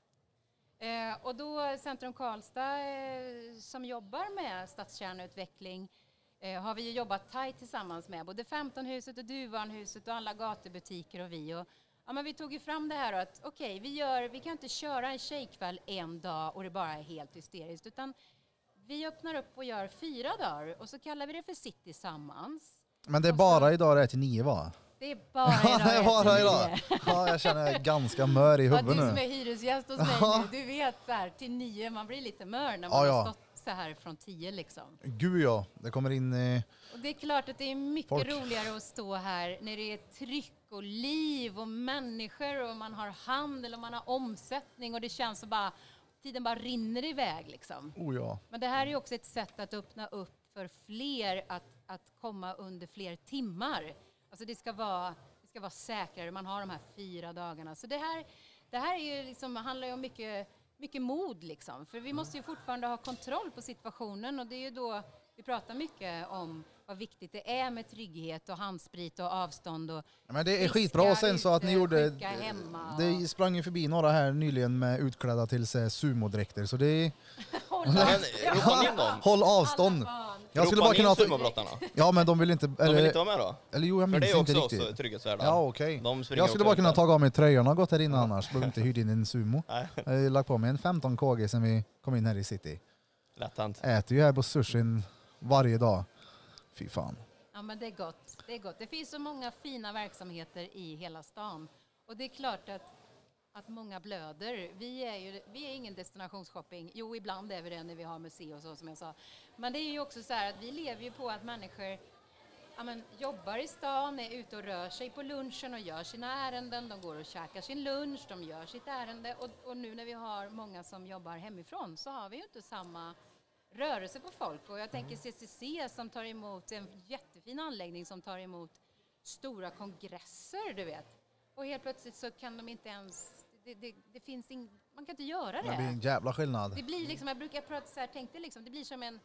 Speaker 12: Eh, och då Centrum Karlstad eh, som jobbar med stadskärneutveckling eh, har vi ju jobbat tajt tillsammans med både femtonhuset och Duvanhuset och alla gatubutiker och vi. Och, ja, men vi tog ju fram det här att okej, okay, vi, gör, vi kan inte köra en tjejkväll en dag och det bara är helt hysteriskt, utan vi öppnar upp och gör fyra dagar och så kallar vi det för City Sammans.
Speaker 1: Men det är bara idag det är till nio va?
Speaker 12: Det är bara
Speaker 1: Ja,
Speaker 12: idag.
Speaker 1: det är bara
Speaker 12: till
Speaker 1: idag.
Speaker 12: nio.
Speaker 1: Ja, jag känner mig ganska mör i
Speaker 12: Ja,
Speaker 1: huvudet
Speaker 12: du som
Speaker 1: nu.
Speaker 12: är hyresgäst hos mig
Speaker 1: Ja.
Speaker 12: nu, du vet så här, till nio, man blir lite mör när man
Speaker 1: Ja, ja.
Speaker 12: har stått så här från tio liksom.
Speaker 1: Gud ja, det kommer in... Eh,
Speaker 12: Och det är klart att det är mycket
Speaker 1: Folk.
Speaker 12: roligare att stå här när det är tryck och liv och människor och man har handel och man har omsättning och det känns så bara, tiden bara rinner iväg liksom.
Speaker 1: oh ja.
Speaker 12: Men det här är ju också ett sätt att öppna upp för fler att, att komma under fler timmar. Alltså det ska vara, det ska vara säkrare, man har de här fyra dagarna. Så det här, det här är ju liksom, handlar ju om mycket, mycket mod liksom. För vi måste ju fortfarande ha kontroll på situationen och det är ju då vi pratar mycket om vad viktigt det är med trygghet och handsprit och avstånd. Och
Speaker 1: Ja, men det är
Speaker 12: friska
Speaker 1: skitbra. Och sen så att ni
Speaker 12: ute,
Speaker 1: gjorde...
Speaker 12: sjuka hemma.
Speaker 1: Det sprang ju förbi några här nyligen med utklädda till sig sumodräkter. Så det är...
Speaker 12: Håll
Speaker 13: Ja, men, ropar ni in dem?
Speaker 1: Håll avstånd. Jag skulle
Speaker 13: Ropar
Speaker 1: bara
Speaker 13: ni
Speaker 1: kunna
Speaker 13: in
Speaker 1: ta...
Speaker 13: sumobrottarna?
Speaker 1: Ja, men de vill inte...
Speaker 13: De vill inte vara med då?
Speaker 1: Eller jo, jag
Speaker 13: För
Speaker 1: minns
Speaker 13: det är
Speaker 1: inte
Speaker 13: också
Speaker 1: riktigt.
Speaker 13: också trygghetsvärdar.
Speaker 1: Ja, okej.
Speaker 13: De springer
Speaker 1: Jag skulle
Speaker 13: också
Speaker 1: bara
Speaker 13: ut
Speaker 1: kunna
Speaker 13: där.
Speaker 1: ta av mig tröjan och gått här inne annars. Behöver inte hyrt in en sumo.
Speaker 13: Nej.
Speaker 1: Jag har lagt på mig en femton kg sen vi kom in här i city.
Speaker 13: Lätt hänt.
Speaker 1: Äter ju här på sushin varje dag. Fy fan.
Speaker 12: Ja, men det är gott. Det är gott. Det finns så många fina verksamheter i hela stan. Och det är klart att, att många blöder. Vi är ju vi är ingen destinationsshopping. Jo, ibland är vi det när vi har museer och så som jag sa. Men det är ju också så här att vi lever ju på att människor ja, men, jobbar i stan, är ute och rör sig på lunchen och gör sina ärenden. De går och käkar sin lunch, de gör sitt ärende. Och, och nu när vi har många som jobbar hemifrån så har vi ju inte samma rörelse på folk. Och jag tänker C C C som tar emot en jättefin anläggning som tar emot stora kongresser, du vet. Och helt plötsligt så kan de inte ens, det, det, det finns ing, man kan inte göra det.
Speaker 1: Det blir en jävla skillnad.
Speaker 12: Det blir liksom, jag brukar prata så här, tänkte liksom, det blir som en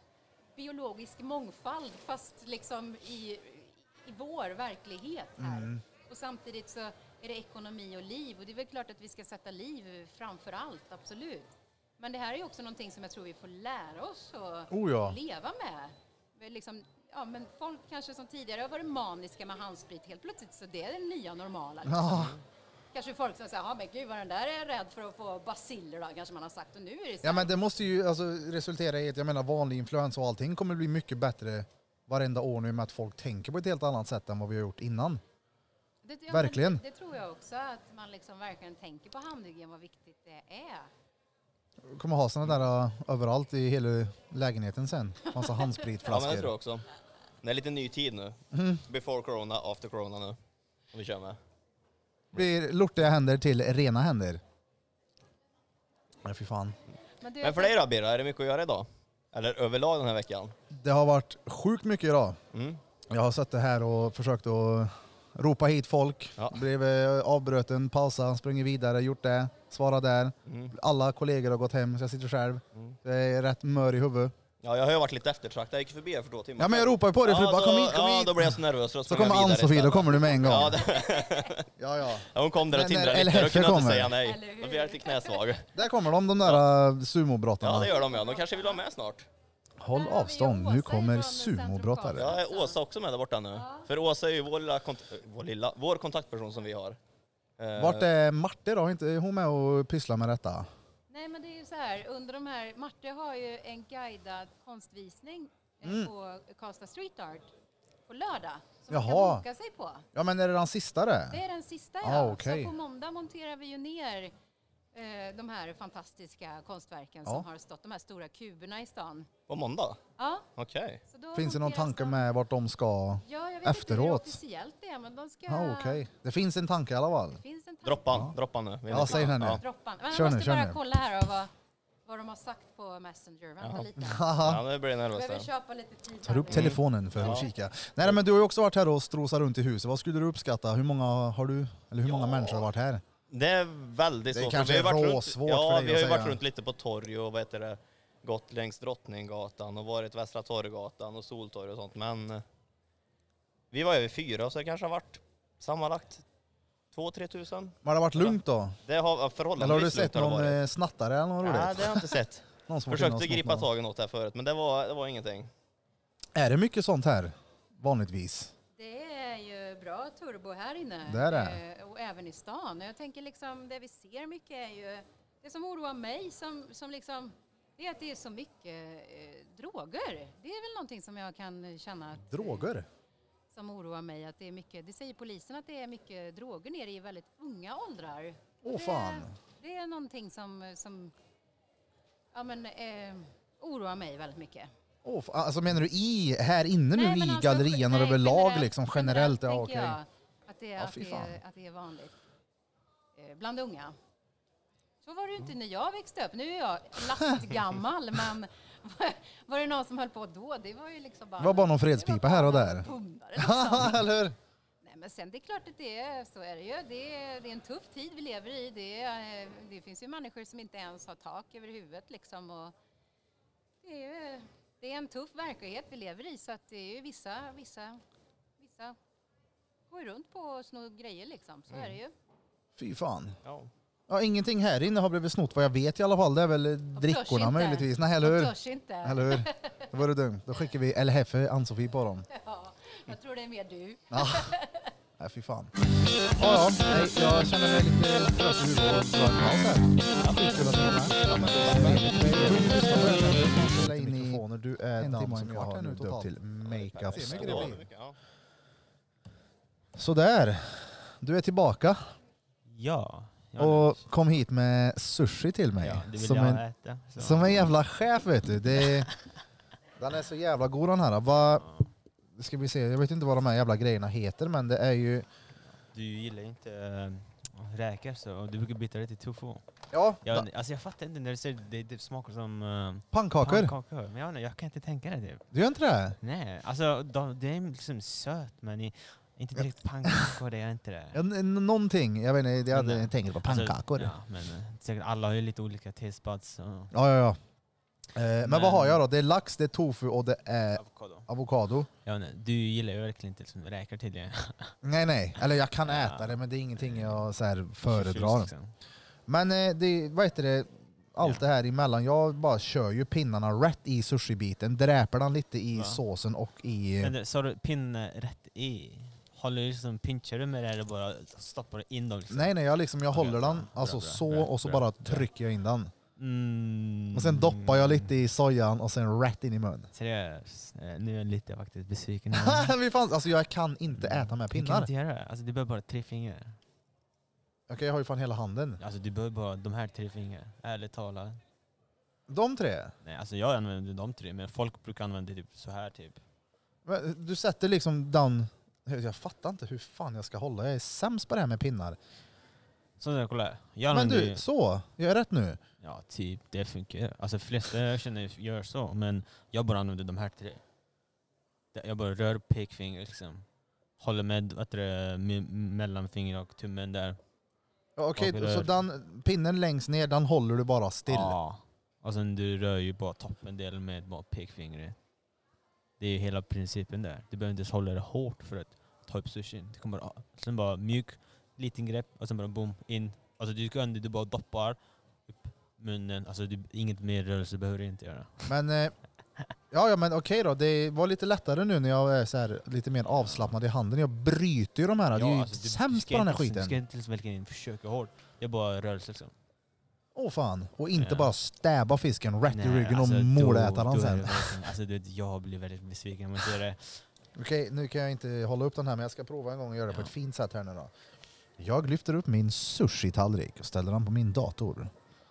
Speaker 12: biologisk mångfald fast liksom i, i vår verklighet här.
Speaker 1: Mm.
Speaker 12: Och samtidigt så är det ekonomi och liv och det är väl klart att vi ska sätta liv framför allt, absolut. Men det här är ju också någonting som jag tror vi får lära oss att
Speaker 1: Oh ja.
Speaker 12: leva med. Liksom, ja, men folk kanske som tidigare har varit maniska med handsprit, helt plötsligt så det är det nya normala. Liksom.
Speaker 1: Ja.
Speaker 12: Kanske folk som säger, ja men gud vad den där är rädd för att få baciller då, kanske man har sagt. Och nu är det så
Speaker 1: Ja, men det måste ju alltså resultera i att, jag menar, vanlig influens och allting kommer bli mycket bättre varenda år nu med att folk tänker på ett helt annat sätt än vad vi har gjort innan.
Speaker 12: Det, ja,
Speaker 1: verkligen.
Speaker 12: Det, det tror jag också, att man liksom verkligen tänker på handhygien, vad viktigt det är.
Speaker 1: Kommer ha såna där uh, överallt i hela lägenheten sen. Massa handspritflaskor.
Speaker 13: Ja, men det tror jag också. Det är lite ny tid nu.
Speaker 1: Mm.
Speaker 13: Before corona, after corona nu. Och vi kör med.
Speaker 1: Blir lortiga händer till rena händer. Nej, fy fan.
Speaker 12: Men, du,
Speaker 13: Men för dig då, Birra, är det mycket att göra idag? Eller överlag den här veckan?
Speaker 1: Det har varit sjukt mycket idag.
Speaker 13: Mm.
Speaker 1: Jag har suttit här och försökt att ropa hit folk.
Speaker 13: Ja.
Speaker 1: Blev eh, avbruten, pausa, sprungit vidare, gjort det, svara där.
Speaker 13: Mm.
Speaker 1: Alla kollegor har gått hem så jag sitter själv.
Speaker 13: Mm.
Speaker 1: Jag är rätt mör i huvudet.
Speaker 13: Ja, jag har ju varit lite eftertraktad. Jag gick förbi här för två timmar.
Speaker 1: Ja, men jag ropar ju på dig
Speaker 13: ja,
Speaker 1: förut, bara
Speaker 13: då,
Speaker 1: kom hit, kom
Speaker 13: ja,
Speaker 1: hit.
Speaker 13: då blir jag så nervös. Så,
Speaker 1: Så kommer Ann-Sofie, då kommer du med en gång.
Speaker 13: Ja, det...
Speaker 1: ja, ja.
Speaker 13: ja, hon kom där och
Speaker 1: Men när
Speaker 13: tindrade
Speaker 1: El
Speaker 13: lite, då
Speaker 1: Jefe
Speaker 13: kunde jag inte
Speaker 1: kommer.
Speaker 13: säga nej. Då blir jag lite knäsvag.
Speaker 1: Där kommer de, de där uh, sumobrottarna.
Speaker 13: Ja, det gör de ja. De kanske vill ha med snart.
Speaker 1: Håll avstånd, nu kommer sumobrottare.
Speaker 13: Ja, är Åsa också med där borta nu? För Åsa är ju vår, lilla kont- vår, lilla, vår kontaktperson som vi har. Eh,
Speaker 1: Vart är Marte då? Inte hon med och pysslar med detta?
Speaker 12: Nej, men det är ju så här, under de här, Marte har ju en guidad konstvisning eh,
Speaker 1: Mm.
Speaker 12: på Karlstad Street Art på lördag som
Speaker 1: Jaha.
Speaker 12: man kan boka sig på.
Speaker 1: Ja, men är det den sista det?
Speaker 12: Det är den sista,
Speaker 1: Ah,
Speaker 12: ja.
Speaker 1: okej.
Speaker 12: Så på måndag monterar vi ju ner eh, de här fantastiska konstverken
Speaker 1: Ja.
Speaker 12: som har stått, de här stora kuberna i stan.
Speaker 13: På måndag?
Speaker 12: Ja.
Speaker 13: Okej.
Speaker 12: Så då
Speaker 1: Finns det någon
Speaker 12: monteras
Speaker 1: tanke
Speaker 12: de-
Speaker 1: med vart de ska
Speaker 12: Ja, jag vet inte hur
Speaker 1: efteråt?
Speaker 12: officiellt det är, men de ska...
Speaker 1: Ja, okej. Det finns en tanke i alla fall.
Speaker 12: Det finns en tanke.
Speaker 13: Droppan, droppan nu. Vi är
Speaker 1: Ja,
Speaker 13: lite-
Speaker 1: säg den nu.
Speaker 13: Ja.
Speaker 12: Droppan. Men
Speaker 1: Kör
Speaker 12: jag
Speaker 1: nu,
Speaker 12: måste
Speaker 1: kör
Speaker 12: bara
Speaker 1: nu.
Speaker 12: kolla här och vad, vad de har sagt på Messenger. Vänta
Speaker 13: Ja.
Speaker 12: lite.
Speaker 13: Ja, nu blir det nervöst
Speaker 12: Behöver
Speaker 13: där.
Speaker 12: köpa lite tid.
Speaker 1: Tar
Speaker 12: här
Speaker 1: upp
Speaker 12: nu.
Speaker 1: telefonen för att
Speaker 13: Ja.
Speaker 1: kika. Nej, men du har ju också varit här och strosat runt i huset. Vad skulle du uppskatta? Hur många har du, eller hur många människor har varit här?
Speaker 13: Det är väldigt
Speaker 1: Det är
Speaker 13: svårt.
Speaker 1: kanske
Speaker 13: Vi har varit
Speaker 1: är
Speaker 13: runt-
Speaker 1: råsvårt
Speaker 13: ja,
Speaker 1: för dig
Speaker 13: vi har
Speaker 1: att
Speaker 13: ju varit
Speaker 1: säga.
Speaker 13: runt lite på torg och vad heter det, gått längs Drottninggatan och varit Västra Torggatan och Soltorg och sånt. Men eh, vi var över fyra så det kanske har varit sammanlagt två, tre tusen.
Speaker 1: Men har det varit lugnt då?
Speaker 13: Det har förhållandevis
Speaker 1: Eller har du
Speaker 13: lugnt
Speaker 1: sett
Speaker 13: har det
Speaker 1: någon
Speaker 13: varit.
Speaker 1: eh, snattare eller något roligt?
Speaker 13: Nej, det har jag inte sett.
Speaker 1: Någon som varit inne och
Speaker 13: Försökte
Speaker 1: snott
Speaker 13: gripa
Speaker 1: någon.
Speaker 13: tag i något här förut, men det var, det var ingenting.
Speaker 1: Är det mycket sånt här? Vanligtvis?
Speaker 12: Det är ju bra turbo här inne.
Speaker 1: Det är det.
Speaker 12: Eh, och även i stan. Jag tänker liksom, det vi ser mycket är ju, det som oroar mig som, som liksom, det är att det är så mycket eh, droger. Det är väl någonting som jag kan känna att,
Speaker 1: Droger?
Speaker 12: som oroar mig. Att det är mycket, det säger polisen att det är mycket droger nere i väldigt unga åldrar.
Speaker 1: Åh
Speaker 12: det,
Speaker 1: fan.
Speaker 12: Det är någonting som, som ja, men, eh, oroar mig väldigt mycket.
Speaker 1: Åh, fa- alltså menar du i, här inne nu
Speaker 12: Nej,
Speaker 1: i
Speaker 12: men alltså,
Speaker 1: gallerian och
Speaker 12: nej,
Speaker 1: överlag
Speaker 12: generellt-
Speaker 1: liksom generellt? Ja,
Speaker 12: tänker
Speaker 1: okej.
Speaker 12: jag att det, är,
Speaker 1: Ja,
Speaker 12: att,
Speaker 1: fy
Speaker 12: det
Speaker 1: fan.
Speaker 12: är, att det är vanligt eh, bland unga. Så var det ju inte när jag växte upp. Nu är jag lastgammal, men var det någon som höll på då? Det var ju liksom bara...
Speaker 1: Det var bara någon fredspipa här och där.
Speaker 12: pundare, liksom.
Speaker 1: Eller hur?
Speaker 12: Nej, men sen det är klart att det är, så är det ju. Det är, det är en tuff tid vi lever i. Det, är, eh, det finns ju människor som inte ens har tak över huvudet liksom. Och det, är, ju- det är en tuff verklighet vi lever i, så att det är ju vissa, vissa, vissa går ju runt på och snor grejer liksom. Så är det ju.
Speaker 1: Fy fan.
Speaker 13: Ja.
Speaker 1: Ja, ingenting här inne har blivit snott vad jag vet i alla fall. Det är väl
Speaker 12: törs
Speaker 1: drickorna
Speaker 12: inte.
Speaker 1: möjligtvis. Nej, eller
Speaker 12: De
Speaker 1: hur?
Speaker 12: törs inte.
Speaker 1: Eller hur? Det var det dumt. Då skickar vi El Jefe Ann-Sofie på dem.
Speaker 12: Ja, jag tror det är mer du.
Speaker 1: Ja. Nej, fy fan. Ja, ja. Nej, jag känner mig lite trött i huvudet och dra en paus här. Skitkul att du var med. Ja, men det är sjukt lyssna på den här. Spela in i mikrofoner. Du är
Speaker 14: en
Speaker 1: den
Speaker 14: timme och en
Speaker 1: som jag
Speaker 14: kvart
Speaker 1: har
Speaker 14: nu
Speaker 1: nu döpt
Speaker 14: totalt.
Speaker 1: till Makeup
Speaker 14: Se hur mycket det
Speaker 1: Store.
Speaker 14: blir.
Speaker 13: Ja.
Speaker 1: Sådär. Du är tillbaka
Speaker 11: Ja. ja
Speaker 1: och kom hit med sushi till mig.
Speaker 11: Ja, det vill
Speaker 1: som,
Speaker 11: jag
Speaker 1: en,
Speaker 11: äta, så.
Speaker 1: som en jävla chef, vet du. Det, den är så jävla god den här. Va, ska vi se, jag vet inte vad de här jävla grejerna heter, men det är ju...
Speaker 11: Du gillar inte äh, räkor så och du brukar byta det till tofu.
Speaker 1: Ja.
Speaker 11: Jag, alltså jag fattar inte när du säger det, det smakar som äh,
Speaker 1: Pannkakor.
Speaker 11: pannkakor. Men jag, jag kan inte tänka det typ.
Speaker 1: Du gör inte det?
Speaker 11: Nej, alltså de, det är liksom söt men i, inte direkt pannkakor, det är inte det.
Speaker 1: Ja, n- någonting, jag vet inte, jag hade
Speaker 11: Nej.
Speaker 1: tänkt på
Speaker 11: Alltså,
Speaker 1: pannkakor.
Speaker 11: ja, men äh, säkert alla har ju lite olika taste buds. Och
Speaker 1: Ja, ja, ja. Eh, men,
Speaker 11: Men-
Speaker 1: vad har jag då? Det är lax, det är tofu och det är
Speaker 11: avokado.
Speaker 1: avokado.
Speaker 11: Ja, nej, du gillar ju verkligen inte liksom räkor tydligen.
Speaker 1: Nej, nej. Eller jag kan
Speaker 11: Ja.
Speaker 1: äta det, men det är ingenting jag så här föredrar.
Speaker 11: Liksom.
Speaker 1: Men eh, det, vad heter det? allt det här emellan. Jag bara kör ju pinnarna rätt i sushi-biten, dräper den lite i
Speaker 11: Ja.
Speaker 1: såsen och i...
Speaker 11: Men det- så du pinne rätt i? Håller du liksom, pinchar du med det eller bara stoppar du in dem? Liksom?
Speaker 1: Nej, nej, jag, liksom, jag
Speaker 11: Okej,
Speaker 1: håller
Speaker 11: bra,
Speaker 1: den,
Speaker 11: bra,
Speaker 1: alltså
Speaker 11: bra,
Speaker 1: så,
Speaker 11: bra,
Speaker 1: och så
Speaker 11: bra,
Speaker 1: bara
Speaker 11: bra.
Speaker 1: trycker jag in den.
Speaker 11: Mm.
Speaker 1: Och sen doppar jag lite i sojan och sen rätt in i mun.
Speaker 11: Seriöst? Eh, Nu är jag lite faktiskt besviken.
Speaker 1: Vi fanns, alltså jag kan inte äta med
Speaker 11: Du kan
Speaker 1: pinnar.
Speaker 11: inte göra det. Alltså du behöver bara tre fingrar.
Speaker 1: Okej, jag har ju fan hela handen.
Speaker 11: Alltså du behöver bara de här tre fingrar. Ärligt talat.
Speaker 1: De tre?
Speaker 11: Nej, alltså jag använder de tre, men folk brukar använda typ så här typ.
Speaker 1: Men du sätter liksom down... Jag fattar inte hur fan jag ska hålla. Jag är sämst på det här med pinnar.
Speaker 11: Så där, kolla. Jag
Speaker 1: Men
Speaker 11: använder
Speaker 1: du,
Speaker 11: ju-
Speaker 1: så. Jag är rätt nu.
Speaker 11: Ja, typ. Det funkar. Alltså flesta jag känner gör så, men jag bara använder de här tre. Det- Jag bara rör pekfinger liksom. Håller med vad heter det, me- mellanfinger och tummen där.
Speaker 1: Ja, Okej,
Speaker 11: Och
Speaker 1: så
Speaker 11: rör-
Speaker 1: den pinnen längst ner, den håller du bara still.
Speaker 11: Ja. Och sen du rör ju bara toppendelen med bara pekfingret. Det är ju hela principen där. Du behöver inte ens hålla det hårt för att ta upp sushin. Det kommer bara, sen bara mjuk, liten grepp och sen bara boom, in. Alltså du kan du bara doppar upp munnen. Alltså du, inget mer rörelse behöver du inte göra.
Speaker 1: Men, eh, ja, ja, men okej då. Det var lite lättare nu när jag är så här, lite mer avslappnad i handen. Jag bryter ju de här. det är ju
Speaker 11: alltså, du-
Speaker 1: sämst
Speaker 11: du
Speaker 1: på
Speaker 11: ska
Speaker 1: den här
Speaker 11: inte- Du ska
Speaker 1: skiten.
Speaker 11: inte liksom verkligen försöka hårt. Det är bara rörelse liksom.
Speaker 1: Åh fan. Och inte
Speaker 11: Ja.
Speaker 1: bara stäba fisken rätt i
Speaker 11: Nej,
Speaker 1: ryggen
Speaker 11: alltså,
Speaker 1: och
Speaker 11: då-
Speaker 1: mordäta
Speaker 11: då
Speaker 1: den
Speaker 11: är
Speaker 1: sen.
Speaker 11: det verkligen- Alltså du vet, jag blir väldigt besviken om jag ser det.
Speaker 1: Okej, nu kan jag inte hålla upp den här, men jag ska prova en gång och göra det på ett fint sätt här nu då. Jag lyfter upp min sushi-tallrik och ställer den på min dator.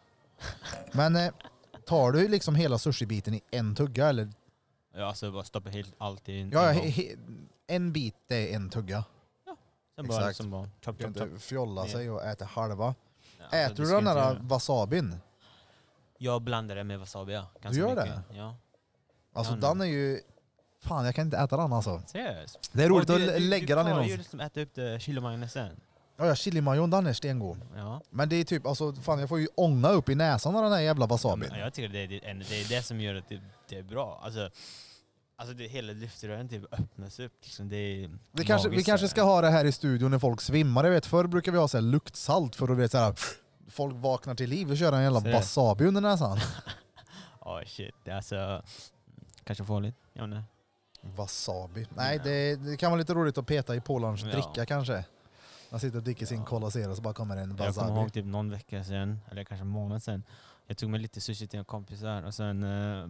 Speaker 1: Men eh, tar du liksom hela sushi-biten i en tugga eller?
Speaker 11: Ja, alltså bara stoppa helt allt i en
Speaker 1: Ja,
Speaker 11: en
Speaker 1: he,
Speaker 11: gång.
Speaker 1: he, en bit är en tugga.
Speaker 11: Sen bara liksom bara chop,
Speaker 1: Kan
Speaker 11: chop,
Speaker 1: inte
Speaker 11: chop.
Speaker 1: fjolla
Speaker 11: ner.
Speaker 1: sig och äta halva.
Speaker 11: alltså,
Speaker 1: Äter
Speaker 11: det
Speaker 1: du
Speaker 11: ska
Speaker 1: den
Speaker 11: inte
Speaker 1: där
Speaker 11: göra.
Speaker 1: wasabin?
Speaker 11: Jag blandar det med wasabi, ja.
Speaker 1: Du
Speaker 11: Ganska
Speaker 1: gör
Speaker 11: mycket.
Speaker 1: det?
Speaker 11: Ja.
Speaker 1: Alltså
Speaker 11: Ja,
Speaker 1: den är ju... Fan, jag kan inte äta den alltså.
Speaker 11: Seriöst?
Speaker 1: Det är roligt
Speaker 11: Och
Speaker 1: att
Speaker 11: du,
Speaker 1: lä-
Speaker 11: du,
Speaker 1: lägga
Speaker 11: du
Speaker 1: den i
Speaker 11: får
Speaker 1: någon...
Speaker 11: ju liksom äta upp det chilomajonnäsen.
Speaker 1: Ja, ja, chilimajon, den är stengod.
Speaker 11: Ja.
Speaker 1: Men det är typ, alltså fan jag får ju ånga upp i näsan av den här jävla wasabin.
Speaker 11: Ja, jag tycker det är det, det är det som gör att det, det är bra. Alltså, alltså det hela luftrören typ öppnas upp. Liksom det är
Speaker 1: Vi kanske, vi
Speaker 11: magiskt,
Speaker 1: kanske
Speaker 11: så
Speaker 1: ska ha det här i studion när folk svimmar. Jag vet, förr brukar vi ha så här luktsalt för att vet, så här, folk vaknar till liv och kör en jävla
Speaker 11: Seriöst?
Speaker 1: wasabi under näsan.
Speaker 11: Ja, oh, shit. Det är alltså kanske farligt. Jag vet inte.
Speaker 1: Wasabi. Nej, det, det kan vara lite roligt att peta i polarns
Speaker 11: Ja.
Speaker 1: dricka kanske. Man sitter och dricker sin Cola Zero så bara kommer en
Speaker 11: Jag kommer
Speaker 1: wasabi.
Speaker 11: ihåg typ någon vecka sedan, eller kanske en månad sedan. Jag tog med lite sushi till en kompis här och sen eh,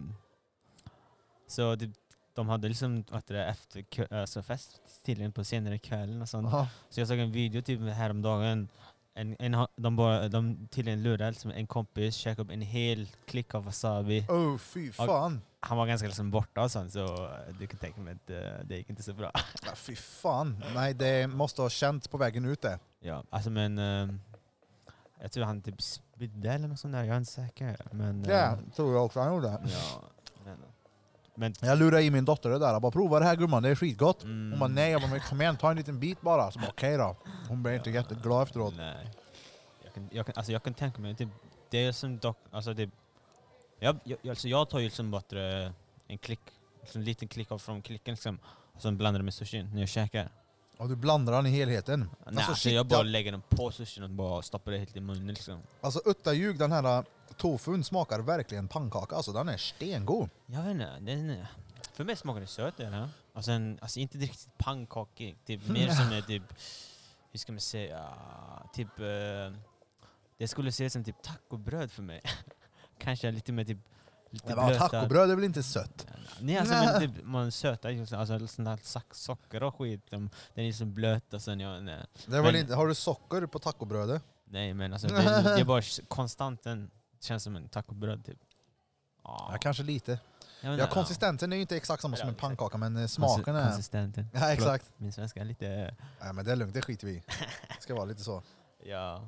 Speaker 11: så typ, de hade liksom att det efter kö- alltså fest tydligen på senare kvällen och sånt.
Speaker 1: Aha.
Speaker 11: Så jag såg en video typ häromdagen. En, en, ha- de, bara, de tydligen lurade liksom en kompis, käkade upp en hel klick av wasabi.
Speaker 1: Oh, fy
Speaker 11: Och
Speaker 1: fan.
Speaker 11: han var ganska liksom borta och sånt, så eh, du kan tänka mig att eh, det gick inte så bra.
Speaker 1: Ja, fy fan. Nej, det måste ha känts på vägen ut det.
Speaker 11: Ja, alltså men eh, jag tror han typ spydde eller något sånt där, jag är inte säker. Men, eh,
Speaker 1: Ja, tror jag också han gjorde.
Speaker 11: Ja, men, men
Speaker 1: Jag lurade i min dotter det där. Jag bara, prova det här gumman, det är skitgott.
Speaker 11: Mm.
Speaker 1: Hon bara, nej. Jag bara, men kom igen, ta en liten bit bara. Så bara, okej då. Hon blev inte jätteglad efteråt.
Speaker 11: nej. Jag kan, jag kan, alltså jag kan tänka mig, typ, det är som dock, alltså typ, jag, jag, alltså jag tar ju liksom bara eh, en klick, liksom en liten klick av från klicken liksom, och sen blandar det med sushin när jag käkar.
Speaker 1: Och du blandar den i helheten.
Speaker 11: Nej,
Speaker 1: Alltså,
Speaker 11: alltså
Speaker 1: shit,
Speaker 11: jag bara
Speaker 1: jag-
Speaker 11: lägger den på sushin och bara stoppar det helt i munnen liksom.
Speaker 1: Alltså uttaljug, den här tofun smakar verkligen pannkaka. Alltså den är stengod.
Speaker 11: Jag vet inte, den, är- för mig smakar det sött eller? Och sen, alltså inte riktigt pannkakig, typ mer som är typ, hur ska man säga, typ, eh, det skulle se som typ tacobröd för mig. Kanske lite mer typ, lite
Speaker 1: Nej, men
Speaker 11: blöta.
Speaker 1: tacobröd är väl inte sött?
Speaker 11: Nej, alltså men typ, man sötar ju, alltså sånt här sack- socker och skit, de, den är liksom blöt och sen, ja, nej.
Speaker 1: Det är väl
Speaker 11: Men-
Speaker 1: inte, har du socker på tacobrödet?
Speaker 11: Nej men alltså, det, det är bara konstanten, känns som en tacobröd typ. Ja,
Speaker 1: Ja, kanske lite.
Speaker 11: Jag vet
Speaker 1: Ja,
Speaker 11: inte,
Speaker 1: konsistensen är ju inte exakt samma som
Speaker 11: Ja,
Speaker 1: en
Speaker 11: exakt.
Speaker 1: pannkaka, men eh,
Speaker 11: Konsi-
Speaker 1: smaken är...
Speaker 11: Konsistenten.
Speaker 1: Ja, exakt.
Speaker 11: Förlåt, min svenska är lite...
Speaker 1: Nej, men det är lugnt, det skiter vi i. Det ska vara lite så.
Speaker 11: Ja.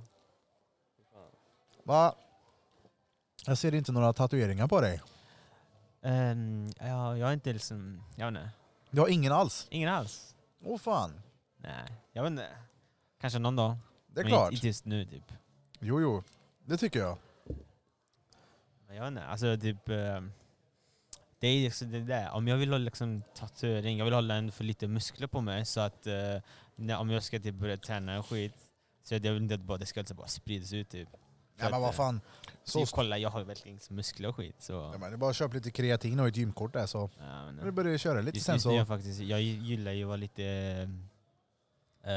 Speaker 1: Va? Jag ser inte några tatueringar på dig.
Speaker 11: Um, ja, jag är inte liksom... Jag vet inte.
Speaker 1: Du har ingen alls?
Speaker 11: Ingen alls.
Speaker 1: Åh oh, fan.
Speaker 11: Nej, jag vet inte. Kanske någon dag.
Speaker 1: Det är
Speaker 11: men
Speaker 1: klart.
Speaker 11: Inte, inte just nu typ.
Speaker 1: Jo, jo. Det tycker jag.
Speaker 11: Men jag vet inte, alltså typ... ehm, det är liksom det där. Om jag vill ha liksom tatuering, jag vill hålla en för lite muskler på mig så att eh, när, om jag ska typ börja träna och skit, så att jag vill inte att bara, det ska alltså bara spridas ut typ.
Speaker 1: Ja, men vad fan.
Speaker 11: Så så kolla, jag har verkligen muskler och skit. Så.
Speaker 1: Ja, men det är bara att köpa lite kreatin och ett gymkort där så
Speaker 11: ja, men,
Speaker 1: nu börjar jag köra lite
Speaker 11: just,
Speaker 1: sen
Speaker 11: just
Speaker 1: så.
Speaker 11: Jag, faktiskt, jag gillar ju att vara lite... Uh,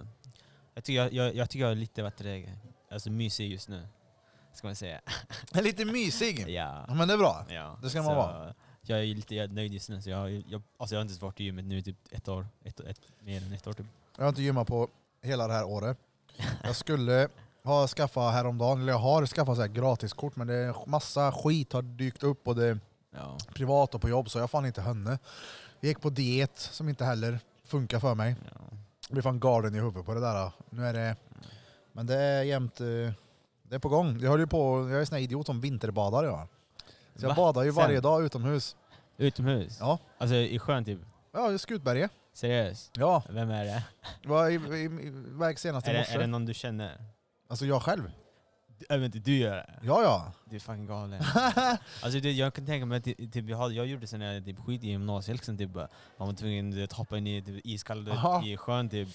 Speaker 11: jag, tycker jag, jag, jag tycker jag är lite vad det, alltså, mysig just nu. Ska man säga.
Speaker 1: Lite mysig?
Speaker 11: Ja.
Speaker 1: Ja, men det är bra.
Speaker 11: Ja.
Speaker 1: Det ska man
Speaker 11: så,
Speaker 1: vara.
Speaker 11: Jag är lite nöjd just nu. Så jag, jag, alltså jag har inte varit i gymmet nu typ ett år. Ett, ett, mer än ett år typ.
Speaker 1: Jag har inte gymmat på hela det här året. Jag skulle ha skaffat häromdagen, eller jag har skaffat så här gratiskort, men det är massa skit har dykt upp och det är
Speaker 11: ja. privat
Speaker 1: och på jobb så jag fan inte henne. Jag gick på diet som inte heller funkar för mig.
Speaker 11: Ja.
Speaker 1: Det blir fan garden i huvudet på det där. Nu är det, men det är jämt, det är på gång. Jag höll ju på, jag är sån här idiot som vinterbadar jag. Så jag
Speaker 11: Va?
Speaker 1: badar ju varje
Speaker 11: Sen?
Speaker 1: dag utomhus.
Speaker 11: Utomhus?
Speaker 1: Ja.
Speaker 11: Alltså i sjön typ?
Speaker 1: Ja, i Skutberget.
Speaker 11: Seriöst?
Speaker 1: Ja.
Speaker 11: Vem är det?
Speaker 1: Var i, i, i väg senast i
Speaker 11: Är det,
Speaker 1: morse.
Speaker 11: är det någon du känner?
Speaker 1: Alltså jag själv.
Speaker 11: Jag vet inte, du gör det?
Speaker 1: Ja, ja.
Speaker 11: Du är fucking galen. Alltså det, jag kan tänka mig att typ, typ, jag, hade, jag gjorde sån här typ, skit i gymnasiet liksom, typ, man var tvungen att hoppa in i typ, iskall i sjön typ.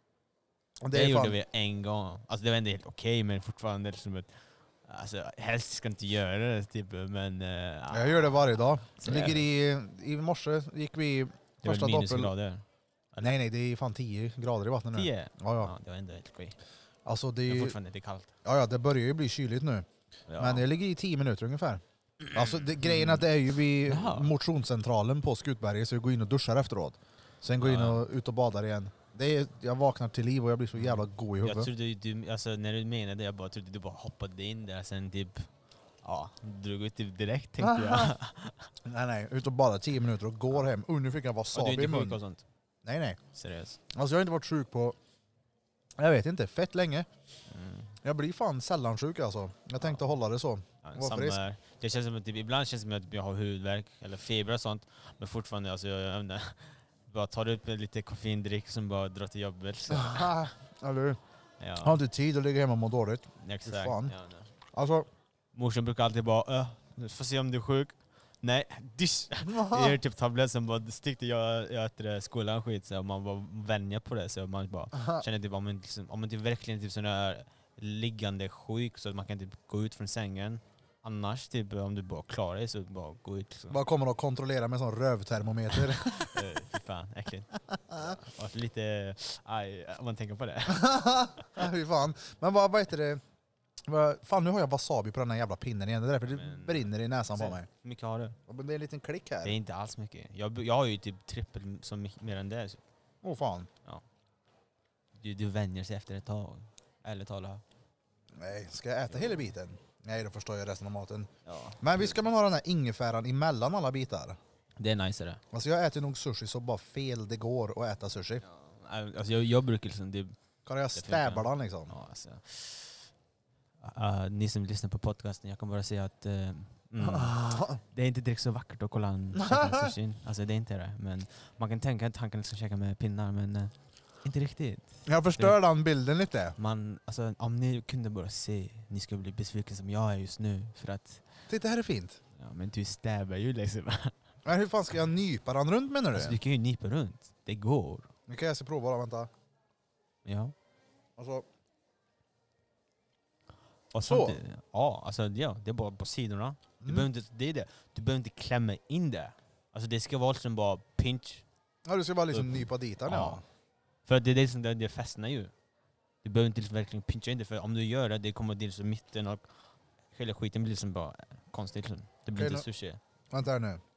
Speaker 1: Det,
Speaker 11: det
Speaker 1: är
Speaker 11: gjorde
Speaker 1: fan...
Speaker 11: vi en gång. Alltså det var inte helt okej, okay, men fortfarande liksom ett, alltså helst ska inte göra det typ, men uh,
Speaker 1: jag gör det varje dag. Det ligger i, i morse gick vi
Speaker 11: det
Speaker 1: första
Speaker 11: var
Speaker 1: doppel.
Speaker 11: Grader.
Speaker 1: Nej nej, det är fan tio grader i vattnet nu.
Speaker 11: tio?
Speaker 1: Ja, ja.
Speaker 11: Ja, det var ändå helt okej.
Speaker 1: Alltså det är
Speaker 11: men
Speaker 1: ju...
Speaker 11: fortfarande det är kallt.
Speaker 1: Ja, ja, det börjar ju bli kyligt nu.
Speaker 11: Ja.
Speaker 1: Men det ligger i tio minuter ungefär. Alltså det, grejen är att det är ju vid
Speaker 11: Jaha.
Speaker 1: motionscentralen på Skutberget, så jag går in och duschar efteråt. Sen går jag in och ut och badar igen. Det är, jag vaknar till liv och jag blir så jävla god i huvudet.
Speaker 11: Jag trodde du, alltså när du menade det, jag bara trodde du bara hoppade in där, sen typ, ja, drog ut typ direkt tänkte jag.
Speaker 1: nej nej, ut och badar tio minuter och går hem. Och nu fick jag wasabi
Speaker 11: och du är
Speaker 1: i
Speaker 11: inte sjuk
Speaker 1: mun.
Speaker 11: och sånt?
Speaker 1: Nej nej.
Speaker 11: Seriöst?
Speaker 1: Alltså jag har inte varit sjuk på, jag vet inte, fett länge.
Speaker 11: Mm.
Speaker 1: Jag blir fan sällan sjuk alltså. Jag tänkte ja. hålla det så.
Speaker 11: Ja,
Speaker 1: Var
Speaker 11: samma
Speaker 1: frisk.
Speaker 11: här. Det känns som att typ, ibland känns det som att jag har huvudvärk eller feber och sånt. Men fortfarande, alltså, jag, jag inte, bara tar upp lite koffeindrick som bara drar till jobbet. Så.
Speaker 1: Eller
Speaker 11: Ja.
Speaker 1: har inte tid att ligga hemma och må dåligt.
Speaker 11: Exakt.
Speaker 1: Fan.
Speaker 11: Ja, nej.
Speaker 1: Alltså,
Speaker 11: morsan brukar alltid bara, äh, du får se om du är sjuk. Nej, dish. Jag gör typ tablett som bara stickte jag, jag äter skolan skit, så man bara vänjer på det, så man bara
Speaker 1: Aha.
Speaker 11: känner typ om man, liksom, om man typ verkligen typ sån där liggande sjuk så att man kan typ gå ut från sängen. Annars typ om du bara klarar dig så bara gå ut liksom.
Speaker 1: bara kommer att kontrollera med sån rövtermometer.
Speaker 11: Eh, Fy fan, äckligt. Och lite aj, om man tänker på det.
Speaker 1: Ja, fy fan. Men vad, vad heter det? Vad- Fan, nu har jag wasabi på den här jävla pinnen igen. Det är därför det
Speaker 11: Men-
Speaker 1: brinner i näsan på
Speaker 11: Så,
Speaker 1: mig.
Speaker 11: hur mycket har du?
Speaker 1: Det är en liten klick här.
Speaker 11: Det är inte alls mycket. Jag, jag har ju typ trippel så mycket mer än det.
Speaker 1: Åh oh, fan.
Speaker 11: Ja. Du, du vänjer sig efter ett tag. Ärligt talat.
Speaker 1: Nej, ska jag äta hela biten? Nej, då förstår jag resten av maten.
Speaker 11: Ja.
Speaker 1: Men visst ska man ha den här ingefäran emellan alla bitar?
Speaker 11: Det är nice det.
Speaker 1: Alltså jag äter nog sushi så bara fel det går att äta sushi.
Speaker 11: Alltså jag, jag brukar liksom... Det,
Speaker 1: kan jag stäba den liksom?
Speaker 11: Ja, alltså. Uh, ni som lyssnar på podcasten, jag kan bara säga att uh, mm, det är inte direkt så vackert att kolla en käka sushi. Alltså det är inte det. Men man kan tänka att han kan liksom käka med pinnar, men uh, inte riktigt.
Speaker 1: Jag förstör den bilden lite.
Speaker 11: Man, alltså, om ni kunde bara se, ni skulle bli besviken som jag är just nu. För att...
Speaker 1: Titta, här är fint.
Speaker 11: Ja, men du stäbar ju liksom.
Speaker 1: Men hur fan ska jag nypa den runt menar du?
Speaker 11: Alltså, du kan ju nypa runt. Det går.
Speaker 1: Nu kan jag se prova då, vänta.
Speaker 11: Ja.
Speaker 1: Alltså,
Speaker 11: Och
Speaker 1: så?
Speaker 11: samtidigt- Ja, alltså, ja, det är bara på sidorna. Du
Speaker 1: Mm.
Speaker 11: behöver inte, det är det. Du behöver inte klämma in det. Alltså det ska vara liksom bara pinch.
Speaker 1: ja, du ska bara liksom
Speaker 11: upp.
Speaker 1: nypa dit den,
Speaker 11: Ja.
Speaker 1: ja.
Speaker 11: För att det är det som det, det fastnar ju. Du behöver inte liksom verkligen pincha in det, för om du gör det, det kommer till liksom mitten och hela skiten blir liksom bara konstigt. Liksom. Det blir
Speaker 1: Okej,
Speaker 11: inte
Speaker 1: nu-
Speaker 11: sushi.
Speaker 1: Vänta här nu.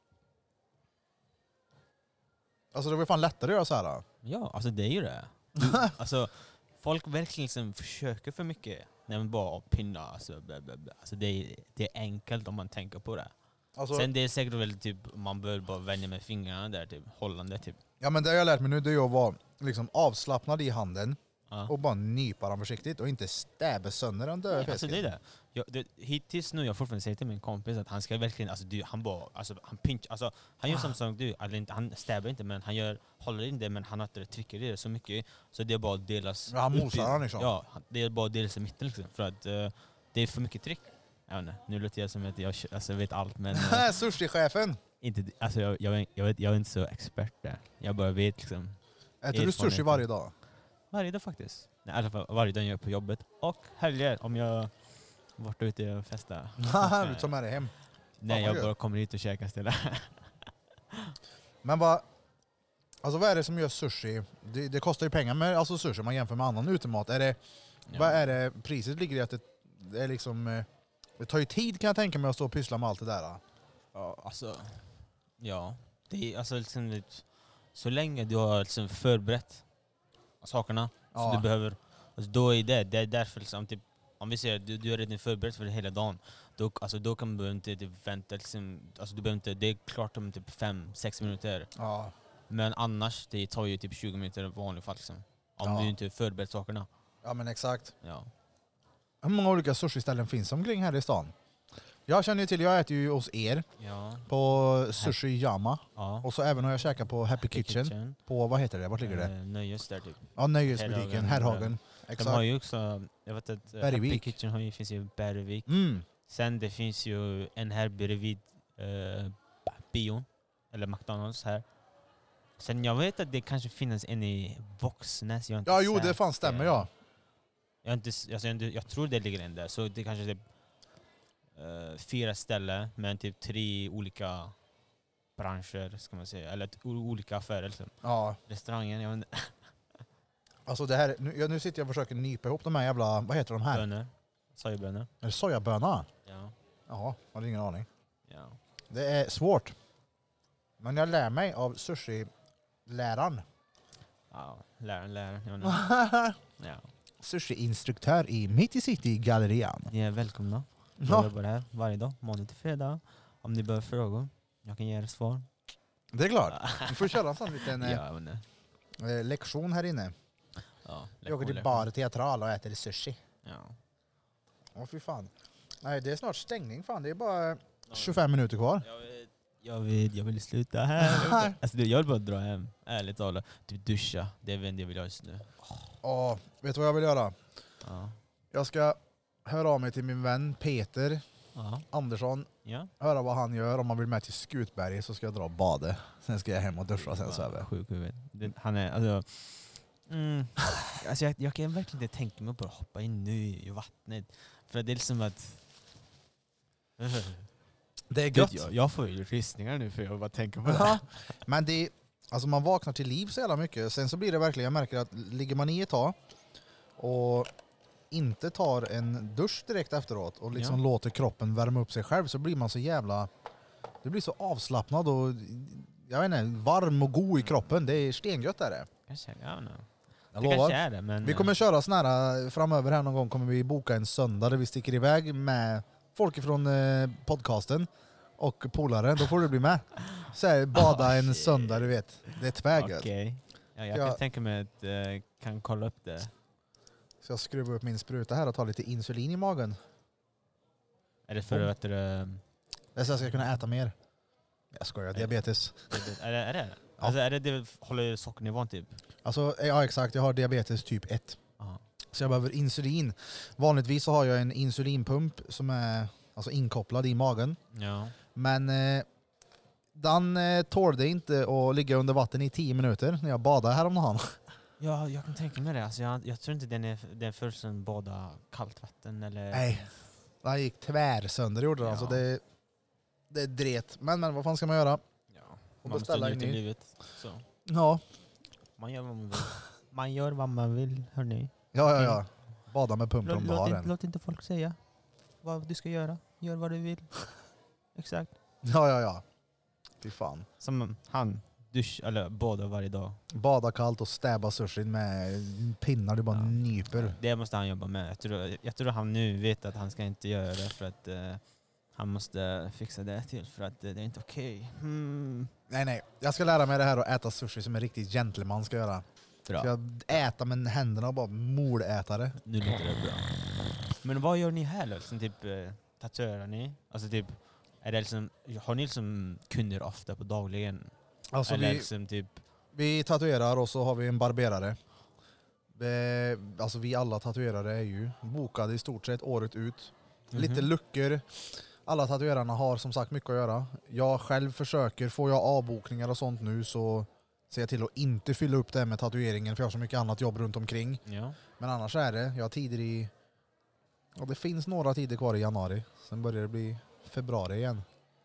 Speaker 1: Alltså det var ju fan lättare att göra så här. Då.
Speaker 11: Ja, alltså det är ju det. Du, alltså, folk verkligen liksom försöker för mycket när man bara pinnar. Alltså, bla, bla, bla. Alltså det, är, det är enkelt om man tänker på det.
Speaker 1: Alltså-
Speaker 11: Sen det är säkert väl typ, man bör bara vänja med fingrarna där, typ, hållande typ.
Speaker 1: Ja, men det har jag lärt mig nu, det är att vara liksom avslappnad i handen
Speaker 11: Ja.
Speaker 1: och bara nypa den försiktigt och inte stäba sönder den döda
Speaker 11: Nej, alltså
Speaker 1: fisken.
Speaker 11: det är det. Jag, det. Hittills nu, jag fortfarande säger till min kompis att han ska verkligen, alltså du, han bara, alltså han pinch, alltså han gör som som du, eller inte, han stäbar inte, men han gör, håller in det, men han har inte trycker i det så mycket, så det är bara att delas.
Speaker 1: Ja, han
Speaker 11: upp
Speaker 1: mosar
Speaker 11: i-
Speaker 1: den liksom.
Speaker 11: Ja, han- det är bara att delas i mitten liksom, för att eh, det är för mycket tryck. Jag vet inte, nu låter jag som att jag alltså, vet allt, men eh,
Speaker 1: Sushi-chefen!
Speaker 11: inte, alltså jag, jag, är- jag, vet, jag är inte så expert där. Jag bara vet liksom.
Speaker 1: Äter du sushi
Speaker 11: erfarenheten.
Speaker 1: varje dag?
Speaker 11: Varje dag faktiskt. Nej, i alla fall varje dag jag är på jobbet. Och helger om jag Vart ute och festa.
Speaker 1: Du tar med dig hem.
Speaker 11: Nej,
Speaker 1: Fan,
Speaker 11: jag
Speaker 1: vad
Speaker 11: bara
Speaker 1: gött.
Speaker 11: kommer hit och käkar istället.
Speaker 1: Men vad, alltså vad är det som gör sushi? Det, det kostar ju pengar med alltså sushi om man jämför med annan utemat. Är det,
Speaker 11: Ja.
Speaker 1: Vad är det, priset ligger i att det, det är liksom, eh, det tar ju tid kan jag tänka mig att stå och pyssla med allt det där.
Speaker 11: Ja, alltså, ja. Det är alltså liksom, det- så länge du har liksom förberett sakerna
Speaker 1: Ja.
Speaker 11: som du behöver, alltså då är det, det är därför liksom, typ, om vi säger att du, du är redan förberett för det hela dagen, då, alltså, då kan du inte typ, vänta, liksom, alltså, du behöver inte, det är klart om typ fem sex minuter.
Speaker 1: Ja.
Speaker 11: Men annars, det tar ju typ tjugo minuter i vanlig fall. Liksom, om
Speaker 1: Ja.
Speaker 11: du inte förberett sakerna.
Speaker 1: Ja men exakt.
Speaker 11: Ja.
Speaker 1: Hur många olika sushi-ställen finns omkring här i stan? Jag känner ju till, jag äter ju hos er
Speaker 11: Ja.
Speaker 1: på Sushi Yama.
Speaker 11: Ja.
Speaker 1: Och så även har jag käkat på Happy,
Speaker 11: Happy
Speaker 1: Kitchen.
Speaker 11: Kitchen.
Speaker 1: På, vad heter det? Vart ligger det?
Speaker 11: Eh, nöjes där typ.
Speaker 1: Ja, nöjesbutiken, Herrhagen.
Speaker 11: De
Speaker 1: Exakt.
Speaker 11: har ju också, jag vet att eh, Happy
Speaker 1: Bergvik.
Speaker 11: Kitchen har ju, finns ju i Bergvik.
Speaker 1: Mm.
Speaker 11: Sen det finns ju en här bredvid eh, bion, eller McDonalds här. Sen jag vet att det kanske finns en i Våxnäs. Jag är inte
Speaker 1: Ja, jo, det
Speaker 11: säker.
Speaker 1: fan stämmer, ja.
Speaker 11: Jag, är inte, s- alltså, jag, är inte, jag tror det ligger en där. Så det kanske är typ, eh, fyra ställen med typ tre olika branscher, ska man säga. Eller t- o- olika affärer. Liksom.
Speaker 1: Ja.
Speaker 11: Restaurangen, jag vet inte.
Speaker 1: Alltså det här, nu, ja, nu sitter jag och försöker nypa ihop de här jävla, vad heter de här?
Speaker 11: Bönor. Sojabönor.
Speaker 1: Är det sojaböna?
Speaker 11: Ja.
Speaker 1: Jaha, jag hade ingen aning.
Speaker 11: Ja.
Speaker 1: Det är svårt. Men jag lär mig av sushi-läraren.
Speaker 11: Ja, läraren, läraren. Jag vet inte. Ja.
Speaker 1: Sushi-instruktör i Mitt i City-gallerian.
Speaker 11: Ni är välkomna. Jag
Speaker 1: Ja.
Speaker 11: jobbar här varje dag, måndag till fredag. Om ni behöver frågor, jag kan ge er svar.
Speaker 1: Det är klart. Vi får köra en sån liten eh,
Speaker 11: Ja, jag vet inte.
Speaker 1: eh, lektion här inne.
Speaker 11: Ja,
Speaker 1: Jag åker till
Speaker 11: lektion,
Speaker 1: Bar Teatral och äter sushi.
Speaker 11: Ja.
Speaker 1: Åh fy fan. Nej, det är snart stängning fan. Det är bara tjugofem minuter kvar.
Speaker 11: Jag vill, jag vill sluta här. Alltså, du, jag vill bara dra hem, ärligt talat. Typ duscha, det är väl det jag vill ha just nu.
Speaker 1: Ja, vet du vad jag vill göra?
Speaker 11: Ja.
Speaker 1: Jag ska höra av mig till min vän Peter
Speaker 11: Ja.
Speaker 1: Andersson.
Speaker 11: Ja.
Speaker 1: Höra vad han gör. Om han vill med till Skutberg så ska jag dra och bada. Sen ska jag hem och duscha sen så över.
Speaker 11: Sjuk huvud. Det- Han är, alltså... Mm, alltså jag, jag kan verkligen inte tänka mig på att hoppa in nu i vattnet. För det är liksom att...
Speaker 1: Det är gött.
Speaker 11: Jag, jag får ju rysningar nu för jag bara tänker på
Speaker 1: Ja,
Speaker 11: det.
Speaker 1: men det, alltså man vaknar till liv så jävla mycket. Sen så blir det verkligen, jag märker att ligger man i ett tag och inte tar en dusch direkt efteråt och liksom
Speaker 11: Ja.
Speaker 1: låter kroppen värma upp sig själv så blir man så jävla, det blir så avslappnad och jag vet inte, varm och god i kroppen. Det är stengött där det.
Speaker 11: Kanske, jag vet inte.
Speaker 1: Jag
Speaker 11: Det
Speaker 1: lovar.
Speaker 11: kanske är det, men...
Speaker 1: Vi kommer köra sån här framöver här någon gång, kommer vi boka en söndag där vi sticker iväg med folk från eh, podcasten och polare. Då får du bli med. Så här, bada
Speaker 11: Oh,
Speaker 1: en
Speaker 11: shit.
Speaker 1: söndag, du vet. Det är tvärgött.
Speaker 11: Okej. Ja, jag
Speaker 1: Ja.
Speaker 11: kan tänka mig att jag uh, kan kolla upp det.
Speaker 1: Så jag skruvar upp min spruta här och tar lite insulin i magen.
Speaker 11: Är det för
Speaker 1: Om.
Speaker 11: att... Uh,
Speaker 1: Det är så jag ska kunna äta mer. Jag skojar, diabetes.
Speaker 11: är det är det?
Speaker 1: Ja.
Speaker 11: Alltså är det det håller sockernivån typ?
Speaker 1: Alltså, ja exakt, jag har diabetes typ ett.
Speaker 11: Aha.
Speaker 1: Så jag behöver insulin. Vanligtvis så har jag en insulinpump som är alltså inkopplad i magen.
Speaker 11: Ja.
Speaker 1: Men eh, den eh, tålde inte att ligga under vatten i tio minuter när jag badade häromdagen.
Speaker 11: Ja, jag kan tänka mig det. Alltså jag, jag tror inte den är, den är för som bada kallt vatten eller...
Speaker 1: Nej, den gick tvär sönder gjorde den.
Speaker 11: Ja.
Speaker 1: Alltså det, det är dret. Men, men vad fan ska man göra?
Speaker 11: Ja.
Speaker 1: Och
Speaker 11: Man måste
Speaker 1: beställa en
Speaker 11: njuta
Speaker 1: ny.
Speaker 11: livet. Så.
Speaker 1: Ja,
Speaker 11: Man gör vad man vill. Man gör vad man vill, hörni.
Speaker 1: ja, ja. ja. Bada med pumpen om
Speaker 11: Låt,
Speaker 1: du
Speaker 11: låt,
Speaker 1: har
Speaker 11: inte,
Speaker 1: en.
Speaker 11: låt inte folk säga vad du ska göra. Gör vad du vill. Exakt.
Speaker 1: Ja, ja, ja. Fy fan.
Speaker 11: Som han, dusch, eller bada varje dag.
Speaker 1: Bada kallt och stäba sushin med pinnar du bara
Speaker 11: Ja.
Speaker 1: nyper.
Speaker 11: Det måste han jobba med. Jag tror, jag tror han nu vet att han ska inte göra det för att eh, han måste fixa det till för att eh, det är inte okej. Hmm.
Speaker 1: Nej, nej. Jag ska lära mig det här att äta sushi som en riktig gentleman ska göra.
Speaker 11: Bra.
Speaker 1: Ska jag äta med händerna och bara mordäta det.
Speaker 11: Nu låter det bra. Men vad gör ni här då? Liksom typ eh, tatuerar ni? Alltså typ, är det liksom, har ni liksom kunder ofta på dagligen?
Speaker 1: Alltså
Speaker 11: Eller
Speaker 1: vi,
Speaker 11: liksom typ,
Speaker 1: vi tatuerar och så har vi en barberare. Det, alltså vi alla tatuerare är ju bokade i stort sett året ut. Lite
Speaker 11: Mhm.
Speaker 1: luckor. Alla tatuerarna har som sagt mycket att göra. Jag själv försöker, får jag avbokningar och sånt nu så ser jag till att inte fylla upp det med tatueringen för jag har så mycket annat jobb runt omkring.
Speaker 11: ja.
Speaker 1: Men annars är det, jag har tider i Och det finns några tider kvar i januari. Sen börjar det bli februari igen.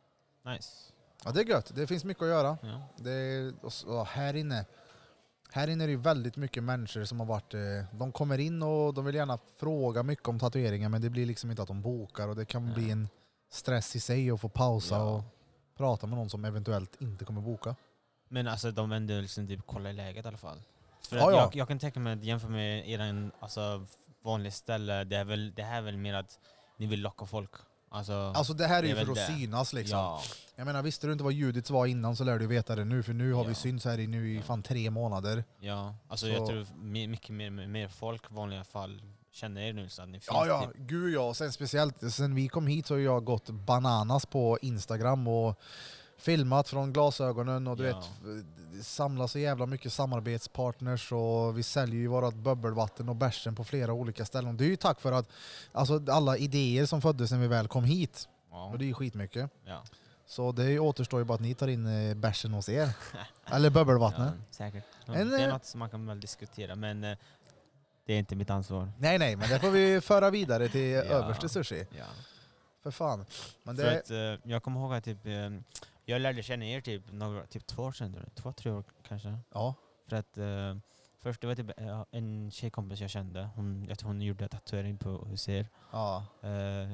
Speaker 11: Nice.
Speaker 1: Ja, det är gött. Det finns mycket att göra.
Speaker 11: Ja.
Speaker 1: Det är, och så- och här inne här inne är det ju väldigt mycket människor som har varit... eh, De kommer in och de vill gärna fråga mycket om tatueringar, men det blir liksom inte att de bokar, och det kan bli en stress i sig att få pausa
Speaker 11: Ja.
Speaker 1: och prata med någon som eventuellt inte kommer boka.
Speaker 11: Men alltså de ändå liksom typ kollar läget i alla fall. För
Speaker 1: Ja,
Speaker 11: att
Speaker 1: ja.
Speaker 11: Jag, jag kan tänka mig att jämföra med er alltså, vanlig ställe, det är, väl, det här är väl mer att ni vill locka folk. Alltså,
Speaker 1: Alltså det här är ju
Speaker 11: väl
Speaker 1: för att
Speaker 11: det.
Speaker 1: synas liksom.
Speaker 11: Ja.
Speaker 1: Jag menar, visste du inte vad Judits var innan så lär du veta det nu, för nu har
Speaker 11: Ja.
Speaker 1: vi synts här i, nu i fan tre månader.
Speaker 11: Ja, alltså
Speaker 1: Så-
Speaker 11: jag tror my- mycket mer, mer folk i vanliga fall känner er nu så att ni finns
Speaker 1: Ja, ja,
Speaker 11: typ.
Speaker 1: gud ja. Sen speciellt sen vi kom hit så har jag gått bananas på Instagram och filmat från glasögonen och du
Speaker 11: Ja.
Speaker 1: vet, det samlas så jävla mycket samarbetspartners och vi säljer ju vårat bubbelvatten och bärsen på flera olika ställen. Det är ju tack för att alltså, alla idéer som föddes när vi väl kom hit.
Speaker 11: Ja.
Speaker 1: Och det är ju skitmycket.
Speaker 11: Ja.
Speaker 1: Så det återstår ju bara att ni tar in eh, bärsen hos er. Eller bubbelvattnet.
Speaker 11: Ja, säkert. Ja,
Speaker 1: En,
Speaker 11: det är
Speaker 1: eh,
Speaker 11: något som man kan väl diskutera, men eh, det är inte mitt ansvar.
Speaker 1: Nej, nej, men det får vi föra vidare till
Speaker 11: Ja.
Speaker 1: överste sushi.
Speaker 11: Ja.
Speaker 1: För fan. Men
Speaker 11: För
Speaker 1: det...
Speaker 11: att, eh, jag kommer ihåg att typ, eh, jag lärde känna er typ, några, typ två år sedan, två, tre år kanske.
Speaker 1: Ja.
Speaker 11: För att eh, först det var typ eh, en tjejkompis jag kände, hon, jag tror hon gjorde tatuering på hos er.
Speaker 1: Ja.
Speaker 11: Eh,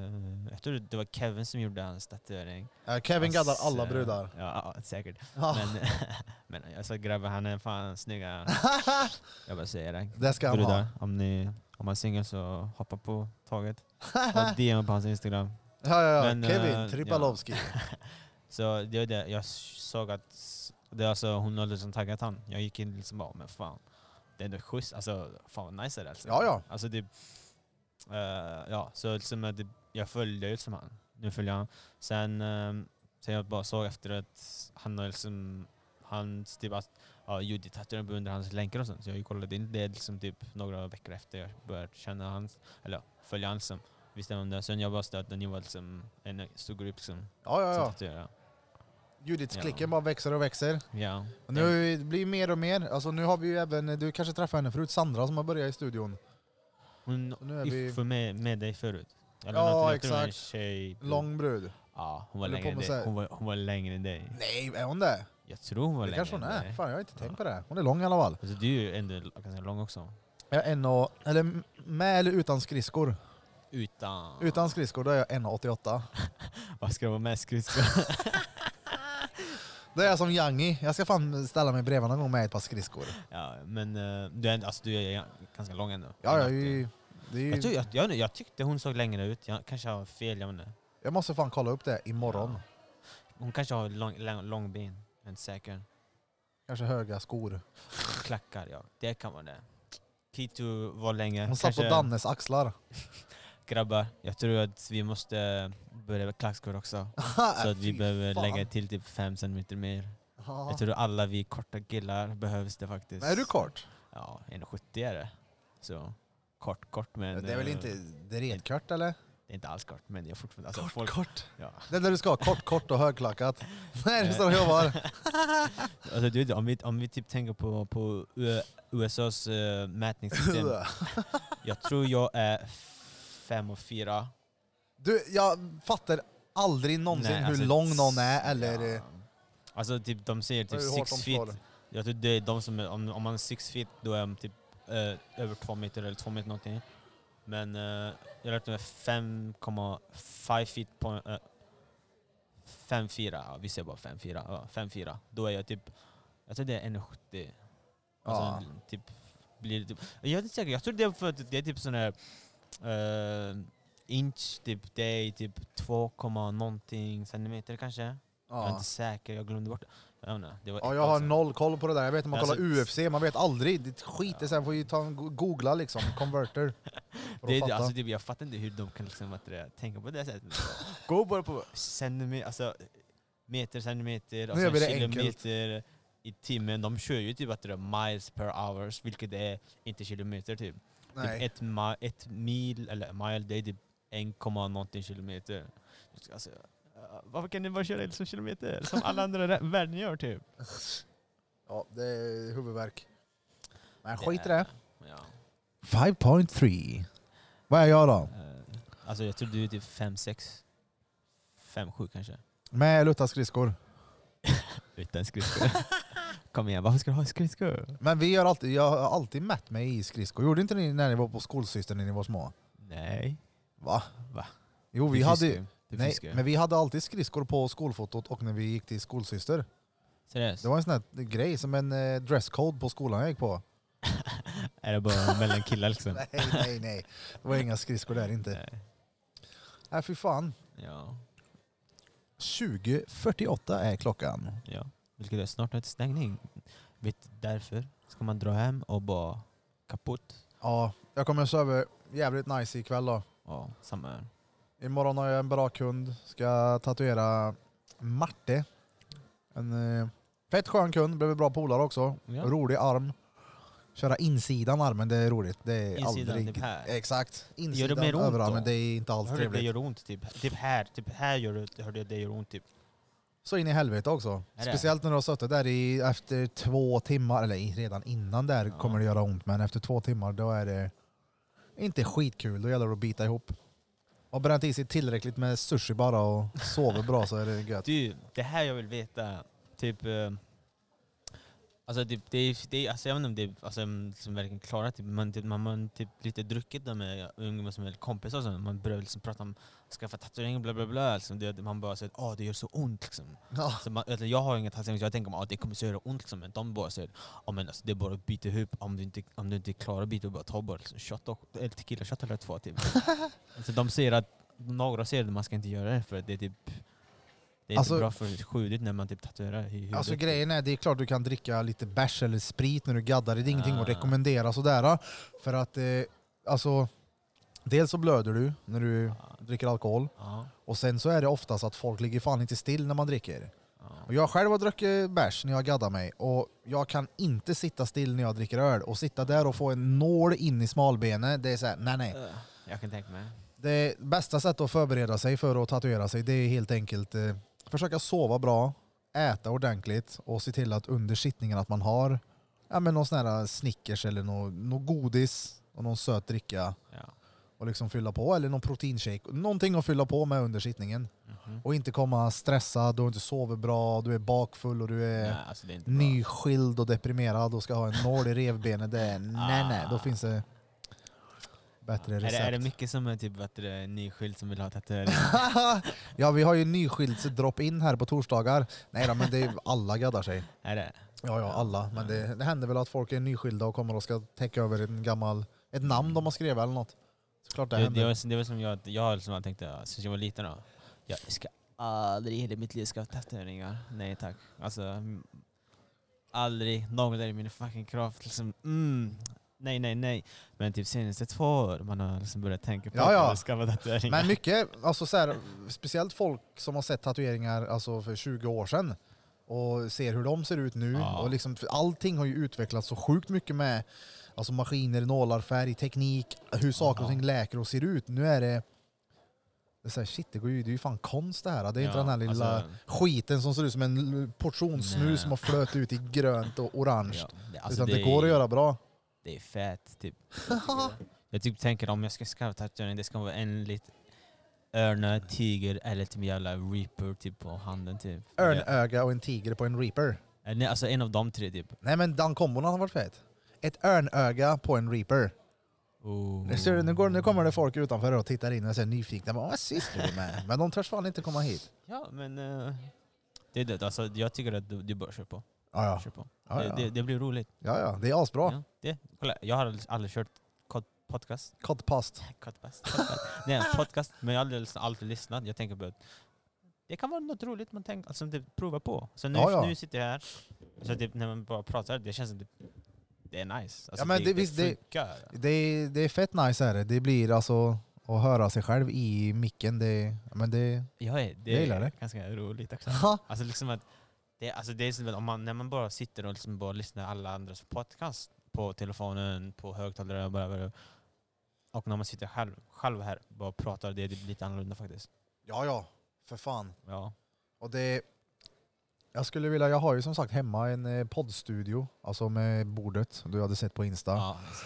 Speaker 11: jag tror det var Kevin som gjorde hans tatuering.
Speaker 1: Ja, Kevin gaddar
Speaker 11: Fast,
Speaker 1: alla
Speaker 11: eh,
Speaker 1: brudar.
Speaker 11: Ja, ja säkert.
Speaker 1: Ja.
Speaker 11: Men, men jag sa grabbar, han är fan snygga. Jag bara säger det.
Speaker 1: Det ska han
Speaker 11: brudar,
Speaker 1: ha.
Speaker 11: om ni om man är singel så hoppa på taget. Och D M på hans Instagram.
Speaker 1: Ja, ja, ja.
Speaker 11: Men,
Speaker 1: Kevin
Speaker 11: eh,
Speaker 1: Tripalowski.
Speaker 11: ja. Så det är det. Jag såg att det är alltså, hon hade liksom taggat han. Jag gick in liksom bara, men fan. Det är ändå schysst. Alltså, fan vad nice är det alltså.
Speaker 1: Ja, ja.
Speaker 11: Alltså det, uh, ja, så liksom, det, jag följde ju som han. Nu följer han. Sen, um, sen jag bara såg efter att han har liksom, han typ att, ja, Judith tatuerade på under hans länkar och sånt. Så jag kollade in det liksom typ några veckor efter jag började känna hans, eller ja, följa hans som. Visste om det. Sen jag bara stött att ni var liksom en stor grupp liksom.
Speaker 1: Ja, ja,
Speaker 11: som
Speaker 1: ja.
Speaker 11: tatuerar.
Speaker 1: Judiths
Speaker 11: Ja.
Speaker 1: klicken bara växer och växer.
Speaker 11: Ja.
Speaker 1: Och nu blir det mer och mer. Alltså nu har vi ju även, du kanske träffade henne förut, Sandra som har börjat i studion.
Speaker 11: Hon
Speaker 1: Och nu är vi...
Speaker 11: var med, med dig förut. Eller
Speaker 1: Ja,
Speaker 11: något, jag tror en
Speaker 1: exakt.
Speaker 11: Tjej.
Speaker 1: Lång brud.
Speaker 11: Ja, hon var
Speaker 1: Håller
Speaker 11: längre
Speaker 1: på
Speaker 11: än
Speaker 1: med
Speaker 11: dig.
Speaker 1: så här-
Speaker 11: Hon var, hon var längre än dig.
Speaker 1: Nej, är hon det?
Speaker 11: Jag tror hon var
Speaker 1: Det
Speaker 11: längre
Speaker 1: kanske hon
Speaker 11: än
Speaker 1: är.
Speaker 11: dig.
Speaker 1: Fan, jag har inte tänkt på det. Hon är lång i alla fall.
Speaker 11: Alltså, du är ju ändå ganska lång också.
Speaker 1: Jag är en och, eller med eller utan skridskor?
Speaker 11: Utan.
Speaker 1: Utan skridskor då är jag en komma åttioåtta.
Speaker 11: Vad ska det vara med skridskor?
Speaker 1: Det är jag som Yangi. Jag ska fan ställa mig bredvid någon gång med ett par skridskor.
Speaker 11: Ja, men uh, du, är, alltså, du är ganska lång ändå.
Speaker 1: Ja, jag, är ju, det är ju,
Speaker 11: Jag, tror, jag, jag, jag tyckte hon såg längre ut. Jag kanske har fel, jag vet inte.
Speaker 1: jag måste fan kolla upp det imorgon.
Speaker 11: Hon kanske har lång, lång, lång ben. Jag är inte säker.
Speaker 1: Kanske höga skor.
Speaker 11: Klackar, ja. Det kan vara det. Kitu var länge.
Speaker 1: Hon satt på Dannes axlar.
Speaker 11: Grabbar, jag tror att vi måste börja med klackskor också. Så att vi
Speaker 1: Fy
Speaker 11: behöver
Speaker 1: fan.
Speaker 11: lägga till typ fem centimeter mer.
Speaker 1: Ja.
Speaker 11: Jag tror alla vi korta killar behövs det faktiskt.
Speaker 1: Är du kort?
Speaker 11: Ja, en komma sjuttio är det. Så kort, kort men...
Speaker 1: Det är väl
Speaker 11: eh,
Speaker 1: inte det är rätt kort eller?
Speaker 11: Det är inte alls kort, men jag fortfarande... Alltså,
Speaker 1: Kort,
Speaker 11: folk,
Speaker 1: kort.
Speaker 11: Ja.
Speaker 1: Det är där du ska ha kort, kort och högklackat. Nej, du står och jobbar.
Speaker 11: Alltså, du vet, om, vi, om vi typ tänker på, på U- U S A:s uh, mätningssystem. Jag tror jag är fem och fyra.
Speaker 1: Du, jag fattar aldrig någonsin
Speaker 11: Nej,
Speaker 1: hur
Speaker 11: alltså,
Speaker 1: lång någon är eller...
Speaker 11: Ja. Alltså typ de säger typ
Speaker 1: Hur hårt
Speaker 11: six
Speaker 1: de slår.
Speaker 11: feet. Jag tror det är de som är, om, om man är six feet då är de typ eh, över två meter eller två meter någonting. Men uh, jag lärde mig fem komma fem feet på uh, fem fyra. Ja, vi säger bara fem fyra. Ja, fem fyra. Då är jag typ, jag tror det är en komma sjuttio. Alltså,
Speaker 1: Ja.
Speaker 11: typ, blir det typ, jag är inte säker, jag tror det är för att det är typ sån här uh, inch, typ, det är typ två, någonting centimeter kanske. Jag är
Speaker 1: Ja.
Speaker 11: inte säker, jag glömde bort det. Jag, vet inte, det var
Speaker 1: Ja,
Speaker 11: ett
Speaker 1: jag
Speaker 11: tag
Speaker 1: har
Speaker 11: sedan.
Speaker 1: noll koll på det där. Jag vet när man
Speaker 11: Alltså,
Speaker 1: kollar U F C, man vet aldrig. Det skiter sig, får ju ta en go- googla liksom, converter. för
Speaker 11: Det,
Speaker 1: att
Speaker 11: är-
Speaker 1: fatta.
Speaker 11: alltså, typ, jag fattar inte hur de kan liksom, att det, tänka på det sättet. Gå bara på centimeter, alltså meter, centimeter,
Speaker 1: Nu gör vi
Speaker 11: alltså
Speaker 1: det
Speaker 11: kilometer i timmen. De kör ju typ att det är miles per hours, vilket är inte kilometer typ.
Speaker 1: Nej.
Speaker 11: Typ ett, ma- ett mil, eller mile, det är typ en komma någonting kilometer. Alltså, uh, varför kan ni bara köra liksom kilometer? Som alla andra rä- världen gör typ.
Speaker 1: Ja, det är huvudvärk. Men
Speaker 11: Det
Speaker 1: skit i
Speaker 11: är-
Speaker 1: det.
Speaker 11: Ja.
Speaker 1: fem komma tre. Vad är jag då?
Speaker 11: Alltså jag tror du är typ fem sex. fem sju kanske.
Speaker 1: Med lutta skridskor.
Speaker 11: Utan skridskor. Kom igen, varför ska du ha skridskor?
Speaker 1: Men vi gör alltid, jag har alltid mätt mig i skridskor. Gjorde inte ni när ni var på skolsystern när ni var små?
Speaker 11: Nej.
Speaker 1: Va?
Speaker 11: Va?
Speaker 1: Jo, vi
Speaker 11: Det
Speaker 1: hade
Speaker 11: fiskar ju. Det
Speaker 1: nej,
Speaker 11: fiskar ju.
Speaker 1: men vi hade alltid skridskor på skolfotot och när vi gick till skolsyster.
Speaker 11: Seriöst?
Speaker 1: Det var en sån här grej, som en eh, dresscode på skolan jag gick på.
Speaker 11: Är det bara mellan killar liksom?
Speaker 1: nej, nej, nej. Det var inga skridskor där inte. Nej, nej fy fan.
Speaker 11: Ja.
Speaker 1: tjugo fyrtioåtta är klockan.
Speaker 11: Ja. Vilket är snart ett stängning. Vet därför ska man dra hem och bara kaputt.
Speaker 1: Ja, jag kommer att sova jävligt nice ikväll då.
Speaker 11: Ja, samma här.
Speaker 1: Imorgon har jag en bra kund. Ska tatuera Marte. En eh, fett skön kund. Blev bra polare också.
Speaker 11: Ja.
Speaker 1: Rolig arm. Köra insidan armen, det är roligt. Det är
Speaker 11: Insidan,
Speaker 1: aldrig...
Speaker 11: typ här.
Speaker 1: Exakt.
Speaker 11: Gör
Speaker 1: Insidan
Speaker 11: det mer ont
Speaker 1: överarmen,
Speaker 11: då?
Speaker 1: det är inte alls
Speaker 11: Jag hörde
Speaker 1: trevligt.
Speaker 11: det gör ont typ. Typ här, typ här gör det, hörde jag det gör ont typ.
Speaker 1: Så in i helvete också.
Speaker 11: Är det?
Speaker 1: Speciellt när du har suttit där i, efter två timmar, eller i- redan innan där
Speaker 11: Ja.
Speaker 1: kommer det göra ont, men efter två timmar då är det inte skitkul. Då gäller det att bita ihop. Och bränt i sig tillräckligt med sushi bara och sover bra så är det gött.
Speaker 11: Du, det här jag vill veta. Typ... Eh, alltså typ, det är, det är, alltså jag vet inte om det är alltså, liksom verkligen klarat. Typ, man, typ, man har typ lite druckit där med ungdomar som är kompisar och så. Man börjar liksom prata om skaffa tatueringar bla bla bla. Liksom. Det, man bara säger att oh, det gör så ont. Liksom.
Speaker 1: Ja.
Speaker 11: Så man, alltså, jag har inga tatueringar så jag tänker att oh, det kommer så göra ont. Liksom. Men de bara säger oh, men alltså, det är bara att byta ihop. Om du inte, om du inte klarar att byta ihop, bara ta bara liksom, shot och, eller tequila shot eller två. Typ. Alltså, de säger att några säger att man ska inte göra det för att det är typ det är
Speaker 1: Alltså-
Speaker 11: inte bra för skjudet när man typ tatuerar i huvudet.
Speaker 1: Alltså grejen är, det är klart du kan dricka lite bärs eller sprit när du gaddar. Det är ingenting
Speaker 11: Ah.
Speaker 1: att rekommendera sådär. För att, eh, alltså, dels så blöder du när du dricker alkohol.
Speaker 11: Ja.
Speaker 1: Och sen så är det oftast att folk ligger fan inte still när man dricker. Och jag själv har druckit bärs när jag gaddar mig. Och jag kan inte sitta still när jag dricker öl. Och sitta där och få en nål in i smalbenet, det är såhär, nej nej.
Speaker 11: Jag kan tänka mig.
Speaker 1: Det bästa sättet att förbereda sig för att tatuera sig, det är helt enkelt eh, försöka sova bra, äta ordentligt och se till att under sittningen att man har ja, men någon sån här Snickers eller någon, någon godis och någon söt dricka
Speaker 11: Ja.
Speaker 1: och liksom fylla på, eller någon proteinshake. Någonting att fylla på med under sittningen.
Speaker 11: Mhm.
Speaker 1: Och inte komma stressad, du inte sover bra, du är bakfull och du är,
Speaker 11: Nej, alltså det är inte bra.
Speaker 1: nyskild och deprimerad och ska ha en nål i revbenet. Det är, nej nej, då finns det bättre
Speaker 11: Är
Speaker 1: recept.
Speaker 11: det, är det mycket som är typ att det är nyskild som vill ha tatuering?
Speaker 1: Ja, vi har ju nyskilds drop-in här på torsdagar. Nej då, men det är, alla gaddar sig.
Speaker 11: Är det?
Speaker 1: Ja, ja, alla. Men det, det händer väl att folk är nyskilda och kommer och ska täcka över en gammal, ett namn de har skrivit eller något. Såklart det,
Speaker 11: Det,
Speaker 1: händer.
Speaker 11: det, var, det var som jag, jag har liksom tänkt att sen jag var liten då. Jag ska aldrig i hela mitt liv ska ha tatueringar. Nej tack. Alltså, mm, aldrig någon i min fucking kraft. Liksom, mm, nej, nej, nej. Men typ senaste två år man har liksom börjat tänka på
Speaker 1: Ja, ja.
Speaker 11: att ska ha tatueringar.
Speaker 1: Men mycket, alltså så här, speciellt folk som har sett tatueringar alltså för tjugo år sedan och ser hur de ser ut nu.
Speaker 11: Ja.
Speaker 1: Och liksom, för allting har ju utvecklats så sjukt mycket med alltså maskiner, nålar, färg, teknik, hur saker och ting läker och ser ut. Nu är det det är så här, shit, det, går ju, det är ju fan konst det här. Det är inte
Speaker 11: Ja,
Speaker 1: den här lilla
Speaker 11: alltså-
Speaker 1: skiten som ser ut som en portion snus
Speaker 11: Nej.
Speaker 1: som har flöt ut i grönt och orange.
Speaker 11: Ja, det- alltså
Speaker 1: Utan det,
Speaker 11: det
Speaker 1: går
Speaker 11: är-
Speaker 1: att göra bra.
Speaker 11: Det är fett typ. Jag typ tänker om jag ska skaffa tatuering, det ska vara en liten örna, tiger eller typ jävla reaper typ på handen typ.
Speaker 1: Örnöga och en tiger på en reaper.
Speaker 11: Eh, Nej, alltså en av de tre typ.
Speaker 1: Nej men den kombon har varit fett. Ett örnöga på en reaper.
Speaker 11: Oh.
Speaker 1: Nu, ser du, nu, går, nu kommer det folk utanför och tittar in och är nyfikna. Vad sysslar du med? Men de törs fan inte komma hit.
Speaker 11: Ja, men uh, det är det. Alltså, jag tycker att du, du bör köra på.
Speaker 1: Ja, ja.
Speaker 11: Kör på.
Speaker 1: Ja,
Speaker 11: det,
Speaker 1: ja.
Speaker 11: Det, det blir roligt.
Speaker 1: Ja, ja. Det är asbra.
Speaker 11: Ja, det. Kolla, jag har aldrig kört kod- podcast.
Speaker 1: Kodpast.
Speaker 11: Kodpast. Det är en podcast, men jag har aldrig alltid lyssnat. Jag tänker på att det kan vara något roligt man tänker, alltså, typ, prova på. Så nu,
Speaker 1: Ja, ja.
Speaker 11: nu sitter jag här, så typ, när man bara pratar, det känns som det, det är nice. Alltså,
Speaker 1: Ja, men
Speaker 11: det,
Speaker 1: det,
Speaker 11: det,
Speaker 1: visst, det,
Speaker 11: funkar.
Speaker 1: det, är, det är fett nice här. Det blir alltså att höra sig själv i micken. Det, men det,
Speaker 11: Ja, det
Speaker 1: jag gillar
Speaker 11: är
Speaker 1: det.
Speaker 11: ganska roligt också.
Speaker 1: Ja.
Speaker 11: Alltså liksom att det, alltså det är som att om man, när man bara sitter och liksom bara lyssnar alla andras podcast på telefonen, på högtalare och bara, bara och när man sitter själv, själv här och bara pratar, det är lite annorlunda faktiskt.
Speaker 1: Ja, ja. För fan.
Speaker 11: Ja.
Speaker 1: Och det, jag skulle vilja, jag har ju som sagt hemma en eh, poddstudio, alltså med bordet du hade sett på Insta.
Speaker 11: Ja,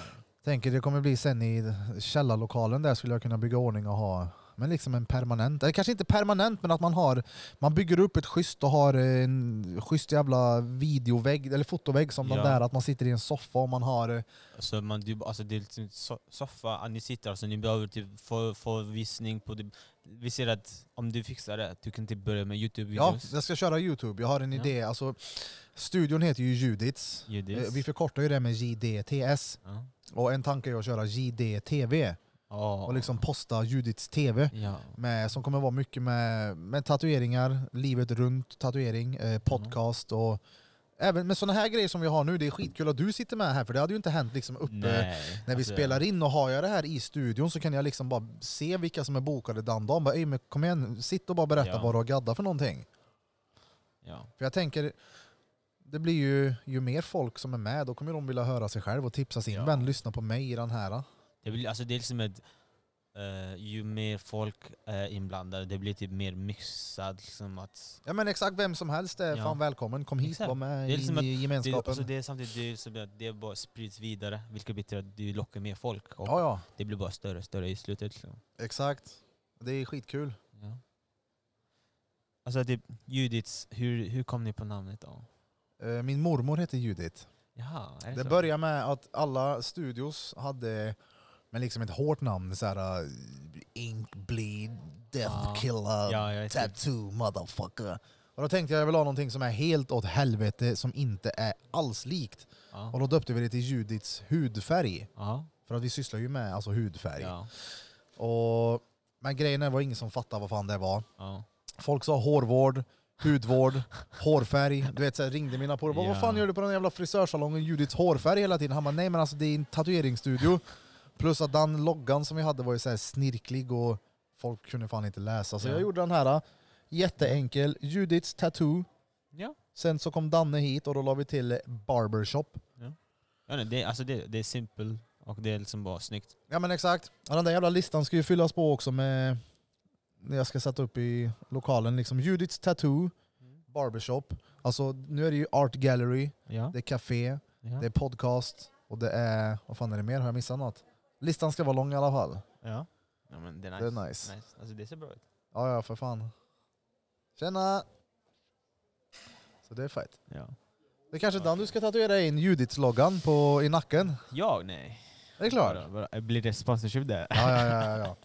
Speaker 1: Tänker det kommer bli sen i källarlokalen där skulle jag kunna bygga ordning och ha, men liksom en permanent, eller kanske inte permanent, men att man har, man bygger upp ett schysst och har en schysst jävla videovägg eller fotovägg som
Speaker 11: Ja.
Speaker 1: den där, att man sitter i en soffa och man har.
Speaker 11: Alltså, man, du, alltså det är liksom so- soffa, att ni sitter, alltså ni behöver typ få, få visning på det. Vi ser att om du fixar det, du kan typ börja med
Speaker 1: Ja,
Speaker 11: YouTube-videos.
Speaker 1: jag ska köra YouTube. Jag har en
Speaker 11: Ja.
Speaker 1: idé. Alltså, studion heter ju Judits.
Speaker 11: Judits.
Speaker 1: Eh, Vi förkortar ju det med J D T S.
Speaker 11: Ja.
Speaker 1: Och en tanke är att köra J D T V.
Speaker 11: Ja.
Speaker 1: Och liksom posta Judits T V.
Speaker 11: Ja.
Speaker 1: Med, som kommer vara mycket med, med tatueringar, livet runt tatuering, eh, podcast och även med såna här grejer som vi har nu. Det är skitkul att du sitter med här, för det hade ju inte hänt liksom uppe
Speaker 11: Nej,
Speaker 1: när vi
Speaker 11: alltså-
Speaker 1: spelar in. Och har jag det här i studion så kan jag liksom bara se vilka som är bokade den dagen. Bara, "Ey, men kom igen, sitt och bara berätta
Speaker 11: Ja.
Speaker 1: vad du har gaddat för någonting."
Speaker 11: Ja.
Speaker 1: För jag tänker, det blir ju, ju mer folk som är med, då kommer de vilja höra sig själv och tipsa sin
Speaker 11: Ja.
Speaker 1: vän, lyssna på mig i den här.
Speaker 11: Det blir, alltså det är liksom ett, eh, ju mer folk är inblandade, det blir typ mer mixad. Liksom att,
Speaker 1: Ja men exakt, vem som helst är
Speaker 11: Ja.
Speaker 1: fan välkommen, kom hit,
Speaker 11: Exakt.
Speaker 1: var med
Speaker 11: Det är liksom
Speaker 1: i
Speaker 11: att-
Speaker 1: gemenskapen.
Speaker 11: Det, alltså det är samtidigt det är som att det bara sprids vidare, vilket betyder att du lockar mer folk. Och
Speaker 1: Ja, ja.
Speaker 11: det blir bara större och större i slutet. Liksom.
Speaker 1: Exakt, det är skitkul.
Speaker 11: Ja. Alltså typ Judits, hur, hur kom ni på namnet då?
Speaker 1: Eh, Min mormor heter Judith.
Speaker 11: Jaha, är det
Speaker 1: Det
Speaker 11: så?
Speaker 1: började med att alla studios hade men liksom ett hårt namn, så här uh, Ink, Bleed, Death
Speaker 11: Ja.
Speaker 1: Killer,
Speaker 11: Ja, jag vet.
Speaker 1: Tattoo, motherfucker. Och då tänkte jag jag vill ha någonting som är helt åt helvete, som inte är alls likt.
Speaker 11: Ja.
Speaker 1: Och då döpte vi det till Judiths hudfärg.
Speaker 11: Ja.
Speaker 1: För att vi sysslar ju med alltså hudfärg.
Speaker 11: Ja.
Speaker 1: Och, men grejen är, var ingen som fattade vad fan det var.
Speaker 11: Ja.
Speaker 1: Folk sa hårvård, hudvård, hårfärg. Du vet, så här, ringde mina polare.
Speaker 11: Ja.
Speaker 1: Vad fan gör du på den jävla frisörsalongen Judiths hårfärg hela tiden? Han bara, nej men alltså det är en tatueringsstudio. Plus att den loggan som vi hade var ju så här snirklig och folk kunde fan inte läsa. Så
Speaker 11: Ja.
Speaker 1: jag gjorde den här jätteenkel, Judiths Tattoo.
Speaker 11: Ja.
Speaker 1: Sen så kom Danne hit och då la vi till Barbershop.
Speaker 11: Ja. Ja, nej, det, alltså det, det är simpelt och det är liksom bara snyggt.
Speaker 1: Ja men exakt. Ja, den där jävla listan ska ju fyllas på också med, när jag ska sätta upp i lokalen, liksom Judiths Tattoo, Barbershop. Alltså nu är det ju Art Gallery,
Speaker 11: Ja.
Speaker 1: det är café,
Speaker 11: Ja.
Speaker 1: det är podcast och det är, vad fan är det mer? Har jag missat något? Listan ska vara lång i alla fall.
Speaker 11: Ja. Ja, men det är
Speaker 1: Det
Speaker 11: nice.
Speaker 1: är nice.
Speaker 11: Alltså det ser bra ut.
Speaker 1: Ja ja, för fan. Tjena! Så det är fett.
Speaker 11: Ja.
Speaker 1: Det är kanske den du ska tatuera in Judiths-loggan på, i nacken.
Speaker 11: Jag? Nej.
Speaker 1: Är det klart?
Speaker 11: Bara- bara- Blir det sponsorship där?
Speaker 1: Ja, ja, ja, ja.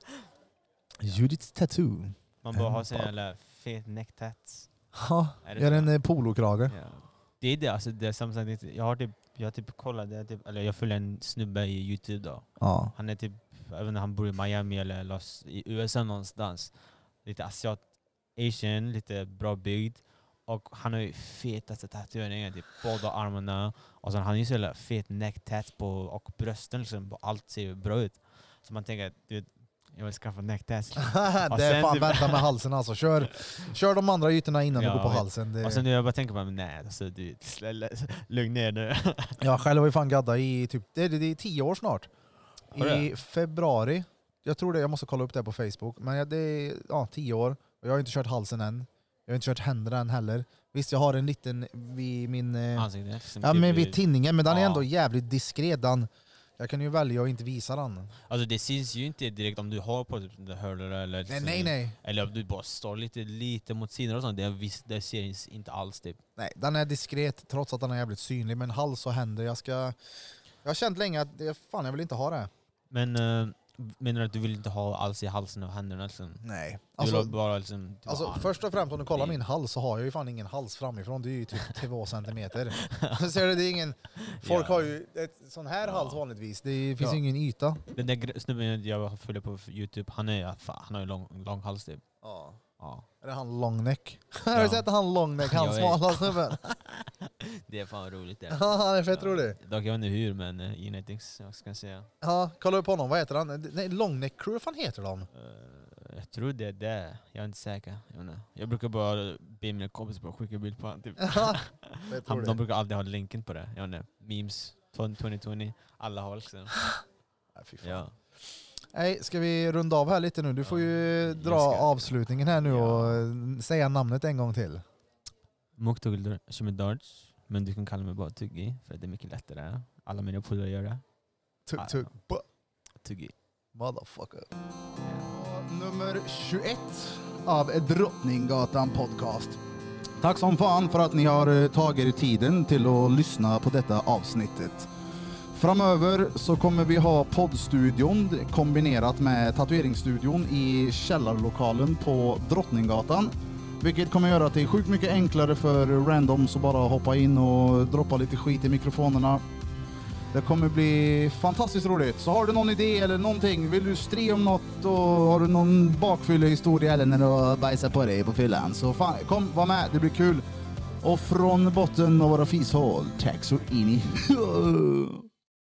Speaker 1: Judiths Tattoo.
Speaker 11: Man bara har
Speaker 1: En
Speaker 11: sin
Speaker 1: bar-
Speaker 11: jävla fet necktats.
Speaker 1: Ja,
Speaker 11: Är det
Speaker 1: gör
Speaker 11: så?
Speaker 1: en eh, polokrage.
Speaker 11: Ja. Det är det, alltså det är som sagt, jag har typ, jag har typ kollat, det, typ, eller jag följer en snubbe i YouTube då.
Speaker 1: Ja.
Speaker 11: Han är typ, jag vet inte, han bor i Miami eller Los, i U S A någonstans. Lite asiat, asian, lite bra byggd. Och han har ju fetaste tatueringar, typ båda armarna. Och sen han har ju så jävla fet necktats på och brösten liksom, och allt ser ju bra ut. Så man tänker att du vet, jag vill skaffa necktats.
Speaker 1: Det är fan vänta med halsen alltså. Kör, kör de andra ytorna innan
Speaker 11: Ja,
Speaker 1: du går på
Speaker 11: vet.
Speaker 1: halsen. Det...
Speaker 11: Och sen nu jag bara tänker på nej, alltså, du, lugn ner nu.
Speaker 1: Jag själv har ju fan gadda i typ, det är, det är tio år snart.
Speaker 11: Har du
Speaker 1: I februari. Jag tror det, jag måste kolla upp det på Facebook. Men ja, det är ja, tio år. Och jag har inte kört halsen än. Jag har inte kört händerna än heller. Visst, jag har en liten vid min... eh,
Speaker 11: Ansikte, liksom,
Speaker 1: ja,
Speaker 11: typ
Speaker 1: men
Speaker 11: i-
Speaker 1: vid tinningen. Men den är
Speaker 11: Ja.
Speaker 1: ändå jävligt diskret. Den, jag kan ju välja att inte visa den.
Speaker 11: Alltså det syns ju inte direkt om du har på typ hörlurar eller
Speaker 1: Nej,
Speaker 11: liksom-
Speaker 1: nej, nej.
Speaker 11: Eller om du bara står lite, lite mot sidan och sånt. Det, vis, det syns inte alls typ.
Speaker 1: Nej, den är diskret trots att den är jävligt synlig. Men hals och händer, jag ska... Jag har känt länge att det, fan, jag vill inte ha det.
Speaker 11: Men äh, menar du att du vill inte ha alls i halsen och händerna? Liksom?
Speaker 1: Nej.
Speaker 11: Du vill
Speaker 1: Alltså-
Speaker 11: ha bara liksom... typ
Speaker 1: Alltså,
Speaker 11: arm.
Speaker 1: först och främst om du kollar min hals så har jag ju fan ingen hals framifrån. Det är ju typ två centimeter. Ser du, det är ingen... Folk
Speaker 11: Ja.
Speaker 1: har ju ett sån här hals vanligtvis. Det finns
Speaker 11: Ja.
Speaker 1: ju ingen yta.
Speaker 11: Den där gr- snubben jag följer på YouTube, han, är, fan, han har ju lång, lång hals typ.
Speaker 1: Ja.
Speaker 11: Ja.
Speaker 1: Är det han long neck? Har du
Speaker 11: Ja.
Speaker 1: sett han long neck? Han
Speaker 11: Jag
Speaker 1: smala
Speaker 11: vet.
Speaker 1: snubben.
Speaker 11: Det är fan roligt det.
Speaker 1: Ja, han är fett rolig.
Speaker 11: Dock jag vet inte hur, men uh, genetics, jag ska säga.
Speaker 1: Ja, kolla upp honom. Vad heter han? Nej, long neck crew, vad fan heter de?
Speaker 11: Uh, jag tror det är det. Jag är inte säker. Jag, vet inte. Jag brukar bara be mina kompisar bara skicka bild på honom. Typ.
Speaker 1: Ja, fett
Speaker 11: Han,
Speaker 1: roligt.
Speaker 11: de brukar alltid ha länken på det. Jag vet inte. Memes, tjugo tjugo, alla har liksom.
Speaker 1: Nej, fy fan.
Speaker 11: Ja.
Speaker 1: Nej, ska vi runda av här lite nu? Du får ju dra
Speaker 11: jag ska-
Speaker 1: avslutningen här nu och eh, säga namnet en gång till.
Speaker 11: Muktugl Shemidarj, men du kan kalla mig bara Tuggi för det är mycket lättare. Alla mina polare gör det.
Speaker 1: Tugg, tugg. bu-
Speaker 11: Tuggy.
Speaker 1: Motherfucker. Nummer tjugoett av Drottninggatan podcast. Tack som fan för att ni har eh, tagit er tiden till att lyssna på detta avsnittet. Framöver så kommer vi ha poddstudion kombinerat med tatueringsstudion i källarlokalen på Drottninggatan. Vilket kommer göra att det är sjukt mycket enklare för randoms att bara hoppa in och droppa lite skit i mikrofonerna. Det kommer bli fantastiskt roligt. Så har du någon idé eller någonting, vill du strida om något och har du någon bakfyllehistoria eller när du har bajsat på dig på fyllan, så fan, kom, var med, det blir kul. Och från botten av våra fishål, tack så in i...